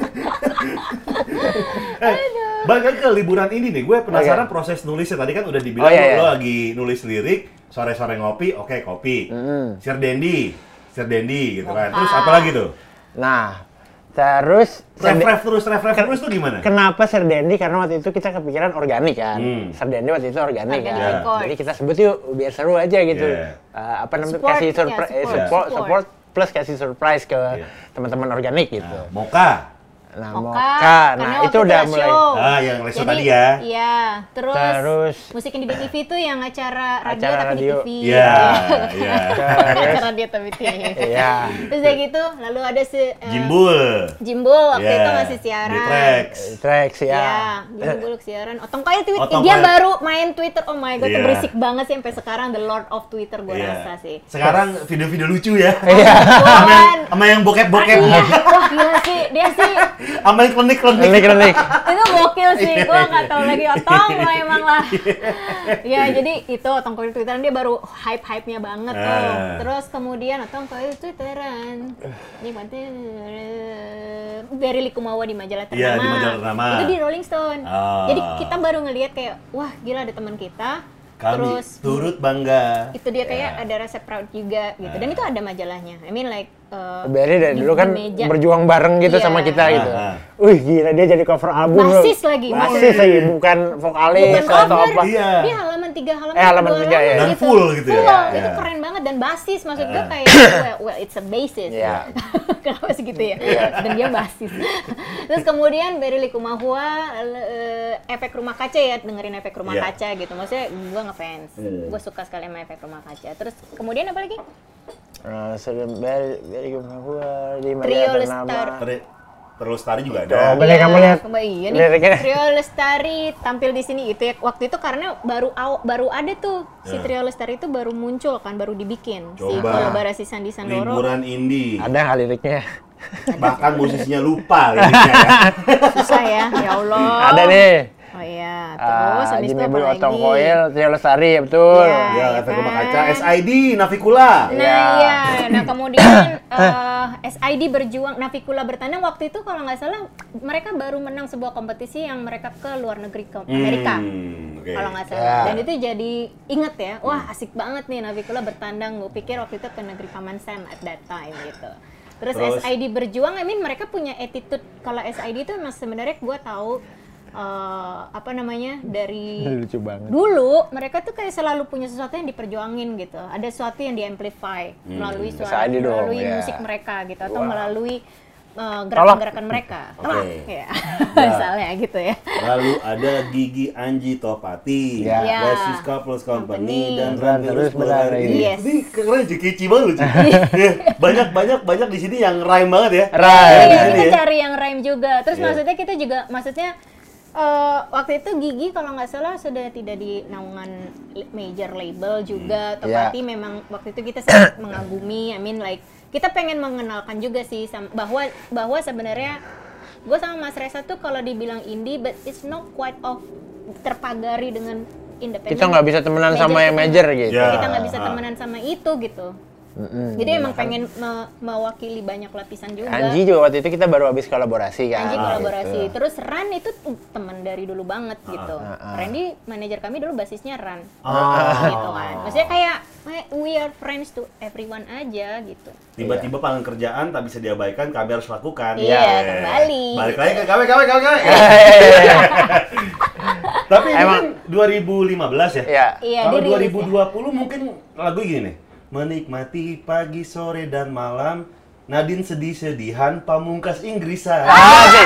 Eh, balik lagi ke liburan ini nih, gue penasaran Oke. proses nulisnya. Tadi kan udah dibilang Oh, iya, lo iya. lagi nulis lirik, sore-sore ngopi, oke kopi. Mm. Sir Dendi, Sir Dendi gitu kan. Ah. Terus apa lagi tuh? Nah, terus Ref-ref terus, ref-ref terus tuh gimana? kenapa Sir Dendi? Karena waktu itu kita kepikiran organik kan. Hmm. Sir Dendi waktu itu organik Organic kan. record. Jadi kita sebut yuk biar seru aja gitu. Yeah. Eh, apa namanya, Support, kasih ya, surprise, support, support, support. support plus kasih surprise ke Yeah. teman-teman organik gitu. Nah, Moka. Nah, Moka, Moka. karena Nah, waktu itu udah ada mulai. show. Ah, yang lesson Jadi, tadi ya. Iya, terus, Terus musik yang di B T V itu yang acara radio Acara tapi radio. di T V. Iya, iya. Acara radio tapi di T V. Iya. Terus kayak gitu, lalu ada si eh, Jimbul. Jimbul waktu Iya, itu ngasih siaran. Di Trax. Trax ya. Iya, Jimbul siaran. Otong Koil tweet, Otong dia Koil. baru main Twitter. Oh my god, itu Iya. berisik banget sih sampai sekarang, the Lord of Twitter gue Iya. rasa sih. Sekarang video-video lucu ya. Iya. Sama yang, Bukan. sama yang bokep-bokep. Iya, wah gila sih, dia sih Sama yang klenik-klenik. Klinik-klinik. itu gokil sih, gue nggak tahu lagi Otong lah emang lah. Ya jadi itu Otong Koil Twitteran dia baru hype-hype-nya banget tuh. Ah. Terus kemudian Otong Koil Twitteran, ini berarti Berry Likumawa di majalah Ternama. Iya, di majalah Ternama. Itu di Rolling Stone. Ah. Jadi kita baru ngelihat kayak, wah gila ada teman kita. Kami Terus turut bangga. itu dia kayak Ya. ada rasa proud juga gitu. Dan itu ada majalahnya. I mean like uh, Berry dari di- dulu di kan meja. berjuang bareng gitu Iya. sama kita gitu. Ah, ah. Wih gila dia jadi cover album. loh. Basis lagi. Basis lagi, bukan vokalis Bukan atau cover, apa. Iya. dia halaman tiga halaman. Eh, halaman dua tiga, ya. Dan gitu. full gitu ya. Full, itu Iya. keren banget dan basis maksud gue Iya. kayak well, well it's a basis. Iya. Kenapa sih gitu ya? Dan dia basis. Terus kemudian Berry Likumahua, eh, efek rumah kaca ya, dengerin efek rumah Iya. kaca gitu. Maksudnya gue ngefans. Hmm. Gue suka sekali sama efek rumah kaca. Terus kemudian apa lagi? Nah, sedang Berry Berry gua di Trio majalah Lestar. Ternama. Ter- Terus tadi juga Tuh, ada. boleh kamu lihat Coba iya nih. liriknya. Trio Lestari tampil di sini itu ya. Waktu itu karena baru aw- baru ada tuh si Ya. Trio Lestari itu baru muncul kan, baru dibikin si Coba. kolaborasi Sandi Sandoro. Liburan indie. Ada nggak liriknya? Bahkan musisinya lupa liriknya ya. Susah ya, ya Allah. Ada nih. Oh iya, Ah, terus habis itu Jimmy apa Blue, lagi? Otong Koil, Trio Lestari, ya betul. Iya. Ya, ya efek rumah kan? kaca, S I D, Navikula. Nah Ya. iya, nah kemudian eh, S I D berjuang, Navikula bertandang waktu itu kalau nggak salah mereka baru menang sebuah kompetisi yang mereka ke luar negeri, ke Amerika. Hmm, oke. Kalau nggak salah. Ya. Dan itu jadi inget ya, wah asik banget nih Navikula bertandang. Gue pikir waktu itu ke negeri Paman Sam at that time gitu. Terus, Terus? S I D berjuang, I mean mereka punya attitude. Kalau S I D itu emang sebenarnya gue tahu eh, apa namanya dari Lucu banget. dulu mereka tuh kayak selalu punya sesuatu yang diperjuangin gitu. Ada sesuatu yang di-amplify melalui S I suara, D dong, melalui ya. musik mereka gitu atau Wow. melalui uh, gerakan-gerakan mereka. Telak, Oke. ya. Ya. Misalnya gitu ya. Lalu ada Gigi Anji Topati, Ya. Ya. Westis Couples Company, Company. dan Ran Ran terus terus berlari. berlari. Ini, Yes. ini keren, Ci. Kece banget loh, Ci. Ya, banyak banyak banyak di sini yang rhyme banget ya. Rhyme. Ya, di Iya, sini kita ya. cari yang rhyme juga. Terus Iya. maksudnya kita juga, maksudnya eh, waktu itu Gigi kalau nggak salah sudah tidak di naungan li- major label juga. Topati memang waktu itu kita sangat mengagumi. I mean like kita pengen mengenalkan juga sih sam- bahwa bahwa sebenarnya gue sama Mas Reza tuh kalau dibilang indie, but it's not quite of terpagari dengan independen. Kita nggak bisa temenan sama yang major gitu. Ya. Kita nggak bisa Ah. temenan sama itu gitu. Mm-mm. Jadi emang pengen me- mewakili banyak lapisan juga. Anji juga waktu itu kita baru habis kolaborasi kan. Anji Ah, kolaborasi. gitu. Terus Ran itu tuh teman dari dulu banget gitu. ah. Randy manajer kami dulu basisnya Ran. Ah. Gitu kan. Maksudnya kayak "Eh, we are friends to everyone aja gitu. Tiba-tiba panggilan kerjaan tak bisa diabaikan, kami harus lakukan. Iya, Ya. kembali. Balik lagi ke kami, kami, kami, kami. Tapi ini Emang- kan dua ribu lima belas ya? Iya. Iya, Kalau dirilis dua ribu dua puluh mungkin lagu gini nih. Menikmati pagi, sore, dan malam, Nadine sedih-sedihan, pamungkas Inggrisan. Asik.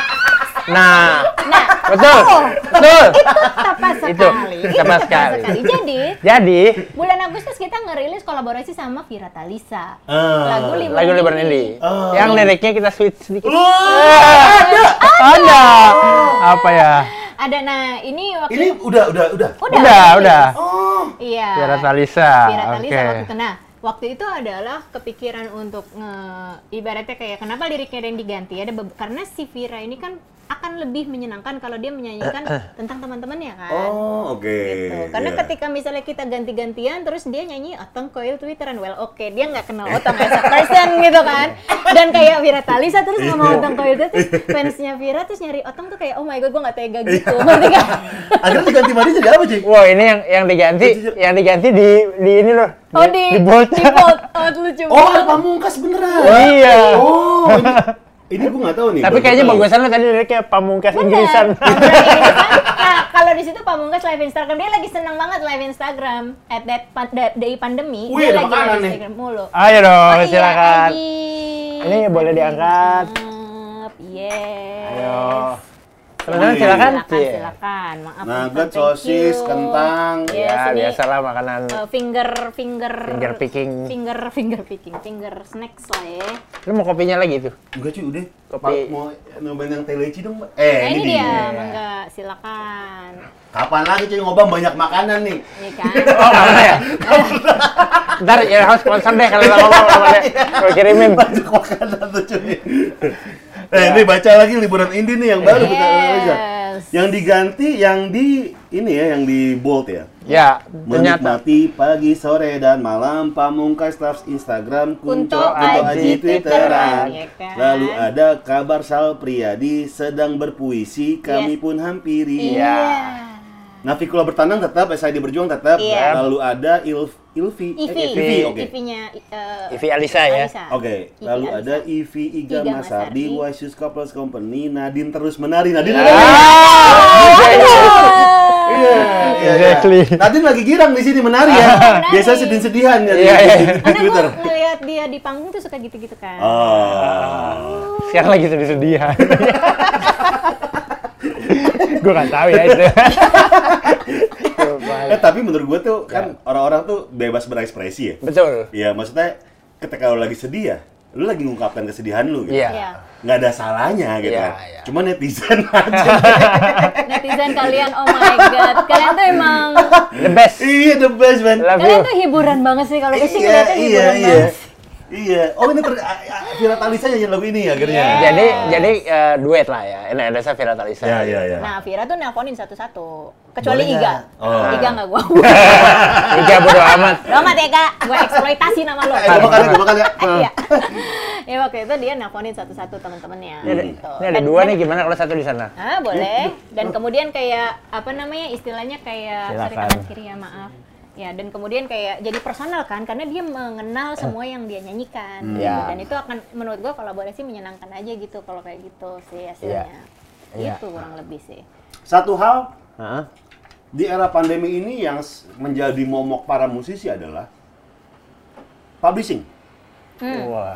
Nah, betul, betul. Tepat Itu, sekali. tepat sekali. Jadi, Jadi, bulan Agustus kita ngerilis kolaborasi sama Vira Talisa. Ah. Lagu Liburan lagu Liburan Indie. Indie. Oh. Yang liriknya kita switch sedikit. Wah, ada. Ada. Apa ya? Ada, nah ini waktu Ini udah, udah, udah. udah, Udah, rilis. udah. Oh. Iya. Vira Talisa. Vira Talisa Oke. waktu itu. Nah, waktu itu adalah kepikiran untuk nge ibaratnya kayak kenapa liriknya yang diganti ada bebe- karena si Vira ini kan akan lebih menyenangkan kalau dia menyanyikan tentang teman-temannya kan. Oh, oke. Gitu. Karena Iya. ketika misalnya kita ganti-gantian terus dia nyanyi Otong Koil Twitteran, well oke dia nggak kenal Otong as a person gitu kan. Dan kayak Vira Talisa terus ngomong Otong Koil itu terus fansnya Vira terus nyari Otong tuh kayak oh my god gue nggak tega gitu. Ngerti kan? Akhirnya diganti mandi jadi apa, Ci? Wow, ini yang yang diganti, yang diganti di di ini loh. Oh di di bold. di bold. Oh lucu Oh, banget. ada pamungkas beneran. Iya. Oh, ini, ini gue nggak tahu nih. Tapi baru kayaknya tahu. bagusan lo tadi liriknya pamungkas Bener. Inggrisan. Pamungkas Inggrisan. Nah, kalau di situ Pamungkas live Instagram, dia lagi seneng banget live Instagram at that pa- da- day pandemi. Wih, dia ada lagi makanan live nih. Instagram mulu. Ayo dong, Oh iya, silakan. Aji. Ini boleh diangkat. Mantap, yes. Ayo. Teman-teman Wih. silakan. Silakan, silakan. Maaf. Nugget, Thank sosis, you. kentang. Yes, Ya, ini, biasalah makanan. uh, finger finger Finger picking. finger finger picking finger snacks lah ya. Lu mau kopinya lagi tuh? Enggak, cuy, udah. Kopi. Mau nyobain yang teh leci dong, Mbak? Eh, Nah, ini dia. dia, mangga silakan. Kapan lagi, cuy, ngobam banyak makanan nih? Ini kan. Oh, nggak pernah ya? Ntar ya harus sponsor deh kalau lo ngomong sama dia. Gue kirimin. Banyak makanan tuh, cuy. Eh, ini baca lagi liburan indie nih yang baru kita baca. Yes. Yang diganti yang di ini ya, yang di bold ya. Ya, ternyata. Menikmati pagi, sore, dan malam, Pamungkas loves Instagram, Kunto, Kunto Kunto Aji Aji Twitteran. ya kan? Lalu ada kabar Sal Priadi sedang berpuisi, kami Yes. pun hampiri. Iya. Nafikula bertanam tetap, S I D berjuang tetap. Iya. Lalu ada Ilf, Ilvi, Ivi, eh, Ivi, oke. Ivinya uh, Ivi Alisa ya. Alisa. Oke, Ivi lalu Alisa. ada Ivi Iga Iga Masardi, Masardi. Wasius Couples Company, Nadine terus menari. Nadine Ah, ada nih. Ah, Iya, iya, Exactly. iya. Nadine lagi girang di sini menari ya. menari. Biasa sedih-sedihan ya di, Iya, iya. di, di Karena Twitter. gue ngeliat dia di panggung tuh suka gitu-gitu kan. Oh. Sekarang lagi sedih-sedihan. Gue nggak tahu ya itu. Eh tapi menurut gue tuh kan orang-orang tuh bebas berekspresi ya. Betul. Iya, maksudnya ketika lu lagi sedih ya, lu lagi ngungkapkan kesedihan lu gitu. Iya. Iya. Nggak ada salahnya gitu. Iya, iya. Cuma netizen aja. Netizen kalian, oh my god, kalian tuh emang The best. Iya, the best man. Love kalian you. tuh hiburan banget sih kalau gue sih Iya, ngeliatnya iya, hiburan iya. banget. Iya. Oh, ini ter- a- a- Vira Talisa nyanyi lagu ini akhirnya. Iya. Jadi jadi eh, duet lah ya. Ini ada saya Vira Talisa. Iya, iya, iya. Nah, Vira tuh nelponin satu-satu. Kecuali Boleh Iga. nggak? Oh. Iga nggak gua. Iga bodo amat. Lo amat ya, Kak. Gua eksploitasi nama lo. Eh, coba kali, coba kali ya. Iya. Ya waktu itu dia nelponin satu-satu teman-temannya. Ini ada, gitu. ini ada Dan- dua dan- nih, gimana kalau satu di sana? Ah, boleh. Dan kemudian kayak apa namanya istilahnya kayak sorry Silakan. tangan kiri ya, maaf. Ya, dan kemudian kayak jadi personal kan karena dia mengenal semua yang dia nyanyikan. Hmm. gitu. Ya. Dan itu akan menurut gua kolaborasi menyenangkan aja gitu kalau kayak gitu sih hasilnya. Iya. Itu kurang lebih sih. Satu hal Heeh. di era pandemi ini yang s- menjadi momok para musisi adalah publishing. Hmm. Wah.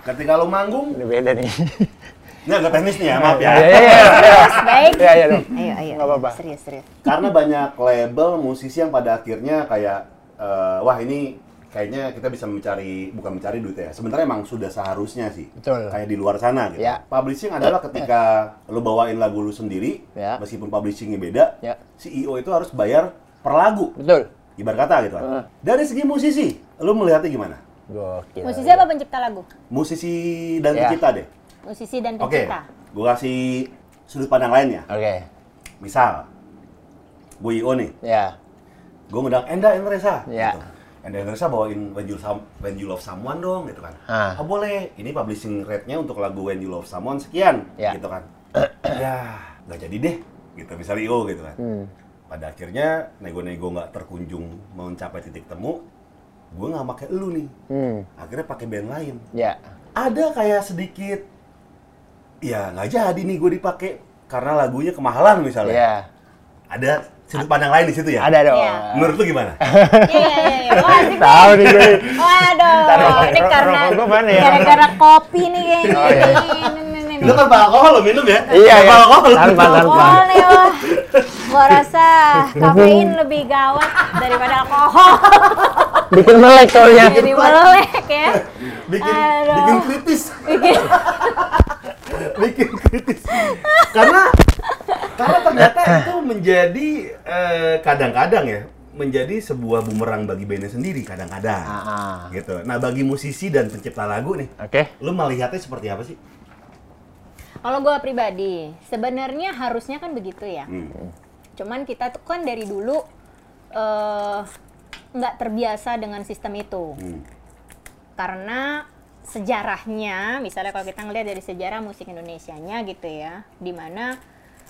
Ketika lu manggung, Udah beda nih. ini agak teknis nih ya, maaf ya. Iya, iya, iya. Serius, baik. Iya, iya dong. Ayo, ayo. Nggak apa-apa. Serius, serius. Karena banyak label musisi yang pada akhirnya kayak, eh, wah ini kayaknya kita bisa mencari, bukan mencari duit ya, sebenarnya emang sudah seharusnya sih. Betul. Kayak di luar sana gitu. Ya. Publishing adalah ketika lu bawain lagu lu sendiri, Ya. meskipun publishingnya beda, Ya. C E O itu harus bayar per lagu. Betul. Ibarat kata gitu kan. Heeh. Dari segi musisi, lu melihatnya gimana? Gokil. Musisi apa pencipta lagu? Musisi dan Ya. pencipta deh. Musisi dan Oke, pencipta. gua kasih sudut pandang lainnya. Oke. Misal, gue I O nih, Ya. gue ngundang Enda Endresa. Ya. Gitu. Enda Endresa bawain When You, Some- When You Love Someone dong, gitu kan. Ah. Oh boleh, ini publishing rate-nya untuk lagu When You Love Someone sekian, Ya. gitu kan. Ya, nggak jadi deh, gitu. Misal I O gitu kan. Hmm. Pada akhirnya, nego-nego nggak terkunjung mencapai titik temu, gue nggak pakai elu nih. Hmm. Akhirnya pakai band lain. Ya. Ada kayak sedikit, ya nggak jadi nih gue dipakai karena lagunya kemahalan misalnya. Ya. Ada sudut pandang lain di situ ya? Ada dong. Iya. Menurut lu gimana? Iya, iya, iya. Wah, asik nih. Tahu nih gue. Waduh, Taruh, ini ro- karena rokok gua mana ya? gara-gara kopi nih kayaknya. Oh, iya. Nih, nih, nih, nih. Itu tanpa alkohol lo minum ya? Iya, Tanpa iya. alkohol. Tanpa, tanpa. Alkohol nih, wah. Gua rasa kafein lebih gawat daripada alkohol. Bikin melek soalnya. Jadi melek ya. Bikin, Aduh. bikin kritis. bikin kritis. Karena karena ternyata itu menjadi eh, kadang-kadang ya menjadi sebuah bumerang bagi bandnya sendiri kadang-kadang. Ah, ah. Gitu. Nah, bagi musisi dan pencipta lagu nih, Oke. lu melihatnya seperti apa sih? Kalau gua pribadi, sebenarnya harusnya kan begitu ya. Hmm. Cuman kita tuh kan dari dulu eh, nggak terbiasa dengan sistem itu. Hmm. Karena sejarahnya, misalnya kalau kita ngelihat dari sejarah musik Indonesianya gitu ya, di mana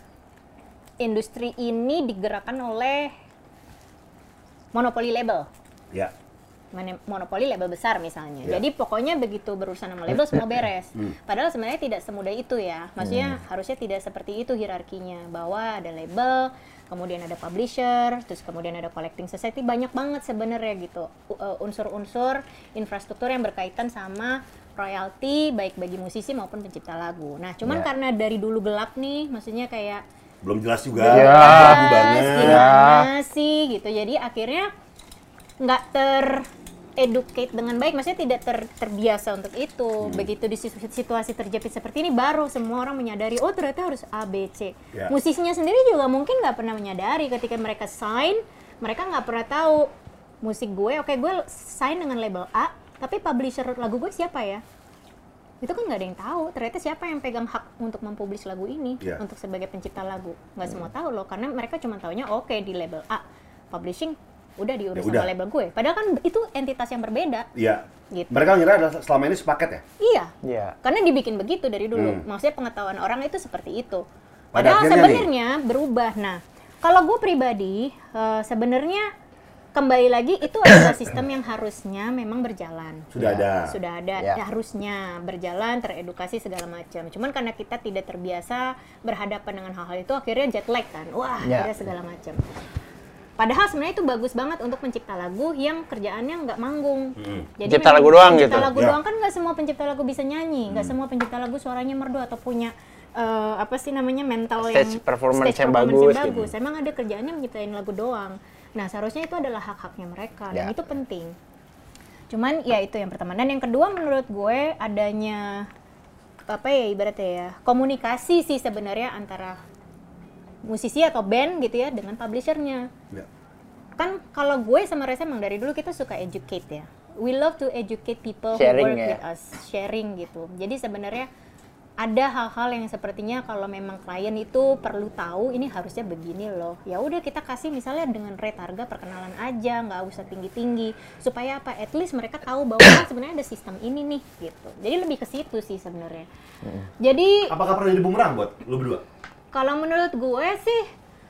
industri ini digerakkan oleh monopoli label. Ya. Mane- monopoli label besar misalnya. Ya. Jadi pokoknya begitu berurusan sama label semua beres. Hmm. Padahal sebenarnya tidak semudah itu ya. Maksudnya harusnya tidak seperti itu hierarkinya. Bahwa ada label, kemudian ada publisher, terus kemudian ada collecting society. Banyak banget sebenarnya gitu. U- uh, unsur-unsur infrastruktur yang berkaitan sama royalti baik bagi musisi maupun pencipta lagu. Nah, cuman Ya. karena dari dulu gelap nih, maksudnya kayak Belum jelas juga. Ya. Ragu banget. gimana sih gitu. Jadi akhirnya nggak ter-educate dengan baik, maksudnya tidak ter- terbiasa untuk itu. Hmm. Begitu di situ- situasi terjepit seperti ini, baru semua orang menyadari, oh ternyata harus A, B, C. Ya. Musisinya sendiri juga mungkin nggak pernah menyadari ketika mereka sign, mereka nggak pernah tahu musik gue, oke gue sign dengan label A, tapi publisher lagu gue siapa ya? Itu kan nggak ada yang tahu, ternyata siapa yang pegang hak untuk mempublish lagu ini, Ya. untuk sebagai pencipta lagu. Nggak semua tahu loh, karena mereka cuma taunya oke di label A, publishing udah diurus Ya udah. sama label gue. Padahal kan itu entitas yang berbeda. Iya. Gitu. Mereka ngira adalah selama ini sepaket ya? Iya, Iya. karena dibikin begitu dari dulu. Hmm. Maksudnya pengetahuan orang itu seperti itu. Pada Padahal akhirnya sebenarnya berubah. Nah, kalau gue pribadi, eh, sebenarnya kembali lagi itu adalah sistem yang harusnya memang berjalan. Sudah Ya. ada. Sudah ada, Ya. ya harusnya berjalan, teredukasi segala macam. Cuman karena kita tidak terbiasa berhadapan dengan hal-hal itu, akhirnya jet lag kan. Wah, Ya. akhirnya segala macam. Padahal sebenarnya itu bagus banget untuk pencipta lagu yang kerjaannya nggak manggung. Hmm. Pencipta memang lagu doang pencipta gitu? lagu Ya. doang kan nggak semua pencipta lagu bisa nyanyi, nggak semua pencipta lagu suaranya merdu atau punya eh, apa sih namanya mental Stage yang performance stage yang performance bagus gitu. Emang ada kerjaannya menciptain lagu doang. Nah seharusnya itu adalah hak-haknya mereka dan Ya. itu penting. Cuman ya itu yang pertama. Dan yang kedua menurut gue adanya apa ya ibaratnya ya komunikasi sih sebenarnya antara musisi atau band gitu ya dengan publishernya. Ya. Kan kalau gue sama Reza emang dari dulu kita suka educate ya. We love to educate people Sharing who work ya. with us, sharing gitu. Jadi sebenarnya ada hal-hal yang sepertinya kalau memang klien itu perlu tahu ini harusnya begini loh. Ya udah kita kasih misalnya dengan rate harga perkenalan aja, nggak usah tinggi-tinggi. Supaya apa? At least mereka tahu bahwa ah, sebenarnya ada sistem ini nih gitu. Jadi lebih ke situ sih sebenarnya. Jadi Apakah pernah jadi bumerang buat lu berdua? kalau menurut gue sih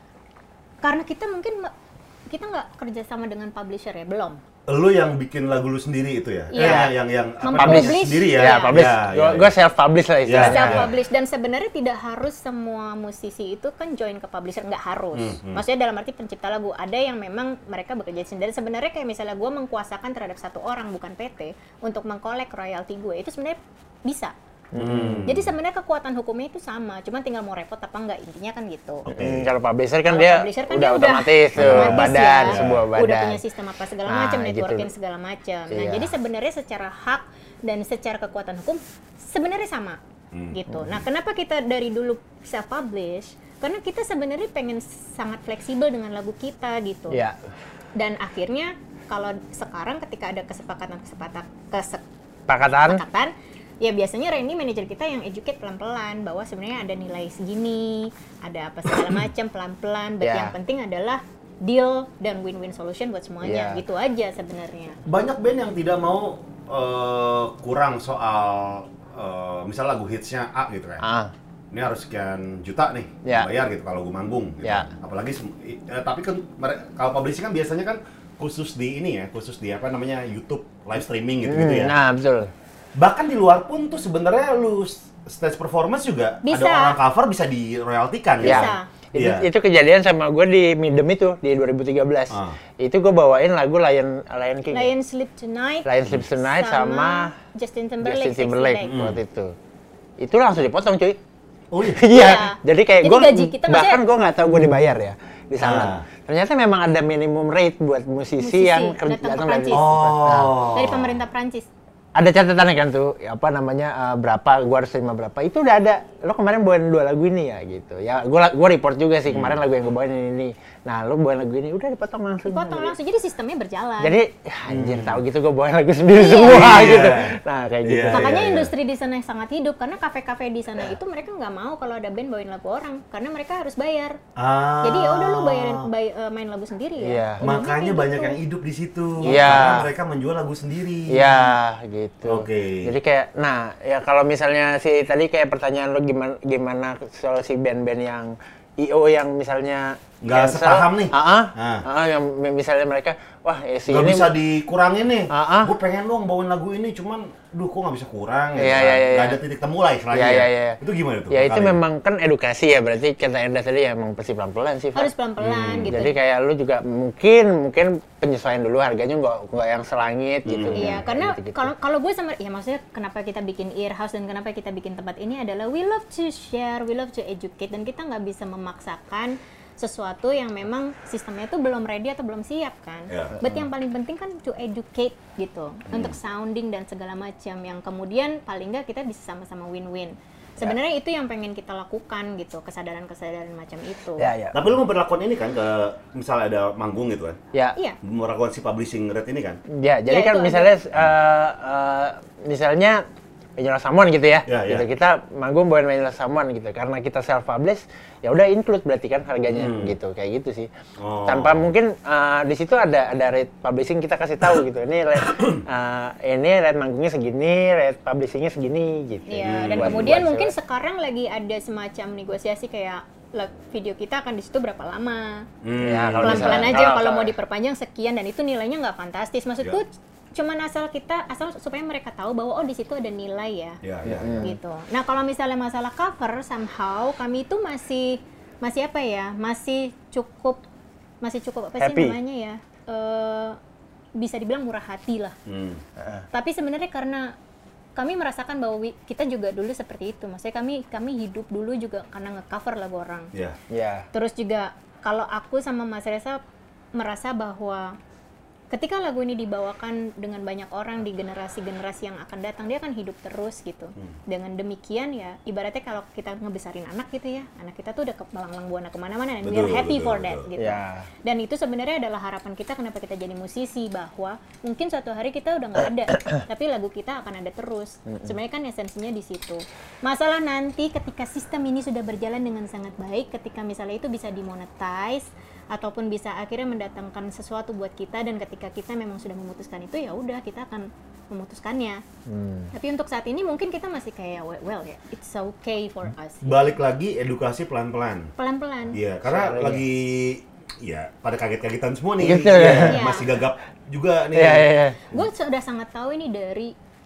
karena kita mungkin ma- kita nggak kerja sama dengan publisher ya, belum. Lu yang bikin lagu lu sendiri itu ya? Iya. Eh, yang yang apa, Mempublish. proses sendiri ya? Ya, publish. Ya, ya, Gua- ya. Gua self publish lah istilahnya. Ya. Self publish dan sebenarnya tidak harus semua musisi itu kan join ke publisher, nggak harus. Hmm, hmm. Maksudnya dalam arti pencipta lagu ada yang memang mereka bekerja sendiri. Sebenarnya kayak misalnya gue mengkuasakan terhadap satu orang bukan P T untuk mengkolek royalti gue itu sebenarnya bisa. Hmm. Jadi sebenarnya kekuatan hukumnya itu sama, cuma tinggal mau repot apa enggak, intinya kan gitu. Hmm, kalau publisher kan Kalau dia publisher kan udah dia otomatis tuh otomatis badan, ya, sebuah badan. udah punya sistem apa segala Nah, macam, gitu. networking segala macam. Nah, Iya. jadi sebenarnya secara hak dan secara kekuatan hukum sebenarnya sama Hmm. gitu. Nah, kenapa kita dari dulu self publish? Karena kita sebenarnya pengen sangat fleksibel dengan lagu kita gitu. Iya. Dan akhirnya kalau sekarang ketika ada kesepakatan-kesepakatan Pakatan. kesepakatan, ya biasanya Randy manajer kita yang educate pelan-pelan bahwa sebenarnya ada nilai segini, ada apa segala macam pelan-pelan. But Ya. yang penting adalah deal dan win-win solution buat semuanya. Ya. Gitu aja sebenarnya. Banyak band yang tidak mau eh, kurang soal eh, misal lagu hitsnya A gitu kan. Ah. Ini harus sekian juta nih Ya. bayar gitu kalau gue manggung gitu. Ya. Apalagi sem- i- eh, tapi kan mere- kalau publishing kan biasanya kan khusus di ini ya, khusus di apa namanya YouTube live streaming gitu-gitu Hmm, ya. Nah, betul. Bahkan di luar pun tuh sebenarnya lu s- stage performance juga Bisa. ada orang cover bisa diroyaltikan Bisa. ya. Itu, Iya. itu kejadian sama gue di Midem itu di dua ribu tiga belas. Ah. Itu gue bawain lagu Lion Lion King. Lion Sleep Tonight, Lion Sleep Tonight sama, Justin Timberlake, Justin Timberlake Sexy Back. waktu itu. Itu langsung dipotong cuy. Oh iya. Iya. Iya. Jadi kayak Jadi gue gaji kita bahkan maksudnya- gue nggak tahu gue dibayar ya di sana. Ah. Ternyata memang ada minimum rate buat musisi, Musisi, yang datang ke datang dari Prancis. Nah, Oh. Dari pemerintah Prancis. ada catatannya kan tuh apa namanya eh, berapa gua harus terima berapa itu udah ada. Lo kemarin bawain dua lagu ini ya gitu ya, gua gua report juga sih kemarin lagu yang gua bawain ini, ini nah lo bawain lagu ini udah dipotong langsung. Potong langsung, jadi sistemnya berjalan. Jadi ya, anjir tahu gitu gua bawain lagu sendiri Iya. semua Iya. gitu. Nah kayak gitu. Iya. Makanya iya. industri di sana sangat hidup karena kafe-kafe di sana itu mereka nggak mau kalau ada band bawain lagu orang karena mereka harus bayar. Ah. Jadi ya udah lu bayarin bay- eh, main lagu sendiri ya. Iya. Umumnya Makanya kayak banyak gitu. yang hidup di situ. Iya. Karena mereka menjual lagu sendiri. Iya gitu. Oke. Jadi kayak, nah ya kalau misalnya si tadi kayak pertanyaan lo gimana gimana soal si band-band yang I O yang misalnya Nggak cancel, sepaham nih. ah, ah, Ah. ah, yang mi- misalnya mereka, wah ya si Gak ini, bisa dikurangin nih. Ah, ah. Gue pengen dong bawain lagu ini, cuman, duh kok nggak bisa kurang. gitu Iya, kan. iya, iya, Nggak iya. ada titik temu lah istilahnya. Iya, ya. iya, iya. Itu gimana tuh? ya itu Kalian? memang kan edukasi ya, berarti kata Enda tadi ya emang pasti pelan-pelan sih. Fat. harus pelan-pelan gitu. Jadi kayak lu juga mungkin mungkin penyesuaian dulu harganya nggak nggak yang selangit gitu. Iya, karena Gitu-gitu. kalau kalau gue sama ya maksudnya kenapa kita bikin Earhouse dan kenapa kita bikin tempat ini adalah we love to share, we love to educate dan kita nggak bisa memaksakan sesuatu yang memang sistemnya itu belum ready atau belum siap kan. Iya. But yang paling penting kan to educate gitu untuk sounding dan segala macam yang kemudian paling nggak kita bisa sama-sama win-win. Sebenarnya itu yang pengen kita lakukan gitu, kesadaran-kesadaran macam itu. Ya ya. Tapi lu memperlakukan ini kan ke misalnya ada manggung gitu kan? Ya. Iya. Memperlakukan si publishing rate ini kan? Ya, jadi Ya, kan itu misalnya eh, eh, misalnya Vanilla Salmon gitu ya. Ya, ya. Gitu. Kita manggung bawain Vanilla Salmon gitu. Karena kita self publish, ya udah include berarti kan harganya Hmm. gitu. Kayak gitu sih. Oh. Tanpa mungkin eh, di situ ada ada rate publishing kita kasih tahu gitu. Ini rate eh, ini rate manggungnya segini, rate publishingnya segini gitu. Iya, dan Buat- kemudian buat mungkin sewa. sekarang lagi ada semacam negosiasi kayak like, video kita akan di situ berapa lama. Hmm. Ya, kalau Pelan-pelan misalnya- aja kalau- kalau mau kalau- diperpanjang sekian dan itu nilainya nggak fantastis. Maksudku cuman asal kita asal supaya mereka tahu bahwa oh di situ ada nilai ya. Iya, iya. Gitu. Nah, kalau misalnya masalah cover somehow kami itu masih masih apa ya? Masih cukup masih cukup apa sih Happy. namanya ya? Eh, bisa dibilang murah hati lah. Hmm. Tapi sebenarnya karena kami merasakan bahwa wi- kita juga dulu seperti itu. Maksudnya kami kami hidup dulu juga karena nge-cover lagu orang. Iya. Ya. Terus juga kalau aku sama Mas Reza merasa bahwa ketika lagu ini dibawakan dengan banyak orang di generasi-generasi yang akan datang, dia akan hidup terus gitu. Dengan demikian ya, ibaratnya kalau kita ngebesarin anak gitu ya, anak kita tuh udah ke melanglang buana kemana-mana dan we are Betul, happy betul, for betul. that gitu. Ya. Dan itu sebenarnya adalah harapan kita kenapa kita jadi musisi, bahwa mungkin suatu hari kita udah nggak ada, tapi lagu kita akan ada terus. Sebenarnya kan esensinya di situ. Masalah nanti ketika sistem ini sudah berjalan dengan sangat baik, ketika misalnya itu bisa dimonetize ataupun bisa akhirnya mendatangkan sesuatu buat kita, dan ketika kita memang sudah memutuskan itu ya udah kita akan memutuskannya. Hmm. Tapi untuk saat ini mungkin kita masih kayak well, well ya it's okay for us. Balik lagi edukasi pelan-pelan. Pelan-pelan. Iya, karena Sorry. lagi ya pada kaget-kagetan semua nih. Gitu Iya, ya. Iya. Masih gagap juga nih. Iya, iya, iya. Gue sudah sangat tahu ini dari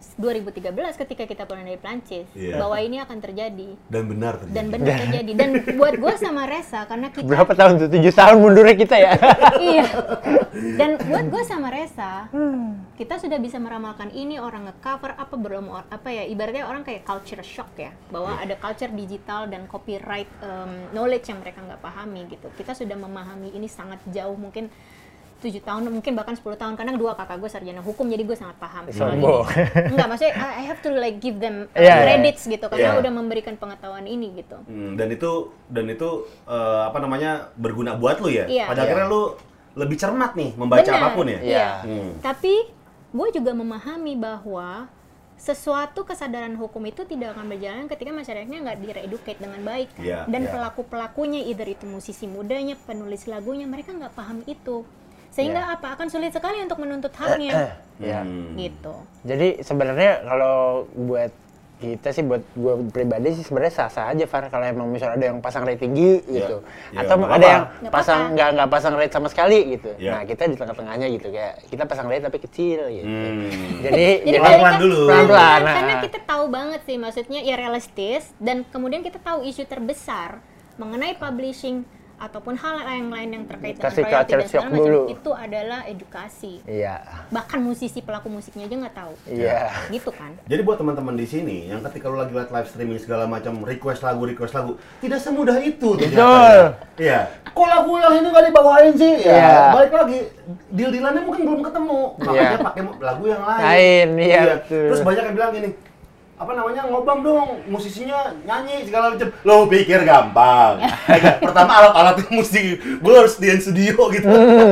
dua ribu tiga belas ketika kita pulang dari Prancis Iya. bahwa ini akan terjadi Dan benar terjadi. dan benar terjadi. Dan buat gue sama Reza karena kita Berapa tahun tuh? Tujuh tahun mundurnya kita ya. iya. Dan buat gue sama Reza, kita sudah bisa meramalkan ini orang nge-cover apa belum or- apa ya ibaratnya orang kayak culture shock ya bahwa ada culture digital dan copyright um, knowledge yang mereka nggak pahami gitu. Kita sudah memahami ini sangat jauh mungkin tujuh tahun mungkin bahkan sepuluh tahun karena dua kakak gue sarjana hukum jadi gue sangat paham soal ini. Sombong. Enggak maksudnya I I have to like give them uh, Yeah, yeah. credits gitu karena Yeah. udah memberikan pengetahuan ini gitu. Hmm, dan itu dan itu eh, apa namanya berguna buat lu ya. Iya. Pada Iya. akhirnya lu lebih cermat nih membaca Benar, apapun ya. Iya. Hmm. Tapi gue juga memahami bahwa sesuatu kesadaran hukum itu tidak akan berjalan ketika masyarakatnya nggak dire-educate dengan baik kan. Iya, Dan iya. pelaku-pelakunya, either itu musisi mudanya, penulis lagunya, mereka nggak paham itu. Sehingga Iya. apa? Akan sulit sekali untuk menuntut haknya. Ya. Hmm. Gitu. Jadi sebenarnya kalau buat kita sih, buat gue pribadi sih sebenarnya sah-sah aja, Far. Kalau emang misalnya ada yang pasang rate tinggi gitu, Ya, atau nggak ada apa-apa. yang Nggak pasang apa-apa. nggak nggak pasang rate sama sekali gitu. Ya. Nah kita di tengah-tengahnya gitu, kayak kita pasang rate tapi kecil gitu. Hmm. Jadi Jadi jadi pelan-pelan mereka- dulu. Pelan-pelan, Karena- Karena nah. kita tahu banget sih, maksudnya ya realistis dan kemudian kita tahu isu terbesar mengenai publishing ataupun hal yang lain yang terkait dengan Kasih royalti culture dan segala shock macam dulu. itu adalah edukasi. Iya, Bahkan musisi pelaku musiknya aja nggak tahu. iya. Gitu kan? Jadi buat teman-teman di sini yang ketika lu lagi live live streaming segala macam request lagu request lagu tidak semudah itu ternyata Betul. ya. Iya. Kok lagu yang ini nggak dibawain sih? Ya, Iya. balik lagi deal-dealannya mungkin belum ketemu. Makanya Iya. pakai lagu yang lain. Lain, iya, betul. Terus banyak yang bilang gini, apa namanya, ngobam dong, musisinya nyanyi segala macam. Lo pikir gampang? Eh, pertama alat-alat musik, gue harus di studio gitu.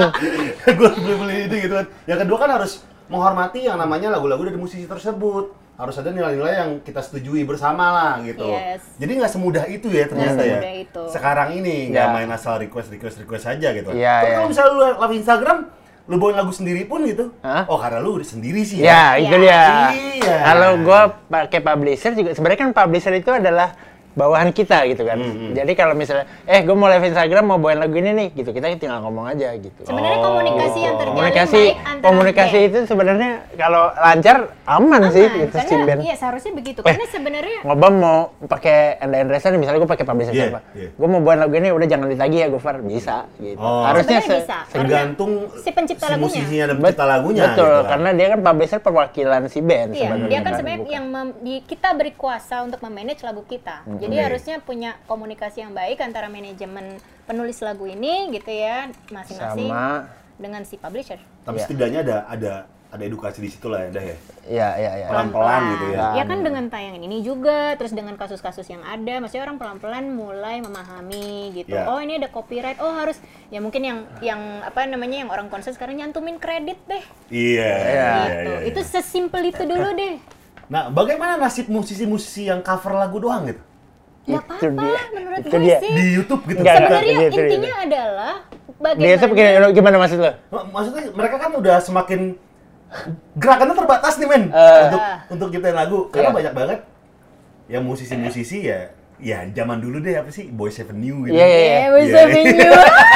Gue harus beli-beli itu gitu kan. Yang kedua kan harus menghormati yang namanya lagu-lagu dari musisi tersebut. Harus ada nilai-nilai yang kita setujui bersama lah gitu. Yes. Jadi nggak semudah itu ya ternyata ya. semudah itu. Sekarang ini nggak Ya. main asal request request request aja gitu. Iya, Tapi iya. kalau misalnya lu live Instagram, lu bawain lagu sendiri pun gitu. Hah? Oh karena lu sendiri sih Ya, itu Iya. dia. Iya. Kalau gue pakai publisher juga, sebenarnya kan publisher itu adalah bawahan kita gitu kan. Hmm, hmm. Jadi kalau misalnya, eh gue mau live Instagram mau bawain lagu ini nih, gitu, kita tinggal ngomong aja gitu. Sebenarnya Oh. komunikasi yang terjalin Komunikasi, baik antara komunikasi band. itu sebenarnya kalau lancar aman, Aman, sih gitu si karena band. iya seharusnya begitu. Eh, Karena sebenarnya Ngobam mau pakai Enda Endresa nih, misalnya gue pakai publisher Iya, siapa? iya. Gue mau bawain lagu ini, udah jangan ditagih ya Gofar, bisa gitu. Oh. Harusnya Sebenarnya se- bisa. se- tergantung si pencipta si lagunya. musisinya dan Bet- pencipta lagunya Betul, gitu kan. karena dia kan publisher perwakilan si band iya, sebenarnya. dia kan kan, sebenarnya bukan. yang mem- di- kita beri kuasa untuk memanage lagu kita. Jadi Oke. harusnya punya komunikasi yang baik antara manajemen penulis lagu ini gitu ya masing-masing Sama, dengan si publisher. Tapi Iya. setidaknya ada ada ada edukasi di situ lah ya, Dah ya. iya iya iya. Pelan-pelan gitu ya. Ya kan dengan tayangan ini juga, terus dengan kasus-kasus yang ada, maksudnya orang pelan-pelan mulai memahami gitu. Ya. Oh ini ada copyright, oh harus ya mungkin yang yang apa namanya yang orang concern sekarang nyantumin kredit deh. Iya. Iya. iya, Gitu. iya, Itu iya. sesimpel itu dulu deh. Nah, bagaimana nasib musisi-musisi yang cover lagu doang gitu? Gak Itu apa-apa dia. menurut Itu gue dia. sih. Di YouTube gitu. Enggak, enggak. Sebenarnya Gitu, gitu. intinya adalah Dia tuh bagaimana gimana, gimana maksud lo? M- Maksudnya mereka kan udah semakin gerakannya terbatas nih men Eh. untuk untuk ciptain lagu karena Iya. banyak banget yang musisi-musisi ya ya zaman dulu deh apa sih Boys Avenue gitu Iya, iya, iya. Eh, bisa Iya. pinju.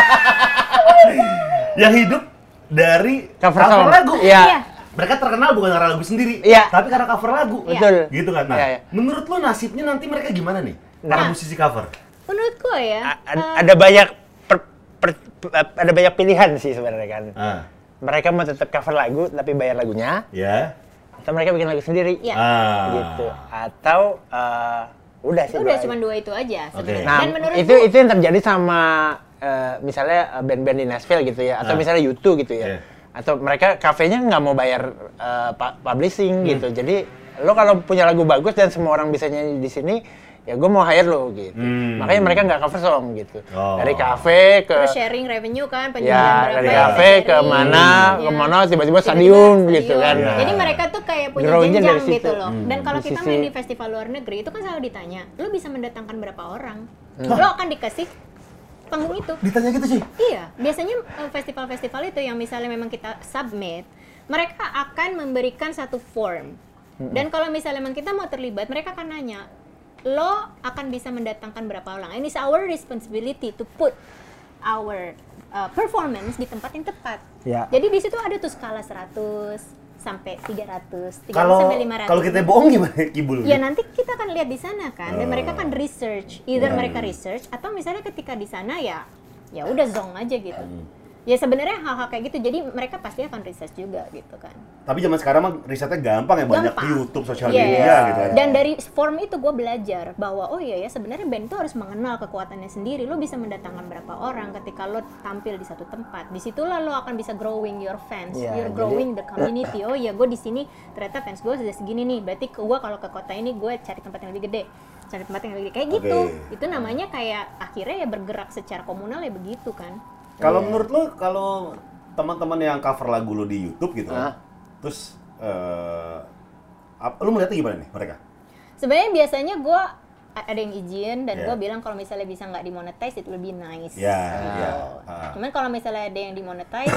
yang hidup dari Cover song. lagu. Iya. Iya. Mereka terkenal bukan karena lagu sendiri, Iya. tapi karena cover lagu. Iya. Betul. Gitu kan. Nah, Iya, iya. menurut lo nasibnya nanti mereka gimana nih? Para Nah. musisi cover. Menurut gue ya, A- ad- eh, ada banyak per- per- per- ada banyak pilihan sih sebenarnya kan. Ah, Mereka mau tetap cover lagu tapi bayar lagunya, ya. atau mereka bikin lagu sendiri. Iya. Ah. Gitu. Atau eh, udah sih. udah dua cuma aja. dua itu aja sebenarnya. Nah, Dan menurut itu gue, itu yang terjadi sama eh, misalnya eh, band-band di Nashville gitu ya, atau Ah. misalnya U two gitu ya. Iya. Atau mereka kafenya nggak mau bayar eh, pu- publishing Hmm. gitu. Jadi lo kalau punya lagu bagus dan semua orang bisa nyanyi di sini, ya gue mau hire lo gitu. Hmm. Makanya mereka nggak cover song gitu. Oh. Dari kafe ke terus sharing revenue kan, penjualan ya berapa dari yang kafe ke di-sharing. mana ke Iya. mana tiba-tiba Tiba-tiba stadium gitu kan. Iya. Jadi mereka tuh kayak punya Growing-nya jenjang dari situ. gitu loh. Hmm. Dan kalau Di kita sisi- main di festival luar negeri itu kan selalu ditanya, lu bisa mendatangkan berapa orang? Lo akan dikasih panggung itu. Ditanya gitu sih. Iya, biasanya eh, festival-festival itu yang misalnya memang kita submit, mereka akan memberikan satu form. Dan kalau misalnya memang kita mau terlibat, mereka akan nanya, lo akan bisa mendatangkan berapa orang? And it's our responsibility to put our uh, performance di tempat yang tepat. Ya. Jadi di situ ada tuh skala seratus, sampai tiga ratus, tiga ratus Kalau sampai lima ratus. kalau kita bohong gimana Kibul? Ya nanti kita akan lihat di sana kan, dan Oh. mereka kan research, either Hmm. mereka research atau misalnya ketika di sana ya ya udah zong aja gitu. Hmm. Ya sebenarnya hal-hal kayak gitu, jadi mereka pasti akan research juga gitu kan. Tapi zaman sekarang mah risetnya gampang ya, banyak Gampang. di YouTube, sosial Yes. media gitu kan. Dan dari form itu gue belajar bahwa oh iya ya sebenarnya band itu harus mengenal kekuatannya sendiri. Lo bisa mendatangkan berapa orang ketika lo tampil di satu tempat. Disitulah lo akan bisa growing your fans, Ya, you're jadi- growing the community. Oh iya gue di sini ternyata fans gue sudah segini nih. Berarti ke gue kalau ke kota ini gue cari tempat yang lebih gede, cari tempat yang lebih gede kayak gitu. Oke. Itu namanya kayak akhirnya ya bergerak secara komunal ya begitu kan. Kalau Iya. menurut lo, kalau teman-teman yang cover lagu lo di YouTube gitu, Hah? terus eh ap- lo melihatnya gimana nih mereka? Sebenarnya biasanya gue ada yang izin dan Yeah. gue bilang kalau misalnya bisa nggak dimonetize it will be nice. Ya, Gitu. ya. Ah. Cuman kalau misalnya ada yang dimonetize,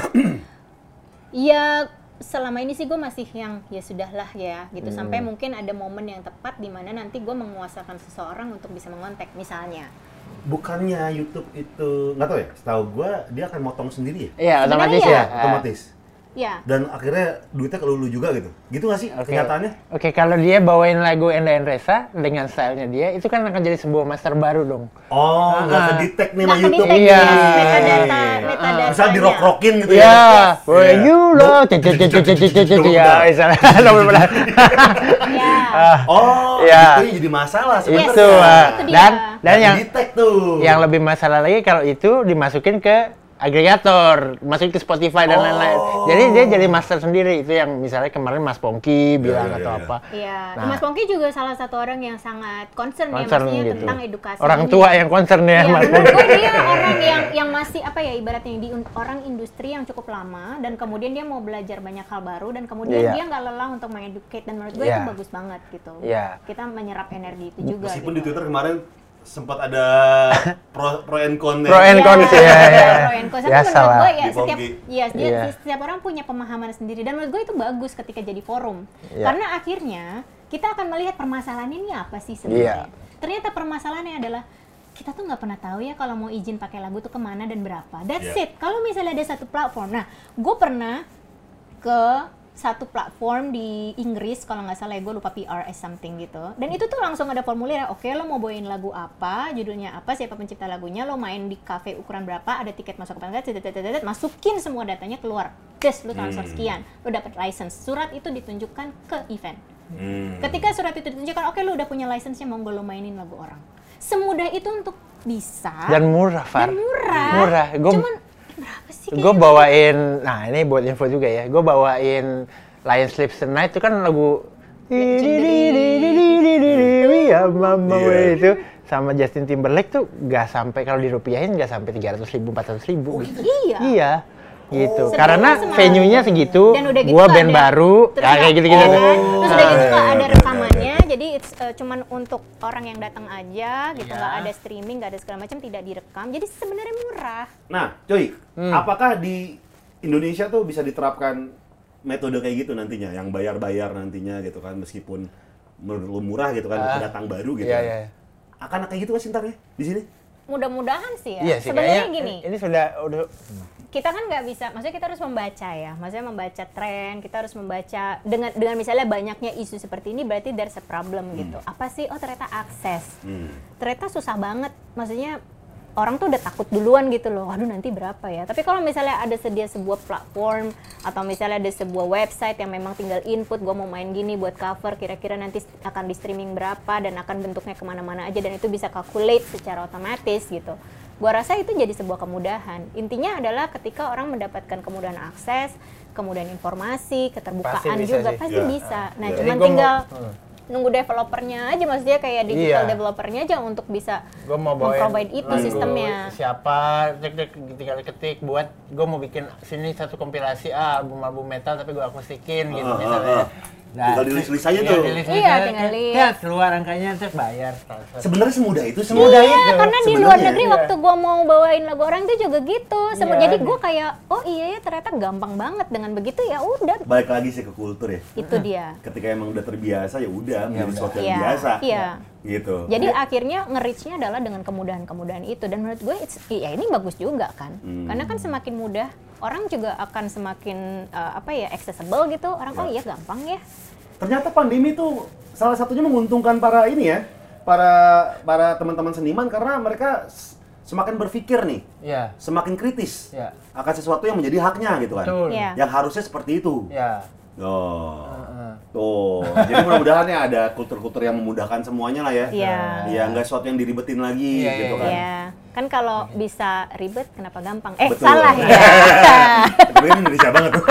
ya selama ini sih gue masih yang ya sudahlah ya gitu. Hmm. Sampai mungkin ada momen yang tepat di mana nanti gue menguasakan seseorang untuk bisa mengontak misalnya. Bukannya YouTube itu, nggak tahu ya, setahu gua dia akan motong sendiri ya? Iya, otomatis Sebenarnya ya. iya, Otomatis. Ya. Dan akhirnya duitnya ke lu juga gitu. Gitu nggak sih Oke. kenyataannya? Oke, kalau dia bawain lagu Enda and Resa dengan stylenya dia, itu kan akan jadi sebuah master baru dong. Oh, nggak Ah. ke-detect nih sama Nggak YouTube. kedetek Iya. ya, metadata, metadata. Bisa dirok-rokin gitu Iya, ya? boy Iya. you loh, cek cek cek cek cek cek cek cek ya, misalnya, double benar. Ya. Oh, Iya. itu yang jadi masalah Yes. sebenarnya. Itu, ah. Itu dia. dan dan Nggak yang di-detect tuh. yang lebih masalah lagi kalau itu dimasukin ke agregator, masukin ke Spotify dan Oh. lain-lain. Jadi dia jadi master sendiri. Itu yang misalnya kemarin Mas Pongki bilang iya, atau iya. apa. Iya, Nah. Mas Pongki juga salah satu orang yang sangat concern, Concern ya maksudnya gitu. tentang edukasi. Orang ini. tua yang concern ya, Ya, Mas menurut Pongki. gue dia orang yang yang masih apa ya ibaratnya di un- orang industri yang cukup lama dan kemudian dia mau belajar banyak hal baru dan kemudian Iya. dia nggak lelah untuk mengeducate dan menurut gue Iya. itu bagus banget gitu. Iya. Kita menyerap energi itu juga. Meskipun di gitu. Twitter kemarin sempat ada pro, pro and con. Pro and con, Iya, ya, ya. pro and con. Tapi Biasa menurut lah. gue ya Di setiap Pongki. ya dia- Iya. setiap orang punya pemahaman sendiri dan menurut gue itu bagus ketika jadi forum. Iya. Karena akhirnya kita akan melihat permasalahan ini apa sih sebenarnya. Iya. Ternyata permasalahannya adalah kita tuh nggak pernah tahu ya kalau mau izin pakai lagu tuh kemana dan berapa. That's Iya. it. Kalau misalnya ada satu platform, nah gue pernah ke satu platform di Inggris kalau nggak salah ya, gue lupa P R S something gitu, dan itu tuh langsung ada formulir, oke lo mau bawain lagu apa, judulnya apa, siapa pencipta lagunya, lo main di cafe ukuran berapa, ada tiket masuk ke pangkat, masukin semua datanya keluar, tes lo transfer Hmm. sekian, lo dapat license, surat itu ditunjukkan ke event. Hmm. Ketika surat itu ditunjukkan, oke lo udah punya license-nya, monggo lo mainin lagu orang. Semudah itu untuk bisa Dan murah, Far. dan murah. Murah. Gua- Cuman berapa sih? Gue kayaknya? bawain, nah ini buat info juga ya, gue bawain Lion Sleeps Tonight itu kan lagu ya mama Iya. itu sama Justin Timberlake tuh gak sampai, kalau dirupiahin gak sampai tiga ratus ribu, empat ratus ribu. gitu. Iya. Iya, gitu. Sebenarnya Karena semalam. venue-nya segitu, Dan udah gitu gua nggak band ada- baru, terus ya, kayak nggak- gitu-gitu. iya tuh. kan? Terus udah gitu Ah, nggak iya, ada oke, rekamannya, jadi it's, uh, cuman untuk orang yang datang aja gitu, Iya. nggak ada streaming, nggak ada segala macam, tidak direkam. Jadi sebenarnya murah. Nah, Coy, Hmm. apakah di Indonesia tuh bisa diterapkan metode kayak gitu nantinya, yang bayar-bayar nantinya gitu kan, meskipun menurut lu murah gitu kan, Ah. pendatang baru gitu Iya, kan. iya. Akan kayak gitu kan ntar ya, di sini? Mudah-mudahan sih ya. Iya sih, Sebenarnya kayaknya gini, ini sudah udah kita kan nggak bisa, maksudnya kita harus membaca ya, maksudnya membaca tren, kita harus membaca dengan dengan misalnya banyaknya isu seperti ini, berarti there's a problem gitu. Apa sih? Oh ternyata akses. Hmm. Ternyata susah banget, maksudnya orang tuh udah takut duluan gitu loh, waduh nanti berapa ya. Tapi kalau misalnya ada sedia sebuah platform atau misalnya ada sebuah website yang memang tinggal input, gue mau main gini buat cover, kira-kira nanti akan di streaming berapa dan akan bentuknya kemana-mana aja, dan itu bisa calculate secara otomatis gitu. Gua rasa itu jadi sebuah kemudahan. Intinya adalah ketika orang mendapatkan kemudahan akses, kemudahan informasi, keterbukaan Pasti bisa juga sih. pasti Ya. bisa. Nah, Ya. cuman Jadi gua tinggal mau- hmm. nunggu developernya aja, maksudnya kayak digital Iya. developernya aja untuk bisa gue mau bawain memprovide itu lagu sistemnya. siapa, cek cek tinggal ketik buat gue mau bikin sini satu kompilasi ah, album-album metal tapi gue akustikin gitu Ah, ah, misalnya. ah. Tinggal di-list-list aja iya, tuh. di-list-list Iya, aja, tinggal tek, list. tek, keluar angkanya, cek bayar. transfer. Sebenarnya semudah itu sih. Semudah Iya, itu. karena di Sebenarnya, luar negeri iya. waktu gua mau bawain lagu orang itu juga gitu. Semu- Iya. Jadi gua kayak, oh iya ya ternyata gampang banget, dengan begitu ya udah. Balik lagi sih ke kultur ya. Itu dia. Ketika emang udah terbiasa ya udah menjadi udah. sesuatu yang Iya, biasa. iya. Gitu. Jadi akhirnya nge-reach-nya adalah dengan kemudahan-kemudahan itu, dan menurut gue it's, ya ini bagus juga kan, Hmm. karena kan semakin mudah orang juga akan semakin uh, apa ya accessible gitu, orang Ya. oh iya gampang ya. Ternyata pandemi tuh salah satunya menguntungkan para ini ya, para para teman-teman seniman karena mereka s- semakin berpikir nih, Ya. semakin kritis Ya. akan sesuatu yang menjadi haknya gitu kan. Betul. Iya. Yang harusnya seperti itu. Ya. Oh. Heeh. Tuh. Jadi mudah-mudahan ya ada kultur-kultur yang memudahkan semuanya lah ya. Iya. Iya, nggak sesuatu yang diribetin lagi Iya, gitu iya, kan. Ya, kan kalau bisa ribet kenapa gampang? Eh Betul. salah ya. Tapi ini Indonesia banget tuh.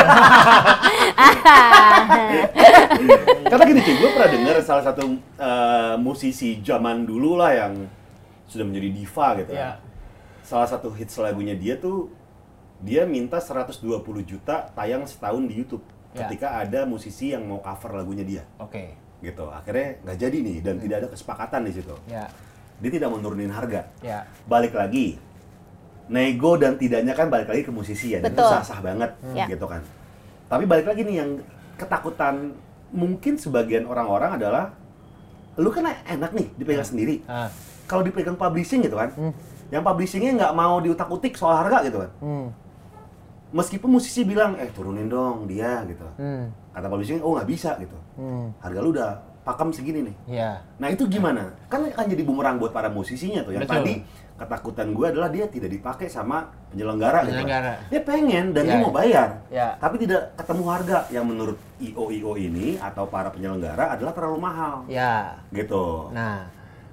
Karena gini cuy, gue pernah dengar salah satu eh, musisi zaman dulu lah yang sudah menjadi diva gitu Iya. kan. Salah satu hits lagunya dia tuh, dia minta seratus dua puluh juta tayang setahun di YouTube. Iya. Ketika ada musisi yang mau cover lagunya dia. Oke. Gitu. Akhirnya nggak jadi nih, dan tidak ada kesepakatan di situ. Ya. Dia tidak mau nurunin harga. Ya. Balik lagi, nego dan tidaknya kan balik lagi ke musisi ya, dan itu Betul. sah-sah banget Ya. gitu kan. Tapi balik lagi nih, yang ketakutan mungkin sebagian orang-orang adalah, lu kan enak nih dipegang sendiri. Ah. Kalau dipegang publishing gitu kan, Hmm. yang publishingnya nggak mau diutak-utik soal harga gitu kan. Hmm. Meskipun musisi bilang, eh turunin dong dia gitu. Hmm. Kata publishing, oh nggak bisa gitu. Hmm. Harga lu udah pakem segini nih. Ya. Nah itu gimana? Kan akan jadi bumerang buat para musisinya tuh. Yang Betul. tadi ketakutan gue adalah dia tidak dipakai sama penyelenggara, Penyelenggara. gitu. Dia pengen dan Ya, dia mau bayar. Ya. Tapi tidak ketemu harga yang menurut I O-I O ini atau para penyelenggara adalah terlalu mahal. Ya. Gitu. Nah,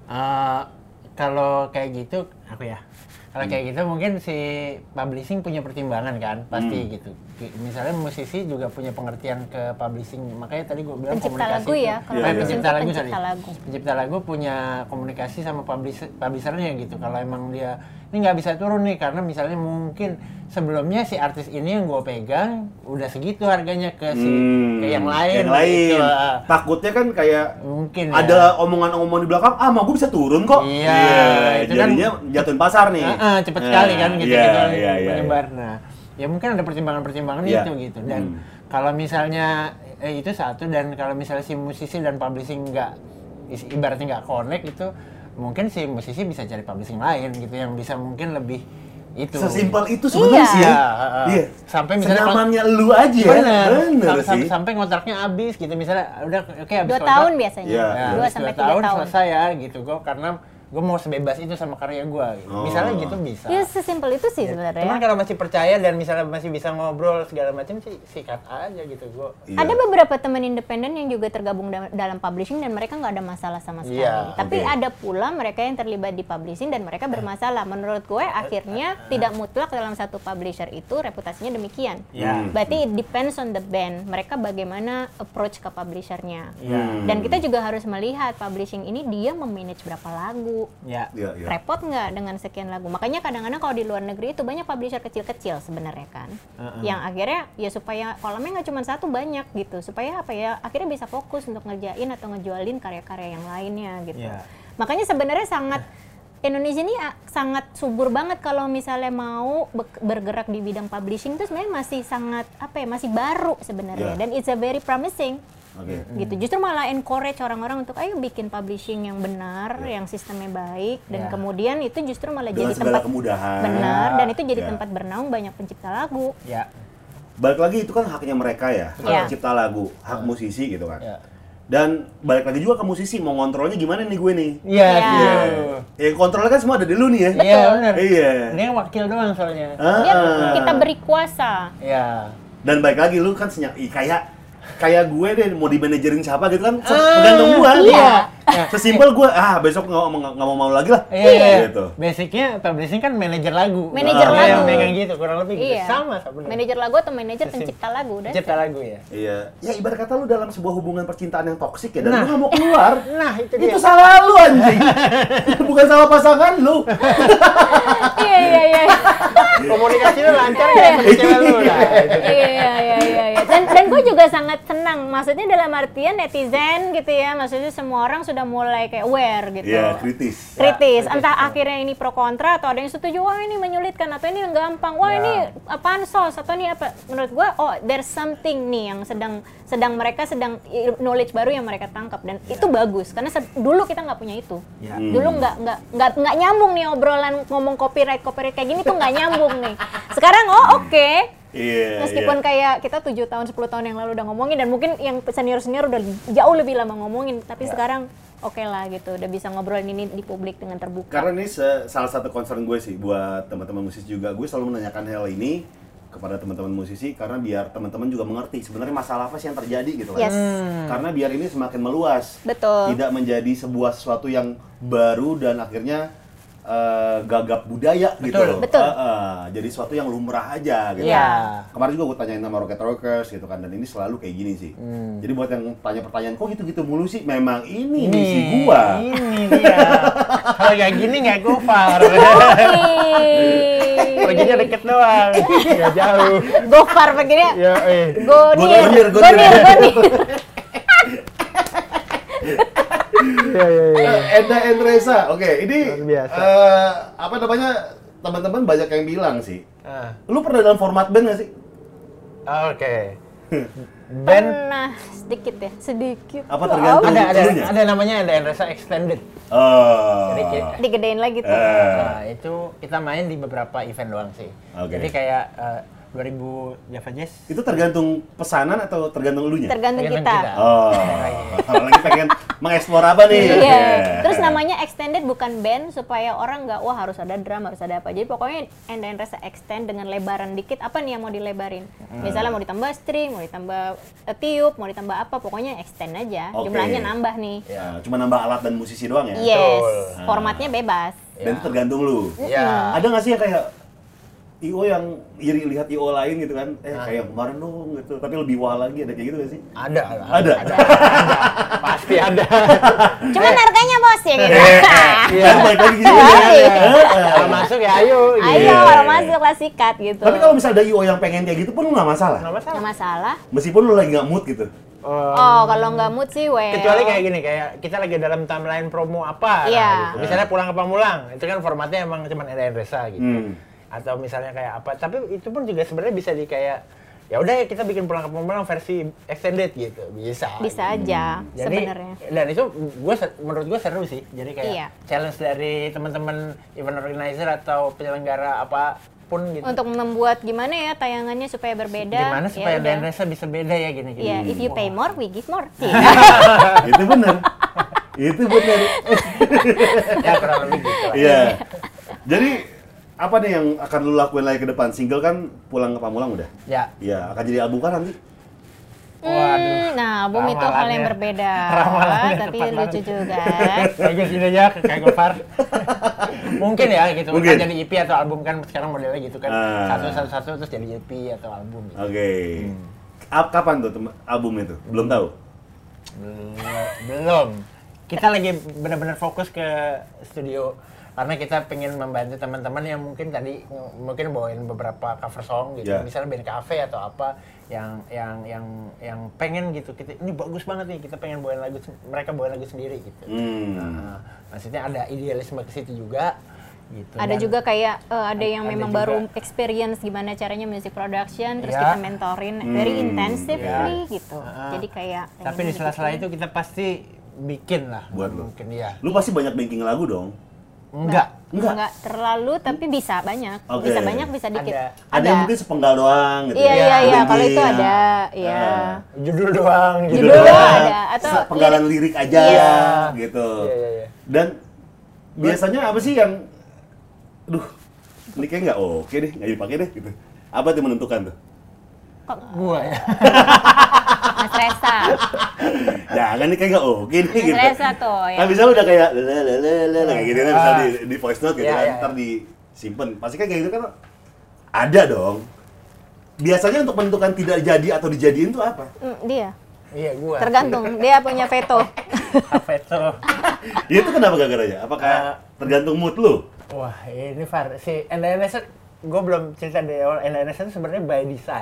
eh, kalau kayak gitu, aku ya. Kalau kayak gitu mungkin si publishing punya pertimbangan kan, pasti Hmm. gitu. Ki- Misalnya musisi juga punya pengertian ke publishing, makanya tadi gue bilang Pencipta komunikasi lagu itu- ya, kalau Iya, iya. pencipta itu lagu, pencipta sorry. lagu. Pencipta lagu punya komunikasi sama publish publishernya gitu. Kalau emang dia ini nggak bisa turun nih karena misalnya mungkin sebelumnya si artis ini yang gue pegang udah segitu harganya ke si Hmm, ke yang lain. Yang lain. gitu. Ah, Takutnya kan kayak mungkin ya. ada omongan-omongan di belakang, ah mau gue bisa turun kok. Iya, itu kan- jadinya jatuhin pasar nih. Heeh, cepet Nah, sekali kan gitu, iya, gitu iya, iya, menyebar. Nah, ya mungkin ada pertimbangan-pertimbangan Iya. itu gitu. Dan Hmm. kalau misalnya eh, itu satu, dan kalau misalnya si musisi dan publishing nggak is- ibaratnya nggak connect itu, mungkin si musisi bisa cari publishing lain gitu yang bisa mungkin lebih itu. Sesimpel itu sebenarnya Iya. sih. Iya, heeh. Iya. Sampai misalnya senyamannya lu aja ya. Bener, Bener Sam- sam- sih. sampai kontraknya habis gitu, misalnya udah oke habis Dua kontrak. tahun biasanya, Iya, Ya, dua habis sampai dua tiga tahun tahun. selesai ya gitu gue, karena gue mau sebebas itu sama karya gue gitu. Oh. Misalnya gitu bisa. Ya sesimpel itu sih Cuman sebenarnya. kalau masih percaya dan misalnya masih bisa ngobrol segala macam sih sikat aja gitu gue. Iya. Ada beberapa teman independen yang juga tergabung da- dalam publishing dan mereka nggak ada masalah sama sekali. Iya, Tapi oke. ada pula mereka yang terlibat di publishing dan mereka bermasalah. Menurut gue akhirnya tidak mutlak dalam satu publisher itu reputasinya demikian. Iya. Hmm. Berarti it depends on the band. Mereka bagaimana approach ke publishernya. Iya. Hmm. Dan kita juga harus melihat publishing ini dia memanage berapa lagu. Ya. Iya, iya. Repot nggak dengan sekian lagu? Makanya kadang-kadang kalau di luar negeri itu banyak publisher kecil-kecil sebenarnya kan, Uh-uh. yang akhirnya ya supaya kolamnya nggak cuma satu, banyak gitu, supaya apa ya, akhirnya bisa fokus untuk ngerjain atau ngejualin karya-karya yang lainnya gitu. Iya. Makanya sebenarnya sangat Indonesia ini ah, sangat subur banget kalau misalnya mau be- bergerak di bidang publishing itu sebenarnya masih sangat apa ya, masih baru sebenarnya, Iya. dan it's a very promising. Oke. Gitu, justru malah encourage orang-orang untuk ayo bikin publishing yang benar, yang sistemnya baik, dan Ya. kemudian itu justru malah Dengan jadi segala tempat kemudahan. benar, dan itu jadi Ya. tempat bernaung banyak pencipta lagu. Ya. Balik lagi itu kan haknya mereka ya, Iya. hak cipta lagu, hak musisi gitu kan. Ya. Dan balik lagi juga ke musisi, mau ngontrolnya gimana nih gue nih? Iya. Iya. gitu. Ya kontrolnya kan semua ada di lu nih ya. Iya benar. Iya. Ini yang wakil doang soalnya. Ah, Dia ah. kita beri kuasa. Iya. Dan balik lagi lu kan senyak, ih, kayak kayak gue deh mau di manajerin siapa gitu kan, se- tergantung gue. iya. Sesimpel gue, ah besok nggak mau nggak mau mau lagi lah. Iya. Gitu. Basicnya publishing kan manajer lagu. Manajer Ah, lagu. Yang megang gitu kurang lebih gitu. Iya. Sama sebenarnya. Manajer lagu atau manajer Sesim- pencipta lagu, dan Pencipta lagu ya. Iya. Ya ibarat kata lu dalam sebuah hubungan percintaan yang toksik ya, dan Nah. lu nggak mau keluar. Nah, itu dia. Itu salah lu anjing. Bukan salah pasangan lu. iya iya iya. Komunikasinya lancar ya sama cewek lu lah. Itu. Iya iya iya iya. Dan dan gue juga sangat senang. Maksudnya dalam artian netizen gitu ya, maksudnya semua orang sudah mulai kayak aware gitu. Iya, kritis. Kritis. Ya, Entah kritis. akhirnya ini pro kontra atau ada yang setuju, wah ini menyulitkan atau ini gampang, wah Ya. ini apaan sos atau ini apa. Menurut gue, oh there's something nih yang sedang sedang mereka sedang knowledge baru yang mereka tangkap dan Ya. itu bagus karena se- dulu kita nggak punya itu. Ya. Hmm. Dulu nggak nggak nggak nggak nyambung nih obrolan ngomong copyright copyright kayak gini tuh nggak nyambung nih. Sekarang oh oke. Iya, Meskipun iya. kayak kita tujuh tahun sepuluh tahun yang lalu udah ngomongin dan mungkin yang senior-senior udah jauh lebih lama ngomongin, tapi Ya. sekarang oke lah gitu, udah bisa ngobrolin ini di publik dengan terbuka. Karena ini se- salah satu concern gue sih buat teman-teman musisi juga. Gue selalu menanyakan hal ini kepada teman-teman musisi karena biar teman-teman juga mengerti sebenarnya masalah apa sih yang terjadi gitu kan. Yes. Karena biar ini semakin meluas. Betul. Tidak menjadi sebuah sesuatu yang baru dan akhirnya eh, gagap budaya gitu Betul. loh. Betul. Eh, eh, jadi sesuatu yang lumrah aja gitu. Iya. Kemarin juga gue tanyain sama Rocket Rockers gitu kan, dan ini selalu kayak gini sih. Jadi buat yang tanya pertanyaan, kok gitu-gitu mulu sih? Memang ini misi gua. Ini dia. Kalau kayak gini nggak gofar. Perginya deket doang, nggak jauh. Gofar begini. Ya, eh. Gonir, Gonir, gonir, gonir. gonir. Iya, iya, iya. Eh, Enda Endresa, oke, ini Luar biasa. eh, apa namanya, teman-teman banyak yang bilang sih, Ah, lu pernah dalam format band nggak sih? Oke. Band Pernah sedikit ya, sedikit. Apa tergantung ada ada elunya? ada namanya ada Endresa Extended. Oh. Jadi kayak- Digedein lagi tuh. Eh. Nah, itu kita main di beberapa event doang sih. Oke. Jadi kayak eh, dua ribu Java Jazz. Itu tergantung pesanan atau tergantung elunya? Tergantung Tergantung kita. kita. Oh, lagi pengen mengeksplor apa nih? Iya. Yeah. Terus namanya extended bukan band supaya orang nggak wah harus ada drum harus ada apa. Jadi pokoknya Enda Endresa extend dengan lebaran dikit apa nih yang mau dilebarin. Misalnya mau ditambah string, mau ditambah eh, tiup, mau ditambah apa, pokoknya extend aja. Oke. Jumlahnya nambah nih. Ya, cuma nambah alat dan musisi doang ya? Yes, Betul. formatnya bebas. Dan itu tergantung lu. Ya. Ada nggak sih yang kayak I O yang iri lihat I O lain gitu kan? Eh Nah. kayak kemarin dong gitu, tapi lebih wah lagi, ada kayak gitu nggak sih? Ada, Ada? ada, ada. Pasti ada. Cuman harganya bos ya gitu. Iya. Kan balik lagi gitu Iya. ya. Kalau masuk ya ayo. gitu. Ayo Iya. kalau masuk lah sikat gitu. Tapi kalau misalnya ada I O yang pengen kayak gitu pun lu nggak masalah. Nggak masalah. Nggak masalah. Meskipun lu lagi nggak mood gitu. Oh, Oh, kalau nggak mood sih well. kecuali kayak gini, kayak kita lagi dalam timeline promo apa, Iya. nah, gitu. Misalnya pulang ke Pamulang, itu kan formatnya emang cuma Enda Endresa gitu. Hmm. Atau misalnya kayak apa, tapi itu pun juga sebenarnya bisa di kayak ya udah ya kita bikin pulang ke Pamulang versi extended gitu, bisa. Bisa aja Jadi, sebenarnya. dan itu gue menurut gue seru sih. Jadi kayak Iya. challenge dari teman-teman event organizer atau penyelenggara apapun gitu. Untuk membuat gimana ya tayangannya supaya berbeda. Gimana ya supaya udah. Enda Endresa bisa beda ya gini-gini. Iya, if you pay more, we give more. Iya. Itu bener. Itu bener. Ya kurang lebih gitu. lah. Iya. Jadi apa nih yang akan lu lakuin lagi ke depan? Single kan Pulang ke Pamulang udah. Ya. Iya, akan jadi album kan nanti? Hmm, nah, album itu hal yang Ramalannya- berbeda, ramalannya tapi tepat lucu banget. juga. Bagus ini aja kayak Gofar. Mungkin ya gitu. Mungkin. Kan jadi E P atau album kan sekarang modelnya gitu kan. Ah. Satu satu satu terus jadi E P atau album. Gitu. Oke. Ap- Kapan tuh tem- album itu? Belum tahu. Belum. Belum. Kita lagi benar-benar fokus ke studio karena kita pengen membantu teman-teman yang mungkin tadi ng- mungkin bawain beberapa cover song gitu. Ya. Misalnya band cafe atau apa yang yang yang yang pengen gitu. Kita ini bagus banget nih. Kita pengen bawain lagu se- mereka bawain lagu sendiri gitu. Hmm. Nah, maksudnya ada idealisme ke situ juga gitu. Ada Dan- juga kayak eh, ada yang ada memang juga. baru experience gimana caranya music production, terus Iya. kita mentorin very Hmm, intensively iya. gitu. Ah. Jadi kayak Tapi di sela-sela itu kita pasti bikin lah. Buat lu. Mungkin ya. Lu pasti banyak banking lagu dong. Enggak. Enggak. Enggak terlalu tapi bisa banyak. Oke. Bisa banyak bisa dikit. Ada. Ada, yang mungkin sepenggal doang gitu. Iya ya. iya iya, Linking. kalau itu ada, iya. Ah. Judul doang gitu. Judul doang. ada, atau sepenggalan lirik aja Iya. gitu. Iya, iya, iya. Dan biasanya apa sih yang duh, ini kayak nggak oke deh, nggak dipakai deh gitu. Apa tuh menentukan tuh? Kok Gua ya. Mas Resa. Jangan nih kayak nggak oke nih Mas gitu. Resa tuh ya. Kan bisa udah kayak lelelelele kayak gitu kan, misal di, di voice note gitu Iya, kan, iya, ntar disimpan. Pasti kan kayak gitu kan ada dong. Biasanya untuk menentukan tidak jadi atau dijadiin tuh apa? Hmm, dia. Iya, gua. Tergantung, dia punya veto. Apa itu? Ya itu kenapa gara-garanya? Apakah Eh. tergantung mood lu? Wah, ini Far, si Enda Endresa, gue belum cerita dari awal. Enda Endresa itu sebenarnya by design.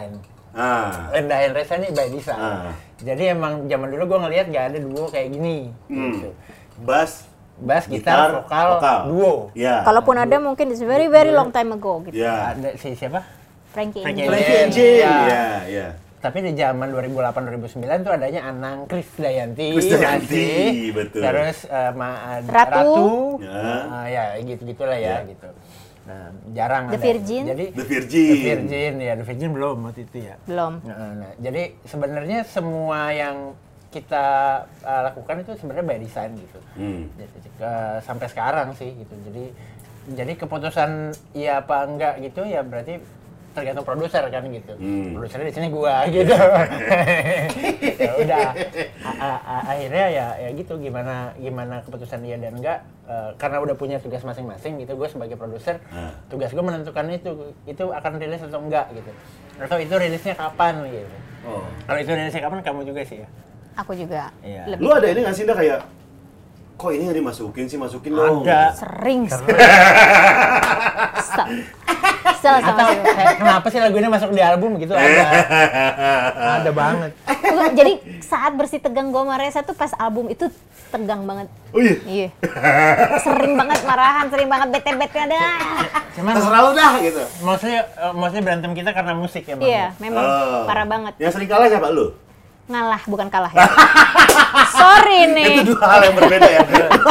Ah. Enda Henresa nih by design. Ah. Jadi emang zaman dulu gue ngelihat nggak ada duo kayak gini. Hmm. Gitu. Bass, Bass, gitar, vokal, duo. Ya. Kalaupun ada mungkin it's very very long time ago gitu. Ya. Ada si siapa? Frankie Frankie Angel. Frankie Angel. Angel. Ya. Ya, ya. Tapi di zaman dua ribu delapan dua ribu sembilan tuh adanya Anang Krisdayanti. Krisdayanti, masih. betul. Terus uh, Ma ad- Ratu. Ratu. Ya. Uh, ya gitu-gitulah ya, Ya. gitu. Nah, jarang The ada. Virgin. Jadi The Virgin. The Virgin ya, The Virgin belum waktu itu ya. Belum. Nah, nah, jadi sebenarnya semua yang kita uh, lakukan itu sebenarnya by design gitu. Hmm. Jadi, uh, sampai sekarang sih gitu. Jadi jadi keputusan iya apa enggak gitu ya berarti tergantung produser kan gitu. Hmm. Produsernya di sini gua gitu. Ya udah. A- a- a- akhirnya ya ya gitu gimana gimana keputusan iya dan enggak uh, karena udah punya tugas masing-masing gitu. Gue sebagai produser Ah. tugas gue menentukan itu itu akan rilis atau enggak gitu. Atau itu rilisnya kapan gitu. Oh. Kalau itu rilisnya kapan kamu juga sih ya. Aku juga. Iya. Lebih Lu ada ini nggak sih, Nda, kayak kok ini nggak dimasukin sih, masukin dong. Ada. sering. Stop. Salah sama Atau sih. kayak, kenapa sih lagu ini masuk di album gitu ada. Ada banget. Gua- Jadi saat bersih tegang gue sama Reza tuh pas album itu tegang banget. Oh iya. Iya. Sering banget marahan, sering banget bete-bete ada. Cuman Terserah lu dah gitu. mostly uh, mostly berantem kita karena musik ya, Bang. Iya, memang Oh. parah banget. Yang sering kalah siapa lu? Ngalah bukan kalah ya. Sorry nih. Itu dua hal yang berbeda ya.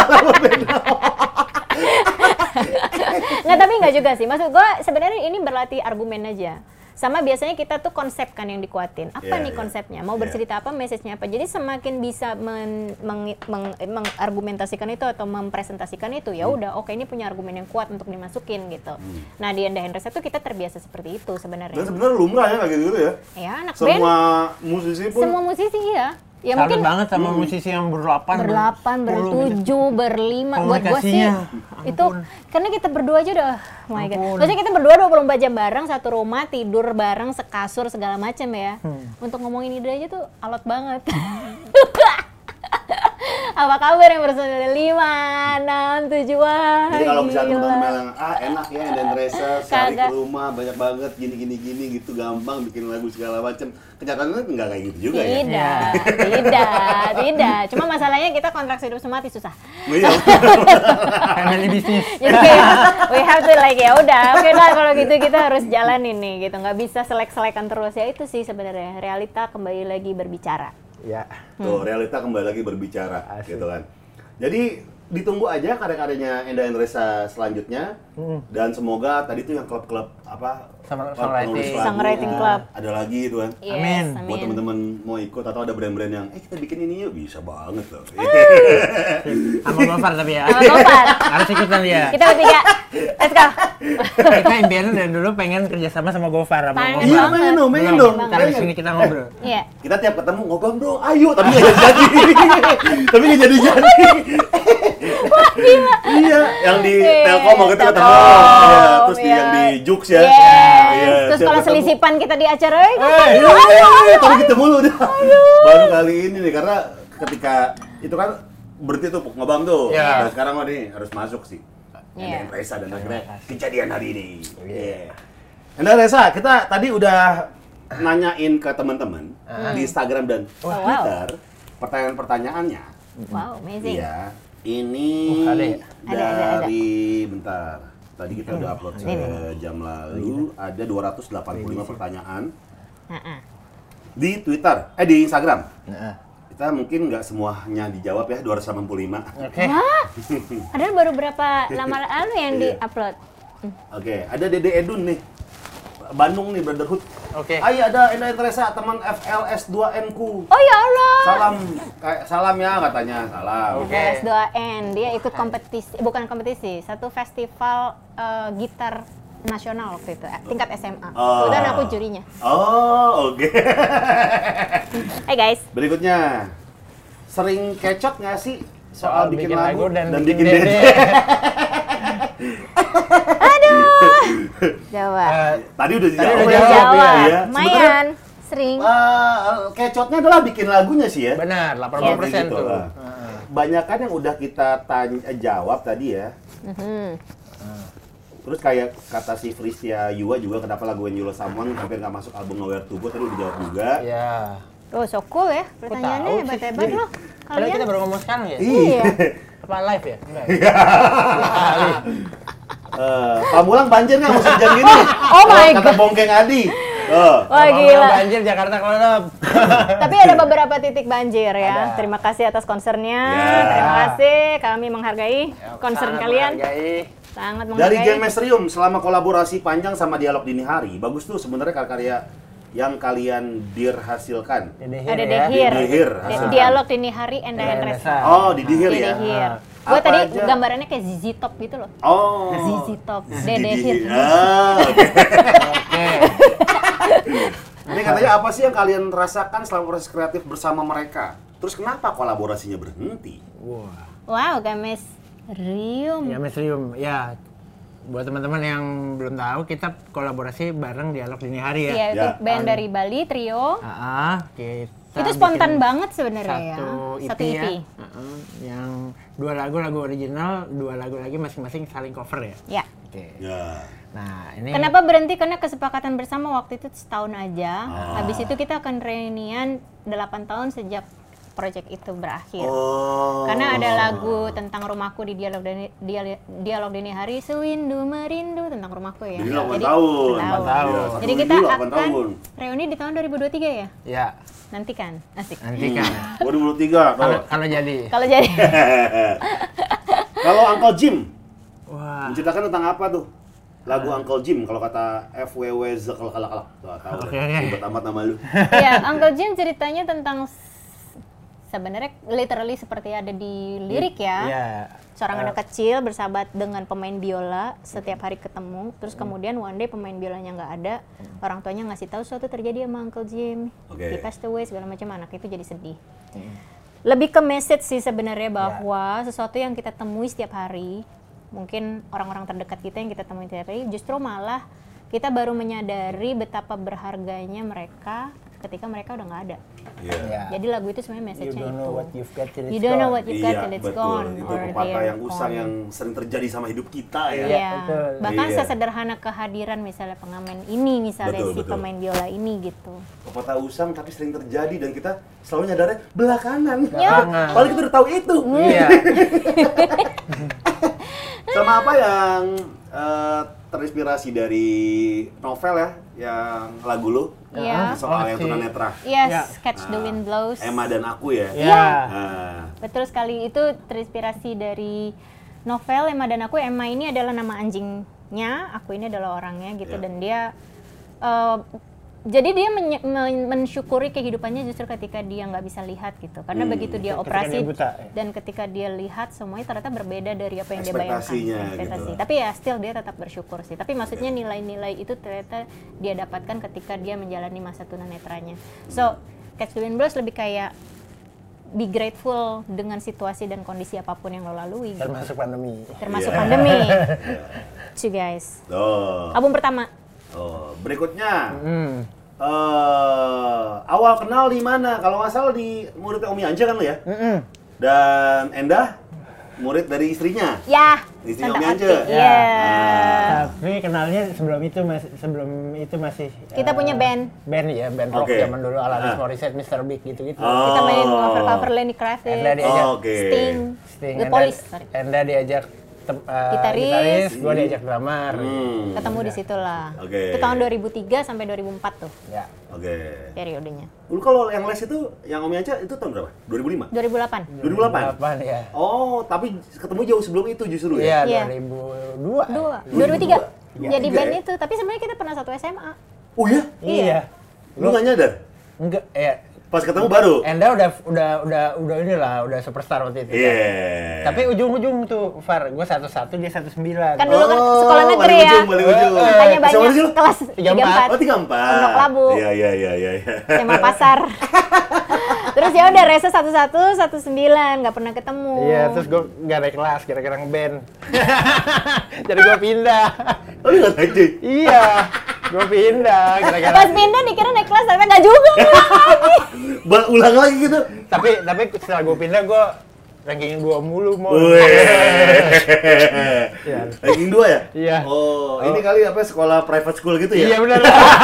Nggak, tapi nggak juga sih. Maksud gue sebenarnya ini berlatih argumen aja. Sama biasanya kita tuh konsep kan yang dikuatin. Apa Yeah, nih yeah. konsepnya? Mau Yeah. bercerita apa, message-nya apa. Jadi semakin bisa men, meng, meng, mengargumentasikan itu atau mempresentasikan itu, ya udah oke ini punya argumen yang kuat untuk dimasukin gitu. Nah di Enda Henresa tuh kita terbiasa seperti itu Dan sebenarnya. sebenarnya lumrah ya kayak gitu ya. Ya anak band, Semua musisi pun semua musisi ya. Ya Salut mungkin banget sama musisi yang berdelapan, berdelapan, berpuluh gitu. bertujuh, berlima. Buat gue sih Komunikasinya, itu karena kita berdua aja udah, oh my god. Ampun. Maksudnya kita berdua dua puluh empat jam bareng, satu rumah, tidur bareng, sekasur segala macam ya. Untuk ngomongin ide aja tuh alot banget. Apa kabar yang bersama lima, enam, tujuh, wah jadi kalau misalnya gila. teman-teman bilang, ah enak ya dan Reza sehari Kagak. ke rumah banyak banget gini gini gini gitu gampang bikin lagu segala macam. Kenyataannya enggak kayak gitu juga ya. Tidak, tidak, tidak. Cuma masalahnya kita kontrak hidup semati susah. Iya. Family business. Jadi kayak we have to like ya udah, oke lah kalau gitu kita harus jalan ini gitu, nggak bisa selek-selekan terus ya itu sih sebenarnya realita kembali lagi berbicara. Ya. Tuh, realita kembali lagi berbicara Asik. gitu kan. Jadi ditunggu aja karya-karyanya Enda Henresa selanjutnya dan semoga tadi tuh yang klub-klub apa Sama- klub songwriting. penulis lagu, Songwriting ah, club. ada lagi itu kan. Yes, Amin. Buat teman-teman mau ikut atau ada brand-brand yang eh kita bikin ini yuk bisa banget loh. Sama Gofar tapi ya. Sama Gofar. Harus ikutan dia. Kita bertiga, let's go. Kita impiannya dari dulu pengen kerjasama sama Gofar sama Pengen Iya Gofar. pengen dong, pengen Belum, dong. ntar di pengen. sini kita ngobrol. Iya. Kita tiap ketemu ngobrol bro, ayo tapi nggak jadi. Tapi nggak jadi jadi. Iya, yang di Iya, Telkom waktu itu ketemu. Telkom, Iya, terus di iya. yang di Jux ya. Yes. Iya, Terus tiap kalau ketemu. selisipan kita di acara, eh, Eh, iya, iya, iya, tapi ketemu lu udah. Baru kali ini nih karena ketika itu kan berarti tuh ngobam tuh. Iya. Nah, sekarang mah nih harus masuk sih. Iya. Enda Reza dan akhirnya kejadian hari ini. Iya. Enda Reza, kita tadi udah nanyain ke teman-teman di Instagram dan Oh, wow. Twitter pertanyaan-pertanyaannya. wow, amazing. Iya. Ini Oh, ada ya? Ada, ada, ada. dari bentar. Tadi kita udah upload Ini, ini. sejam lalu ada dua ratus delapan puluh lima pertanyaan Heeh. di Twitter, eh di Instagram. Nah, Kita mungkin nggak semuanya dijawab ya, dua ratus delapan puluh lima. oke. Wah, padahal baru berapa lama lalu yang Iya. di-upload? Oke, ada Dede Edun nih. Bandung nih, Brotherhood. Oke. Ay, ada Enda Teresa, teman F L S dua N ku. Oh ya Allah. Salam, kayak salam ya katanya, salam. Oke. S dua N, dia ikut kompetisi, eh, bukan kompetisi, satu festival eh, gitar nasional waktu itu, eh, tingkat S M A. Oh. Kebetulan aku jurinya. Oh, oke. Hai guys. Berikutnya, sering kecot nggak sih soal bikin, lagu, dan, bikin dede. dede? Coba. Eh, Tadi udah Tadi dijawab udah ya. jawab, Jawab, Iya. lumayan, sering. Eh, kecotnya adalah bikin lagunya sih ya. benar, delapan puluh persen Gitu tuh. lah. Banyak kan yang udah kita tanya, eh, jawab tadi ya. Mhm. Terus kayak kata si Fristia Yua juga, kenapa lagu When You Love Someone hampir nggak masuk album Nowhere to Go, tadi udah dijawab juga. Iya. Oh, so cool ya pertanyaannya, tahu sih. hebat-hebat loh. Padahal kita Kalian? baru ngomong sekarang ya? Iya. Apa live ya? Enggak. ya? Eh, Pamulang banjir nggak musim hujan gini? Oh my Kata Bongkeng Adi. Oh. Wah Ngomong gila. banjir Jakarta kelelep. Tapi ada beberapa titik banjir ya. Ada. Terima kasih atas concernnya. Ya. Terima kasih, kami menghargai concern Sangat kalian. menghargai. Sangat Dari menghargai. Gen Mesrium, selama kolaborasi panjang sama Dialog Dini Hari, bagus tuh sebenarnya karya-karya yang kalian dirhasilkan. Dede Ada ya. Dehir. Dehir, Di- hasilkan. Dialog Dini Hari Enda Enda Hendresa. Hendresa. Oh, di Dihir ya? Dehir. Ah. Gue Apa tadi aja? gambarannya kayak Z Z Top gitu loh. Oh. Z Z Top, Di Dede Dihir. Hit. Ah, oke. Oke. Ini katanya apa sih yang kalian rasakan selama proses kreatif bersama mereka? Terus kenapa kolaborasinya berhenti? Wah. Wow, Games Rium. Ya Mesrium. Ya. Buat teman-teman yang belum tahu, kita kolaborasi bareng Dialog Dini Hari ya. Iya, itu Ya. band dari Bali, trio. Ah, ah, kita Itu spontan bikin banget sebenarnya ya. satu Satu E E P, P. ya. Uh-uh, yang dua lagu lagu original, dua lagu lagi masing-masing saling cover ya. Ya. Oke. Ya. Nah, ini Kenapa berhenti? Karena kesepakatan bersama waktu itu setahun aja. Ah. Habis itu kita akan reunian delapan tahun sejak project itu berakhir. Oh. Karena ada lagu tentang rumahku di dialog dini, dialog, dialog dini hari, sewindu merindu tentang rumahku ya. Jadi delapan tahun. delapan tahun. Iya, satu Jadi kita minggu, delapan akan tahun. reuni di tahun dua ribu dua puluh tiga ya. ya Nantikan, asik. nanti kan. dua ribu dua puluh tiga. Kalau tuh. kalau jadi. Kalau jadi Kalau Uncle Jim, Wah. menceritakan tentang apa tuh? Lagu Uncle Jim, kalau kata F W W Zekalkalak. Tuh, tahu Oke, deh. oke. Ribet amat nama lu. ya Uncle Jim ceritanya tentang s- sebenarnya literally seperti ada di lirik ya. Iya. Seorang anak kecil bersahabat dengan pemain biola, setiap hari ketemu, terus Hmm. kemudian one day pemain biolanya nggak ada, orang tuanya ngasih tahu suatu terjadi sama Uncle Jim, Oke. he passed away segala macam, anak itu jadi sedih. Hmm. Lebih ke message sih sebenarnya Ya. bahwa sesuatu yang kita temui setiap hari, mungkin orang-orang terdekat kita yang kita temui setiap hari, justru malah kita baru menyadari betapa berharganya mereka ketika mereka udah nggak ada. Iya. Ya. Jadi lagu itu sebenarnya You message-nya don't itu. know what you've got till it's You don't know gone. what you've got Iya, till it's betul. gone. Itu or pepatah they're yang usang gone. yang sering terjadi sama hidup kita ya. Iya, betul. bahkan Iya. sesederhana kehadiran misalnya pengamen ini, misalnya Betul, si betul. pemain biola ini gitu. Pepatah usang tapi sering terjadi dan kita selalu nyadarnya belakangan. Belakangan. Padahal kita udah tahu itu. Iya. Sama apa yang eh, terinspirasi dari novel ya, yang lagu lu Iya. soal Oh, yang si- tunanetra. Yes, Ya. Catch the Wind Blows. Emma dan aku ya. Iya. Nah, Betul sekali, itu terinspirasi dari novel Emma dan Aku. Emma ini adalah nama anjingnya, aku ini adalah orangnya gitu, Ya. dan dia eh, jadi dia menye- men- mensyukuri kehidupannya justru ketika dia nggak bisa lihat gitu, karena Hmm. begitu dia Ketika operasi dia buta, ya. dan ketika dia lihat semuanya ternyata berbeda dari apa yang dia bayangkan. Ekspektasinya Ekspektasi. gitu. Tapi ya still dia tetap bersyukur sih. Tapi maksudnya nilai-nilai itu ternyata dia dapatkan ketika dia menjalani masa tunanetranya. So Catch the Wind Blows lebih kayak be grateful dengan situasi dan kondisi apapun yang lo lalui, gitu. Termasuk pandemi. termasuk Iya. pandemi. Two guys. tuh. Album pertama. Oh, berikutnya. Hmm. eh awal kenal di mana? Kalau nggak salah di muridnya Umi Anja kan lu ya? Mm-mm. Dan Endah murid dari istrinya. Ya. Istrinya Tante Umi Anja. Ati. Iya. Tapi kenalnya sebelum itu masih sebelum itu masih Kita eh, punya band. Band ya, band rock Oke. zaman dulu Alanis Ah. Morissette, mister Big gitu-gitu. Oh. Kita main cover-cover Lenny Kravitz, Enda diajak Oh, oke. Sting, Sting, The Enda- Police. Sorry. Enda diajak tem- eh, Gitaris. gua diajak drummer. Hmm. Ketemu di situ lah. Oke. Itu tahun dua ribu tiga sampai dua ribu empat tuh Ya. Oke. periodenya. Lu kalau yang les itu yang Umi Anja itu tahun berapa? dua ribu lima? dua ribu delapan. dua ribu delapan? Delapan, ya. Oh, tapi ketemu jauh sebelum itu justru Iya, ya? Iya. dua ribu dua. Dua, dua dua ribu tiga. Iya. Jadi Tiga band ya? itu, tapi sebenarnya kita pernah satu S M A. Oh iya? Iya. Lu nggak nyadar? Enggak, ya. Pas ketemu baru? Enda udah udah udah udah inilah, udah superstar waktu itu. Iya. Tapi ujung-ujung tuh, Far, gua satu satu dia satu sembilan. Kan dulu kan Oh, sekolah negeri balik ya. ujung, balik ujung. Makanya Sama banyak sih lu? kelas Tiga tiga empat. empat. Oh, tiga empat. Pondok Labu. Iya, iya, iya, iya. iya. S M A Pasar. Terus ya udah Resa satu satu, satu sembilan, nggak pernah ketemu. Iya, terus gua nggak naik kelas, kira-kira ngeband. Jadi gua pindah. Oh, lu nggak naik cuy? Iya, gua pindah kira-kira. Pas pindah dikira naik kelas, ternyata nggak juga ngulang lagi. Ba- ulang lagi gitu? Tapi tapi setelah gua pindah gua ranking dua mulu mau. Iya. Ranking dua ya? Iya. Oh, ini kali apa sekolah private school gitu ya? Iya benar.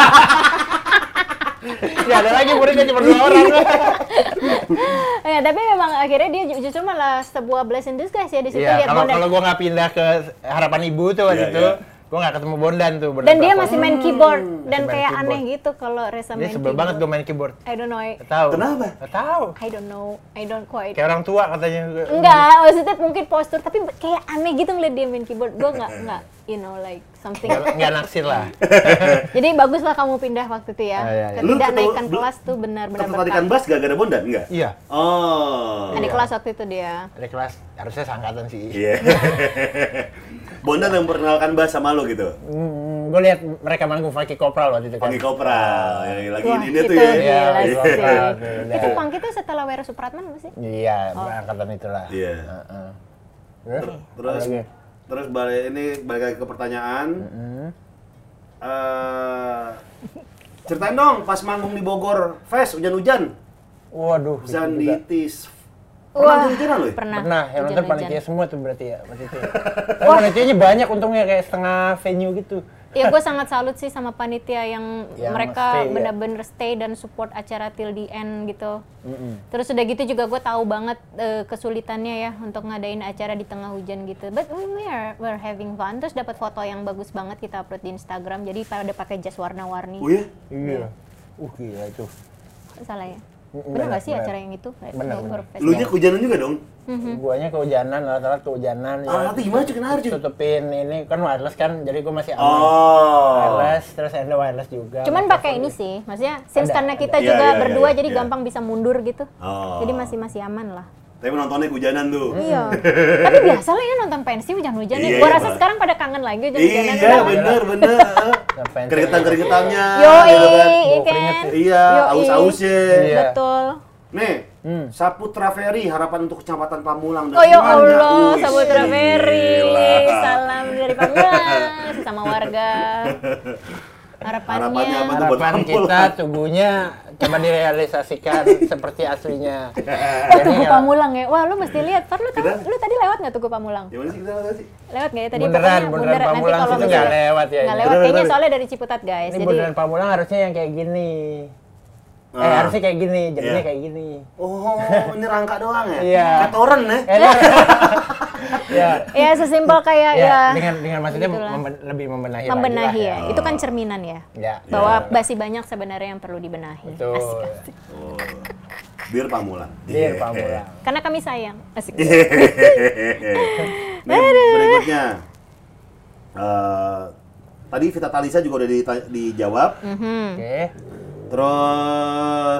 Gak ada lagi muridnya cuma dua orang. Ya, tapi memang akhirnya dia ju- justru malah sebuah blessing disguise ya di situ Iya, lihat kalau Bondan. kalau gua nggak pindah ke Harapan Ibu tuh waktu Iya, itu, iya. gua nggak ketemu Bondan tuh. Bondan Dan dia Prakoso. masih main keyboard dan main kayak keyboard. aneh gitu kalau Reza Dia main sebel keyboard. banget gua main keyboard. I don't know. I, Gak tahu. Kenapa? Gak tahu. I don't know. I don't quite. Kayak orang tua katanya. Enggak, maksudnya mungkin postur tapi kayak aneh gitu ngeliat dia main keyboard. Gua nggak nggak you know like something. Nggak nggak naksir lah. Jadi baguslah kamu pindah waktu itu ya. Ah, iya, iya. Lu Tidak ketemu- naikkan lu kelas tuh benar-benar Ketertarikan berkah. bass gak ada Bondan? Enggak? Iya. Oh. Adik kelas waktu itu dia. Dari kelas harusnya seangkatan sih. Iya. Bondan yang memperkenalkan bass sama lo gitu? Hmm, gue lihat mereka manggung Funky Kopral waktu itu kan. Funky Kopral, yang lagi Wah, ini itu tuh ya. gila Iya, sih. Funky Kopral tuh, udah. Itu punk itu setelah Wera Supratman nggak sih? Iya, angkatan itulah. Iya. Heeh. Terus? Terus, Apa lagi? terus balik ini balik lagi ke pertanyaan. Eh, ceritain dong pas manggung di Bogor, Fest hujan-hujan, Waduh. itu juga. Zanditis. Wah, Pernah hujan-hujanan lo ya? Pernah. Pernah, yang nonton Hujan-hujan. panitia semua tuh berarti ya waktu itu. Tapi panitianya banyak untungnya kayak setengah venue gitu. Ya gue sangat salut sih sama panitia yang Yang mereka stay, ya. benar-benar stay dan support acara till the end gitu. Terus udah gitu juga gue tahu banget eh, kesulitannya ya untuk ngadain acara di tengah hujan gitu. But we are we're having fun. Terus dapat foto yang bagus banget kita upload di Instagram. Jadi pada pakai jas warna-warni. Oh ya? Iya. Uh gila itu. Salah ya? Mm, Bener bener, nggak sih bener. acara yang itu? Bener, Bogor bener. Fest. Lu nya kehujanan juga dong? Guanya kehujanan, alat-alat kehujanan. Ah, tapi gimana cuy, kenapa cuy? Tutupin ini kan wireless kan, jadi gue masih aman. Oh. Wireless, terus ada wireless juga. Cuman Mikrofon pakai ini juga. sih, maksudnya since Ada, karena ada. kita Iya, juga iya, berdua iya, jadi iya. gampang bisa mundur gitu. Oh. Jadi masih masih aman lah. Tapi nontonnya kehujanan tuh. Iya. Tapi biasa lah ya nonton pensi hujan-hujan ya. Iya, Gua iya, rasa Pak. sekarang pada kangen lagi hujan-hujanan. Iya, Udah- bener, bener. Sampai- Keringetan-keringetannya. Yoi, gitu kan. iya Bau kan? keringet. Iya, Yoi. aus-ausnya. Iya. Betul. Nih, Hmm. Saputra Ferry, harapan untuk Kecamatan Pamulang. dan Oh ya semuanya. Allah, Wih, Saputra Ferry. gila. Salam dari Pamulang sama warga. Harapannya, Harapannya apa tuh? Harapan Buat kita Pamulang. tubuhnya coba direalisasikan seperti aslinya. Oh, Tugu kalau- Pamulang ya. Wah, lu mesti lihat. Far, lu tahu, Kita- lu tadi lewat nggak Tugu Pamulang? Gimana sih kita lihat sih? Lewat nggak ya tadi? Bundaran, Pokoknya bundaran Nanti Pamulang kalau situ misalnya- nggak lewat ya Nggak ini. lewat, Bener, kayaknya bener. soalnya dari Ciputat guys. Ini Jadi bundaran Pamulang harusnya yang kayak gini. Eh Ah. harusnya kayak gini, jadinya Iya. kayak gini. Oh, ini rangka doang ya? Iya. Ketoren ya? Eh, ya. ya sesimpel kayak Ya, ya, dengan dengan maksudnya Begitulah. memben- lebih membenahi lagi membenahi lah ya. Itu kan cerminan ya. Ya. Bahwa masih banyak sebenarnya yang perlu dibenahi. Betul. Asik, asik. Oh. Bir Pamulang. Dir Pamulang. Karena kami sayang. Asik. Nih, berikutnya. Eh, tadi Vita Talisa juga udah dita- dijawab. Mhm. Oke. Terus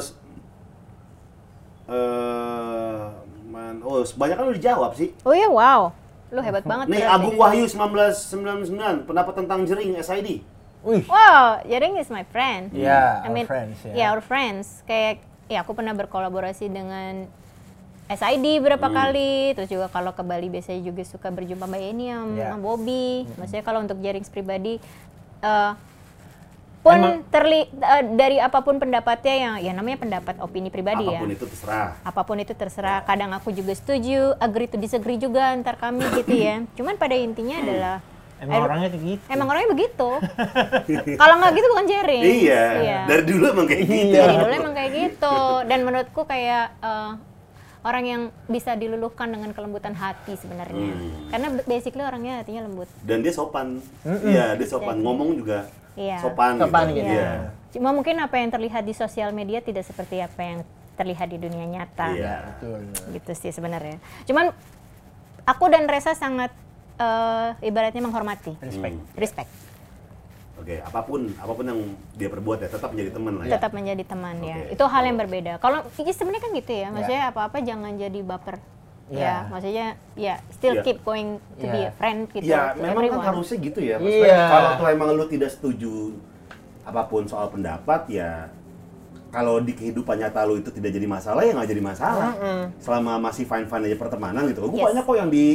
eh man, oh sebanyak kan udah dijawab sih. Oh iya, wow. Lu hebat banget. Nih berarti. Agung Wahyu seribu sembilan ratus sembilan puluh sembilan, pendapat tentang jering S I D. Wih. Wow, Jering is my friend. Ya, I our mean, friends ya. yeah, our friends. Kayak, ya aku pernah berkolaborasi dengan S I D berapa Hmm. kali, terus juga kalau ke Bali biasanya juga suka berjumpa Mbak Eni sama, Ya. sama Bobby. Maksudnya kalau untuk Jerings pribadi, eh, pun Emang- terli eh, dari apapun pendapatnya yang ya namanya pendapat opini pribadi Apapun ya. itu terserah. Apapun itu terserah. Kadang aku juga setuju, agree to disagree juga antar kami gitu ya. Cuman pada intinya adalah Emang I- orangnya tuh gitu. Emang orangnya begitu. Kalau nggak gitu bukan Jering. Iya. Dari dulu emang kayak gitu. Iya. Dari dulu emang kayak gitu. Dan menurutku kayak eh, orang yang bisa diluluhkan dengan kelembutan hati sebenarnya. Hmm. Karena basically orangnya hatinya lembut. Dan dia sopan. Iya, dia sopan. Ngomong juga Iya. sopan. Sopan gitu. gitu. Iya. Cuma mungkin apa yang terlihat di sosial media tidak seperti apa yang terlihat di dunia nyata. Iya. Betul. Gitu sih sebenarnya. Cuman aku dan Reza sangat eh, ibaratnya menghormati. Respect. Respect. Oke, apapun apapun yang dia perbuat ya tetap menjadi teman lah ya. Tetap menjadi teman ya. Oke. Itu hal yang berbeda. Kalau ya sebenarnya kan gitu ya. Maksudnya apa-apa jangan jadi baper. Ya. Ya, maksudnya ya still Ya. keep going to be Ya. a friend gitu. Iya, to memang kan everyone. harusnya gitu ya. Maksudnya Iya. kalau tuh emang lu tidak setuju apapun soal pendapat ya kalau di kehidupan nyata lu itu tidak jadi masalah ya nggak jadi masalah. Selama masih fine-fine aja pertemanan gitu. Gue Yes. banyak kok yang di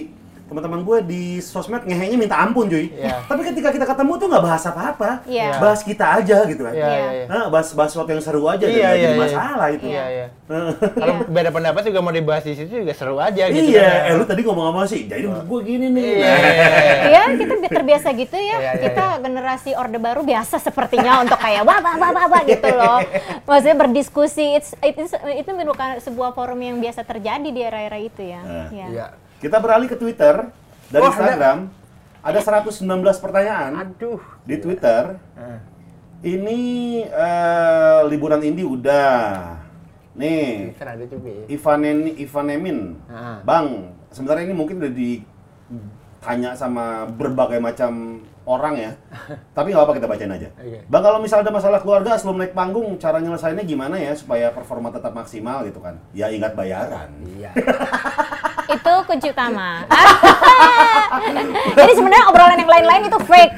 teman-teman gue di sosmed ngehenya minta ampun cuy. Iya. Tapi ketika kita ketemu tuh nggak bahas apa-apa, Iya. bahas kita aja gitu kan. Iya, iya, iya. Nah, bahas bahas sesuatu yang seru aja, Iya, dan nggak iya, jadi iya. masalah itu. Iya, iya. Kalau beda pendapat juga mau dibahas di situ juga seru aja gitu. Iya, kan. eh lu tadi ngomong apa sih? Jadi menurut gue gini nih. Iya. Iya, kita bi- terbiasa gitu ya. Iya, iya, Kita generasi Orde Baru biasa sepertinya untuk kayak wah wah wah wah, wah gitu loh. Maksudnya berdiskusi, it's, itu itu merupakan sebuah forum yang biasa terjadi di era-era itu ya. Nah, Iya. Iya. Kita beralih ke Twitter dan Oh, Instagram. Ada seratus sembilan belas pertanyaan Aduh. di Twitter. Ah. Ini eh, liburan indie udah. Nih, Twitter ada juga ya. Ivanen Ivanemin. Ah. Bang, sebenarnya ini mungkin udah ditanya sama berbagai macam orang ya. Tapi nggak apa, kita bacain aja. Oke. Bang, kalau misalnya ada masalah keluarga sebelum naik panggung, cara nyelesainnya gimana ya supaya performa tetap maksimal gitu kan? Ya ingat bayaran. Iya. Itu kunci utama. Jadi sebenarnya obrolan yang lain-lain itu fake.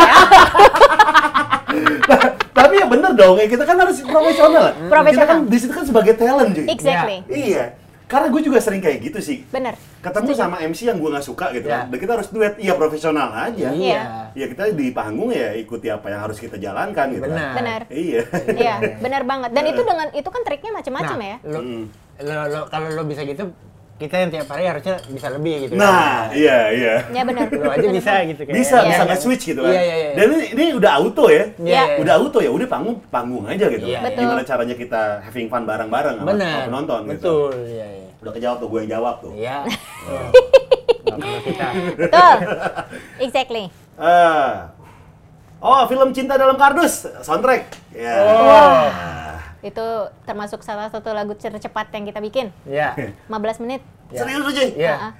Tapi ya bener dong, ya kita kan harus profesional. Profesional. Kita kan di situ kan sebagai talent cuy. Exactly. Iya. Karena gue juga sering kayak gitu sih. Bener. Ketemu sama M C yang gue nggak suka gitu Ya. kan. Dan kita harus duet, iya profesional aja. Iya. Ya kita di panggung ya ikuti apa yang harus kita jalankan gitu Benar. kan. Benar. Iya. Iya, benar banget. Dan itu dengan itu kan triknya macam-macam Nah, ya. Lo, Mm. lo, lo- kalau lo bisa gitu, kita yang tiap hari harusnya bisa lebih gitu. Nah, iya iya. Ya benar. Lo aja Benar bisa banget. gitu kayak. Bisa, Iya, bisa iya. nge-switch gitu kan. Iya, iya, iya. Dan ini, ini udah auto ya. Iya, iya. Udah auto ya, udah panggung panggung aja gitu. Iya, Betul. Gimana caranya kita having fun bareng-bareng sama, Benar. sama penonton gitu. Betul. Iya, iya. Udah kejawab tuh, gue yang jawab tuh. Iya. Oh. Nggak perlu kita. Betul. Exactly. Eh, oh, film Cinta Dalam Kardus, soundtrack. Ya. Oh. Itu termasuk salah satu lagu tercepat yang kita bikin. Iya. lima belas menit. Ya. Serius lu, Cuy? Iya. Ah, ah.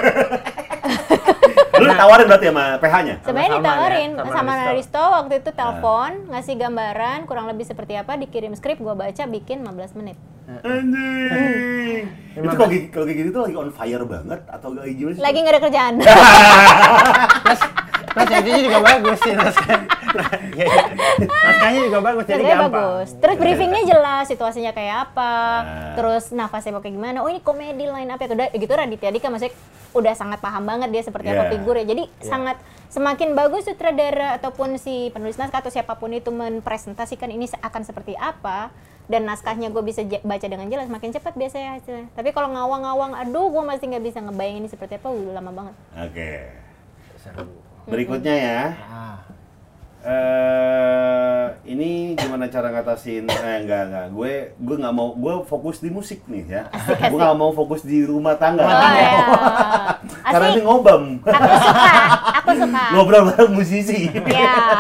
Lu ditawarin berarti sama P H-nya? Sebenarnya Sama-sama ditawarin ya, sama sama Naristo. Naristo waktu itu telepon, ngasih gambaran kurang lebih seperti apa, dikirim skrip, gua baca, bikin lima belas menit. Anjing. Itu kalau kayak kalau kayak gitu tuh lagi on fire banget atau lagi gimana sih? Lagi nggak ada kerjaan. Plus, plus editingnya juga bagus sih naskah. Naskahnya juga bagus, jadi Kerjanya gampang. bagus. Terus briefingnya jelas, situasinya kayak apa, Nah. terus nafasnya mau kayak gimana. Oh ini komedi line apa ya? Udah gitu Raditya Dika maksudnya udah sangat paham banget dia seperti apa Yeah. figur ya. Jadi sangat semakin bagus sutradara ataupun si penulis naskah atau siapapun itu mempresentasikan ini se- akan seperti apa dan naskahnya gue bisa j- baca dengan jelas, makin cepat biasanya hasilnya. Tapi kalau ngawang-ngawang, aduh gue masih nggak bisa ngebayangin ini seperti apa, udah lama banget. Oke. Seru. Berikutnya ya. Ah. Eh, ini gimana cara ngatasin? Eh, enggak enggak. Gue gue nggak mau. Gue fokus di musik nih ya. Gue nggak mau fokus di rumah tangga. Oh ya, Karena ini asik. ngobam. Aku suka, aku suka. Ngobrol bareng musisi. Ya.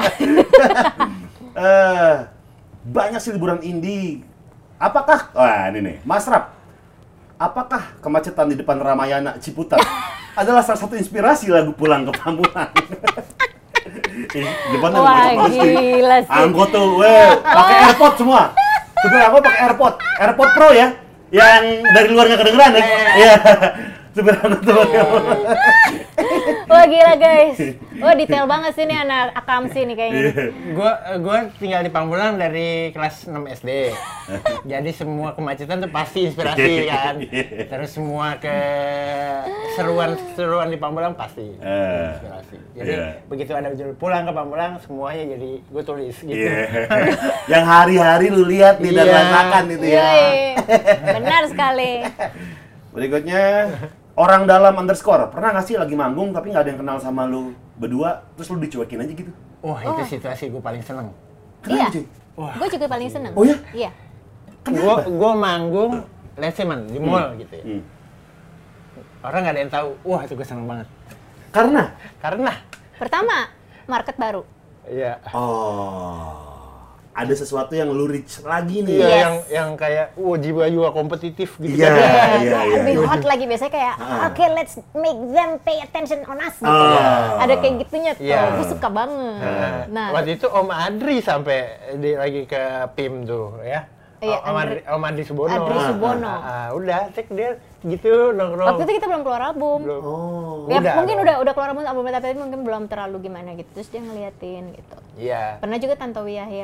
Eh, banyak sih liburan indie. Apakah? Wah ini nih, Mas Rap. Apakah kemacetan di depan Ramayana Ciputat adalah salah satu inspirasi lagu Pulang ke Pamulang? Ih, depannya Wah, macet banget sih. gila sih. Angkot tuh, weh, pakai AirPod semua. Supir angkot pakai AirPod, AirPod Pro ya, yang dari luar nggak kedengeran ya. Iya. Supir angkot tuh pakai AirPod. Wah gila guys. Wah detail banget sih nih anak akamsi nih kayaknya. Gua gua tinggal di Pamulang dari kelas enam S D. Jadi semua kemacetan tuh pasti inspirasi kan. Terus semua ke seruan-seruan di Pamulang pasti Eh, inspirasi. Jadi iya. begitu ada judul pulang ke Pamulang semuanya jadi gue tulis gitu. Iya. Yang hari-hari lu lihat nih dan Iya. rasakan itu ya. Yoi. Benar sekali. Berikutnya, orang dalam underscore. Pernah nggak sih lagi manggung tapi nggak ada yang kenal sama lu berdua, terus lu dicuekin aja gitu? Wah, itu situasi gue paling seneng. Iya. cuy? Gue juga paling seneng. Oh ya? Iya. Gue gue manggung, let's say man, di mall gitu ya. Hmm. Orang nggak ada yang tahu. Wah, itu gue seneng banget. Karena? Karena Pertama, market baru. ya Oh, ada sesuatu yang lu reach lagi nih. iya Yes. yang yang kayak wah jiwa-jiwa kompetitif gitu. Iya, kan. Yeah, iya, iya, lebih iya. hot lagi biasanya kayak, Ah. oke let's make them pay attention on us gitu. Ah. Ada kayak gitunya tuh, Iya. gue suka banget. Nah, Nah, waktu itu Om Adri sampai di, lagi ke P I M tuh ya. Iya, Om Adri, Om Adri Subono. Adri Subono. Ah, ah, udah, cek dia gitu nongkrong. waktu itu kita belum keluar album. Belum. Oh. Ya, Udah mungkin dong. udah udah keluar album, album tapi mungkin belum terlalu gimana gitu. Terus dia ngeliatin gitu. Iya. Pernah juga Tantowi Yahya.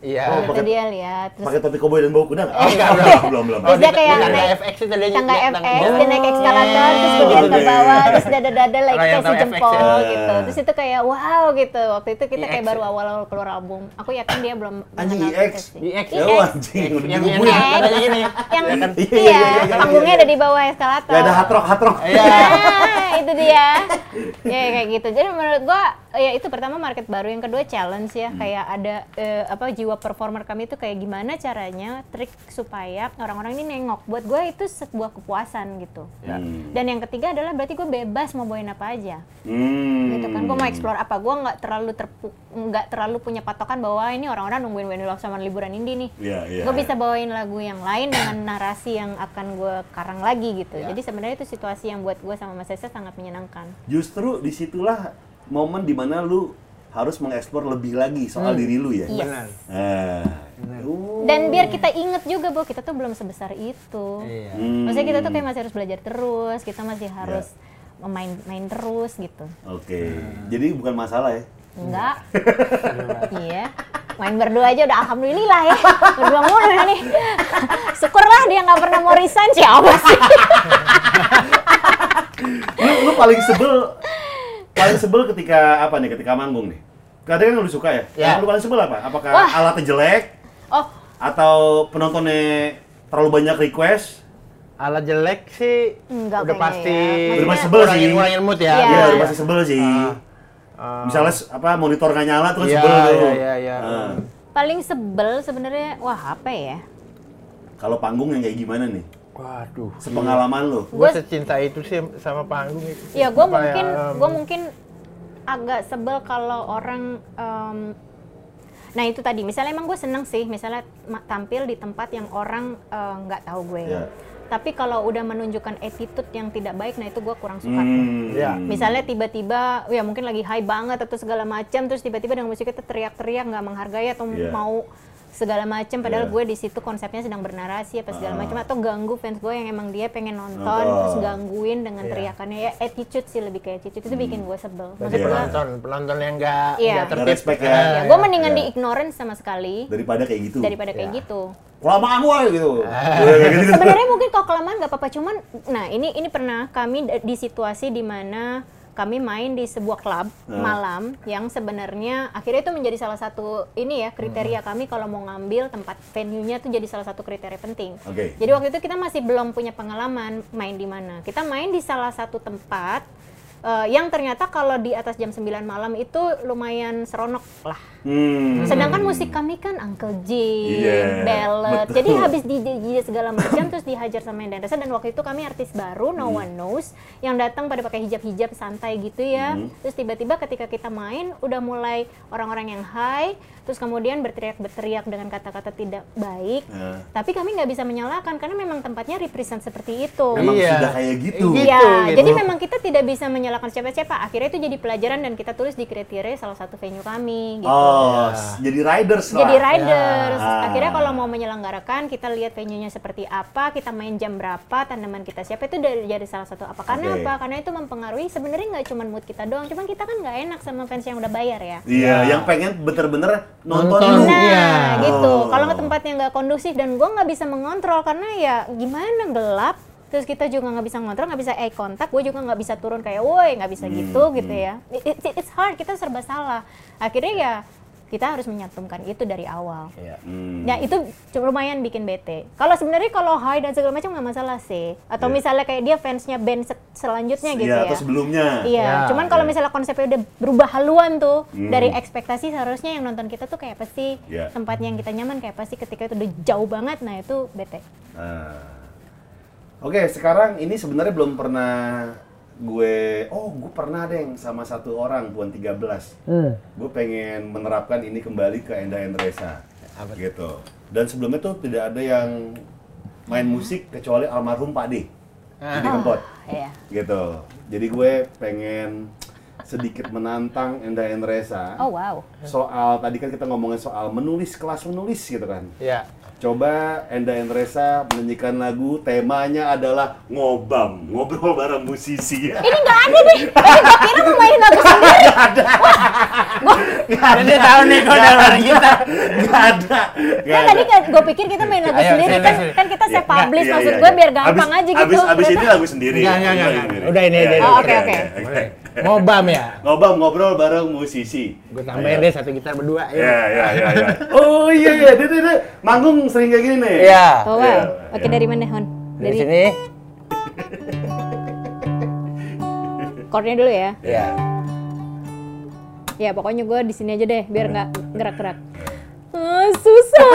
Iya. Oh, Itu pakai dia lihat. Terus pakai topi koboi dan bau kuda nggak? Enggak, belum, belum. belum, belum. Terus dia kayak tangga naik F X itu dia tangga dia F X, tangga- dia naik eskalator, terus Oh, kemudian ke oke. bawah, terus dada-dada like Kalau yang kasih tahu F X jempol ya. gitu. Terus itu kayak wow gitu. Waktu itu kita kayak I X baru ya? awal-awal keluar album. Aku yakin dia belum Anjing mengenal I X. kita sih. I X. I Ya X. anjing, udah yang yang dihubungin. nadanya gini. Yang Iya, iya, iya, iya, iya, iya, panggungnya iya. ada di bawah eskalator. Ya ada hard rock, hard rock. Iya. Nah, itu dia. Ya kayak gitu. Jadi menurut gua ya itu pertama market baru, yang kedua challenge ya. Hmm. Kayak ada eh, apa jiwa performer kami itu kayak gimana caranya trik supaya orang-orang ini nengok. Buat gua itu sebuah kepuasan gitu. Ya. Hmm. Dan yang ketiga adalah berarti gue bebas mau bawain apa aja. Hmm. Gitu kan. Gue mau explore apa. Gue nggak terlalu terpu nggak terlalu punya patokan bahwa ini orang-orang nungguin When We Love Someone liburan indie nih. Iya, iya. Gue bisa bawain lagu yang lain dengan narasi yang akan gue karang lagi gitu. Ya. Jadi sebenarnya itu situasi yang buat gue sama Mas Esa sangat menyenangkan. Justru disitulah momen dimana lu harus mengeksplor lebih lagi soal Hmm. diri lu ya. Iya. Benar. Nah. Oh. Dan biar kita inget juga bahwa kita tuh belum sebesar itu. Iya. Hmm. Maksudnya kita tuh kayak masih harus belajar terus, kita masih harus main-main terus gitu. Oke. Jadi bukan masalah ya. Enggak. Iya. Main berdua aja udah alhamdulillah ya. Berdua mulu nih. Syukurlah dia nggak pernah mau resign, siapa sih? Lu, lu paling sebel paling sebel ketika apa nih? Ketika manggung nih. Kadang kan lu suka ya? Ya. Yang lu paling sebel apa? Apakah Wah. alatnya jelek Oh, atau penontonnya terlalu banyak request? Alat jelek sih Enggak udah kayaknya pasti ya. Udah pasti sebel sih. ngurangin, ngurangin mood ya. Iya. Iya, udah pasti sebel sih. Ah. Misalnya s- apa monitor nggak nyala tuh kan Iya, sebel tuh. iya, iya, iya. Nah, paling sebel sebenarnya wah apa ya? kalau panggung yang kayak gimana nih? Waduh. Sepengalaman lu. Gue Gua- secinta itu sih sama panggung itu. Ya gue Supaya, mungkin um, gue mungkin agak sebel kalau orang em, nah itu tadi misalnya emang gue seneng sih misalnya ma- tampil di tempat yang orang eh, nggak tahu gue. Iya. Tapi kalau udah menunjukkan attitude yang tidak baik, nah itu gue kurang suka. Hmm. Iya. Misalnya tiba-tiba, ya mungkin lagi high banget atau segala macam, terus tiba-tiba dengan musik itu teriak-teriak nggak menghargai atau Iya. mau segala macam, padahal Iya. gue di situ konsepnya sedang bernarasi apa segala Ah. macam, atau ganggu fans gue yang emang dia pengen nonton, Nonton. terus gangguin dengan Iya. teriakannya ya attitude sih lebih kayak attitude itu bikin gue sebel. Berarti Iya. penonton, penonton yang nggak Iya. nggak Nggak tertib. respect ya. Ah, Ya, iya. gue mendingan Iya. di ignorance sama sekali Daripada kayak gitu. daripada kayak Iya. gitu. Kelamaan gue gitu. Ah. Udah kayak gitu. Sebenarnya mungkin kalau kelamaan nggak apa-apa, cuman nah ini ini pernah kami d- di situasi di mana kami main di sebuah klub Hmm. malam yang sebenarnya akhirnya itu menjadi salah satu ini ya kriteria Hmm. kami kalau mau ngambil tempat venue-nya tuh jadi salah satu kriteria penting. Oke. Jadi waktu itu kita masih belum punya pengalaman main di mana. Kita main di salah satu tempat eh, yang ternyata kalau di atas jam sembilan malam itu lumayan seronok lah. Hmm. Sedangkan musik kami kan Uncle Jim, Iya, ballad. betul. Jadi habis di di- segala macam terus dihajar sama yang dansa, dan waktu itu kami artis baru no Hmm. one knows yang datang pada pakai hijab-hijab santai gitu ya. Hmm. Terus tiba-tiba ketika kita main udah mulai orang-orang yang high, terus kemudian berteriak-berteriak dengan kata-kata tidak baik. Nah, Tapi kami nggak bisa menyalahkan karena memang tempatnya represent seperti itu. memang Iya. sudah kayak gitu. Gitu, Iya, gitu. jadi memang kita tidak bisa menyalahkan siapa-siapa. Akhirnya itu jadi pelajaran dan kita tulis di kriteria salah satu venue kami gitu. Oh, Ya. s- jadi riders lah. Jadi riders. Ya. Akhirnya kalau mau menyelenggarakan, kita lihat venue-nya seperti apa, kita main jam berapa, tanaman kita siapa, itu dari jadi salah satu apa. Karena Oke. apa? Karena itu mempengaruhi sebenarnya nggak cuma mood kita doang, cuman kita kan nggak enak sama fans yang udah bayar ya. Iya, Ya. yang pengen bener-bener nonton, Nonton. lu. Nah, Iya. gitu. Oh. Kalau ke tempatnya nggak kondusif dan gue nggak bisa mengontrol karena ya gimana gelap. Terus kita juga nggak bisa ngontrol, nggak bisa eye contact. Gue juga nggak bisa turun kayak, woi nggak bisa Hmm, gitu hmm. gitu ya. It- it- it's hard. Kita serba salah. Akhirnya ya kita harus menyantumkan itu dari awal. Iya. Hmm. Ya itu cu- lumayan bikin bete. Kalau sebenarnya kalau high dan segala macam nggak masalah sih. Atau Iya. misalnya kayak dia fansnya band se- selanjutnya gitu Iya, ya. atau sebelumnya. Iya, Ya, cuman kalau iya. misalnya konsepnya udah berubah haluan tuh Hmm. dari ekspektasi, seharusnya yang nonton kita tuh kayak apa sih, Iya. tempatnya yang kita nyaman kayak apa sih, ketika itu udah jauh banget, nah itu bete. Nah. Oke, sekarang ini sebenarnya belum pernah gue, oh gue pernah deh sama satu orang, Tuan tiga belas. Hmm. Gue pengen menerapkan ini kembali ke Enda Endresa. Apa? Gitu. Dan sebelumnya tuh tidak ada yang main musik kecuali almarhum Pak D. Ah. Jadi Kempot. Iya. Gitu. Jadi gue pengen sedikit menantang Enda and Resa. Oh wow. Soal tadi kan kita ngomongin soal menulis, kelas menulis gitu kan. Ya. Coba Enda and Resa menyanyikan lagu, temanya adalah ngobam, ngobrol bareng musisi. Ini nggak ada nih. Tadi gue kira mau main lagu sendiri. Karena dia tahu nih kalau dari kita. Gak ada. Kan tadi gue pikir kita main lagu Ayo, sendiri sini, kan sini. kan kita saya publish Iya, maksud iya, gue iya. biar gampang Abis- aja gitu. Abis, abis ini Ternyata- lagu sendiri. Enggak, enggak, enggak, Lagu enggak. sendiri. Udah ini, Iya, ini, Oh, oke, oke. Boleh. Ngobam ya. Ngobam, ngobrol bareng musisi. Gue tambahin deh satu gitar berdua. Ya, ya, ya, ya. Oh iya, iya, deh, deh, deh. Manggung sering kayak gini nih. Iya. Oh Iya. wow. Oke dari mana Hon? Dari sini. Chordnya dulu ya. Iya. Ya pokoknya gue di sini aja deh biar nggak gerak-gerak. Ah, susah.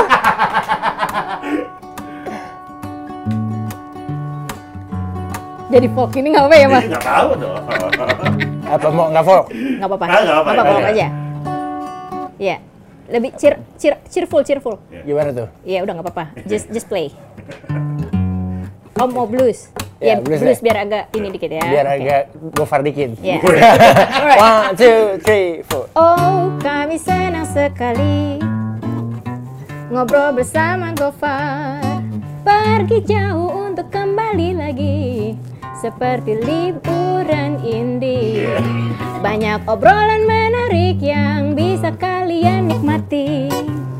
Jadi folk ini nggak apa ya mas? Nggak tahu dong. Apa mau nggak folk? Nggak apa-apa. Ah, nggak apa-apa, Nggak apa-apa nggak aja. Iya. Lebih cheer, cheer, cheerful, cheerful. Gimana tuh? Iya udah nggak apa-apa. Just, just play. Oh mau blues? Ya, Ya, blues blues, ya. biar agak ini dikit ya. Biar Oke. agak gofar dikit. Iya. One, two, three, four. Oh, kami senang sekali ngobrol bersama Gofar. Pergi jauh untuk kembali lagi seperti liburan indie. Banyak obrolan menarik yang bisa kalian nikmati.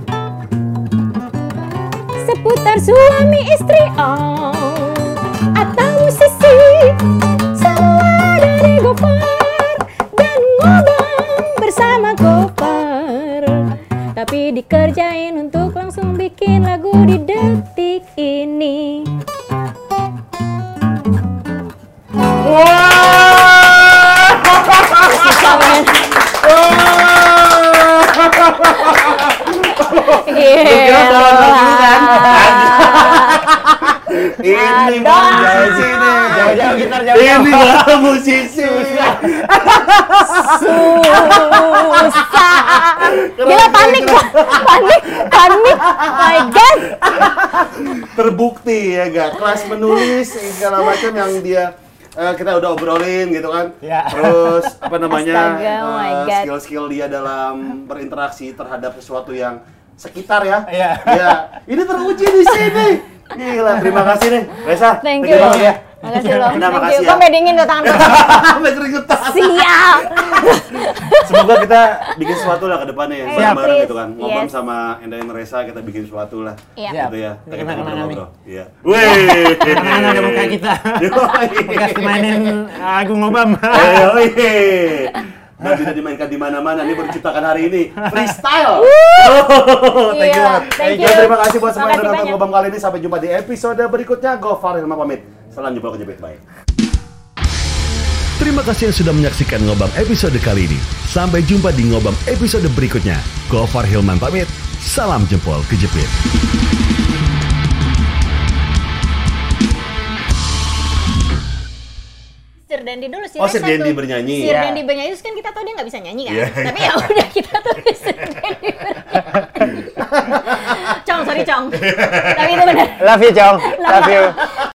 Seputar suami istri, oh, atau musisi. Semua dari Gofar dan ngobam bersama Gofar. Tapi dikerjain untuk langsung bikin lagu di detik ini. Susah banget. Kira bawaan lagu kan? Ini Ada. musisi nih. Jauh-jauh gitar jauh-jauh. Ini baru musisi. Susah. Gila panik gua. Panik, panik. My God. Terbukti ya gak? Kelas menulis segala macam yang dia eh, kita udah obrolin gitu kan. Ya. Terus apa namanya? Astaga, oh my eh, God. skill-skill dia dalam berinteraksi terhadap sesuatu yang sekitar ya. Iya. Ya, ini teruji di sini. Gila, terima kasih nih, Resa. Thank you you. banget ya. Makasih loh. Enda, Thank makasih you. ya. Kok sampai dingin tuh tangan gua. Sampai keringetan. Siap. Semoga kita bikin sesuatu lah ke depannya ya, Siap. bareng-bareng Please. gitu kan. Ngobam Yes. sama Enda and Resa kita bikin sesuatu lah. Iya. Gitu ya. Kita Kenang-kenangan nih. ngobrol-ngobrol. Iya. Wih. Karena ada muka kita. Yoi. Bekas mainin lagu ngobam. Eh, yoi. Dan tidak dimainkan di mana-mana. Ini baru diciptakan hari ini. Freestyle. Oh, thank you Iya, banget. thank Ya, you. terima kasih buat semua yang Makasih udah nonton banyak. Ngobam kali ini. Sampai jumpa di episode berikutnya. Gofar Hilman pamit. Salam jumpa kejepit. Bye. Terima kasih yang sudah menyaksikan Ngobam episode kali ini. Sampai jumpa di Ngobam episode berikutnya. Gofar Hilman pamit. Salam jempol kejepit. Sir Dendi dulu sih. Oh, Sir Dendi bernyanyi. Sir Iya. Dendi bernyanyi terus kan kita tahu dia nggak bisa nyanyi kan. Iya. Tapi ya udah kita tulis Sir Dendi bernyanyi. Cong, sorry Cong. Tapi itu benar. Love you, Chong. Love you.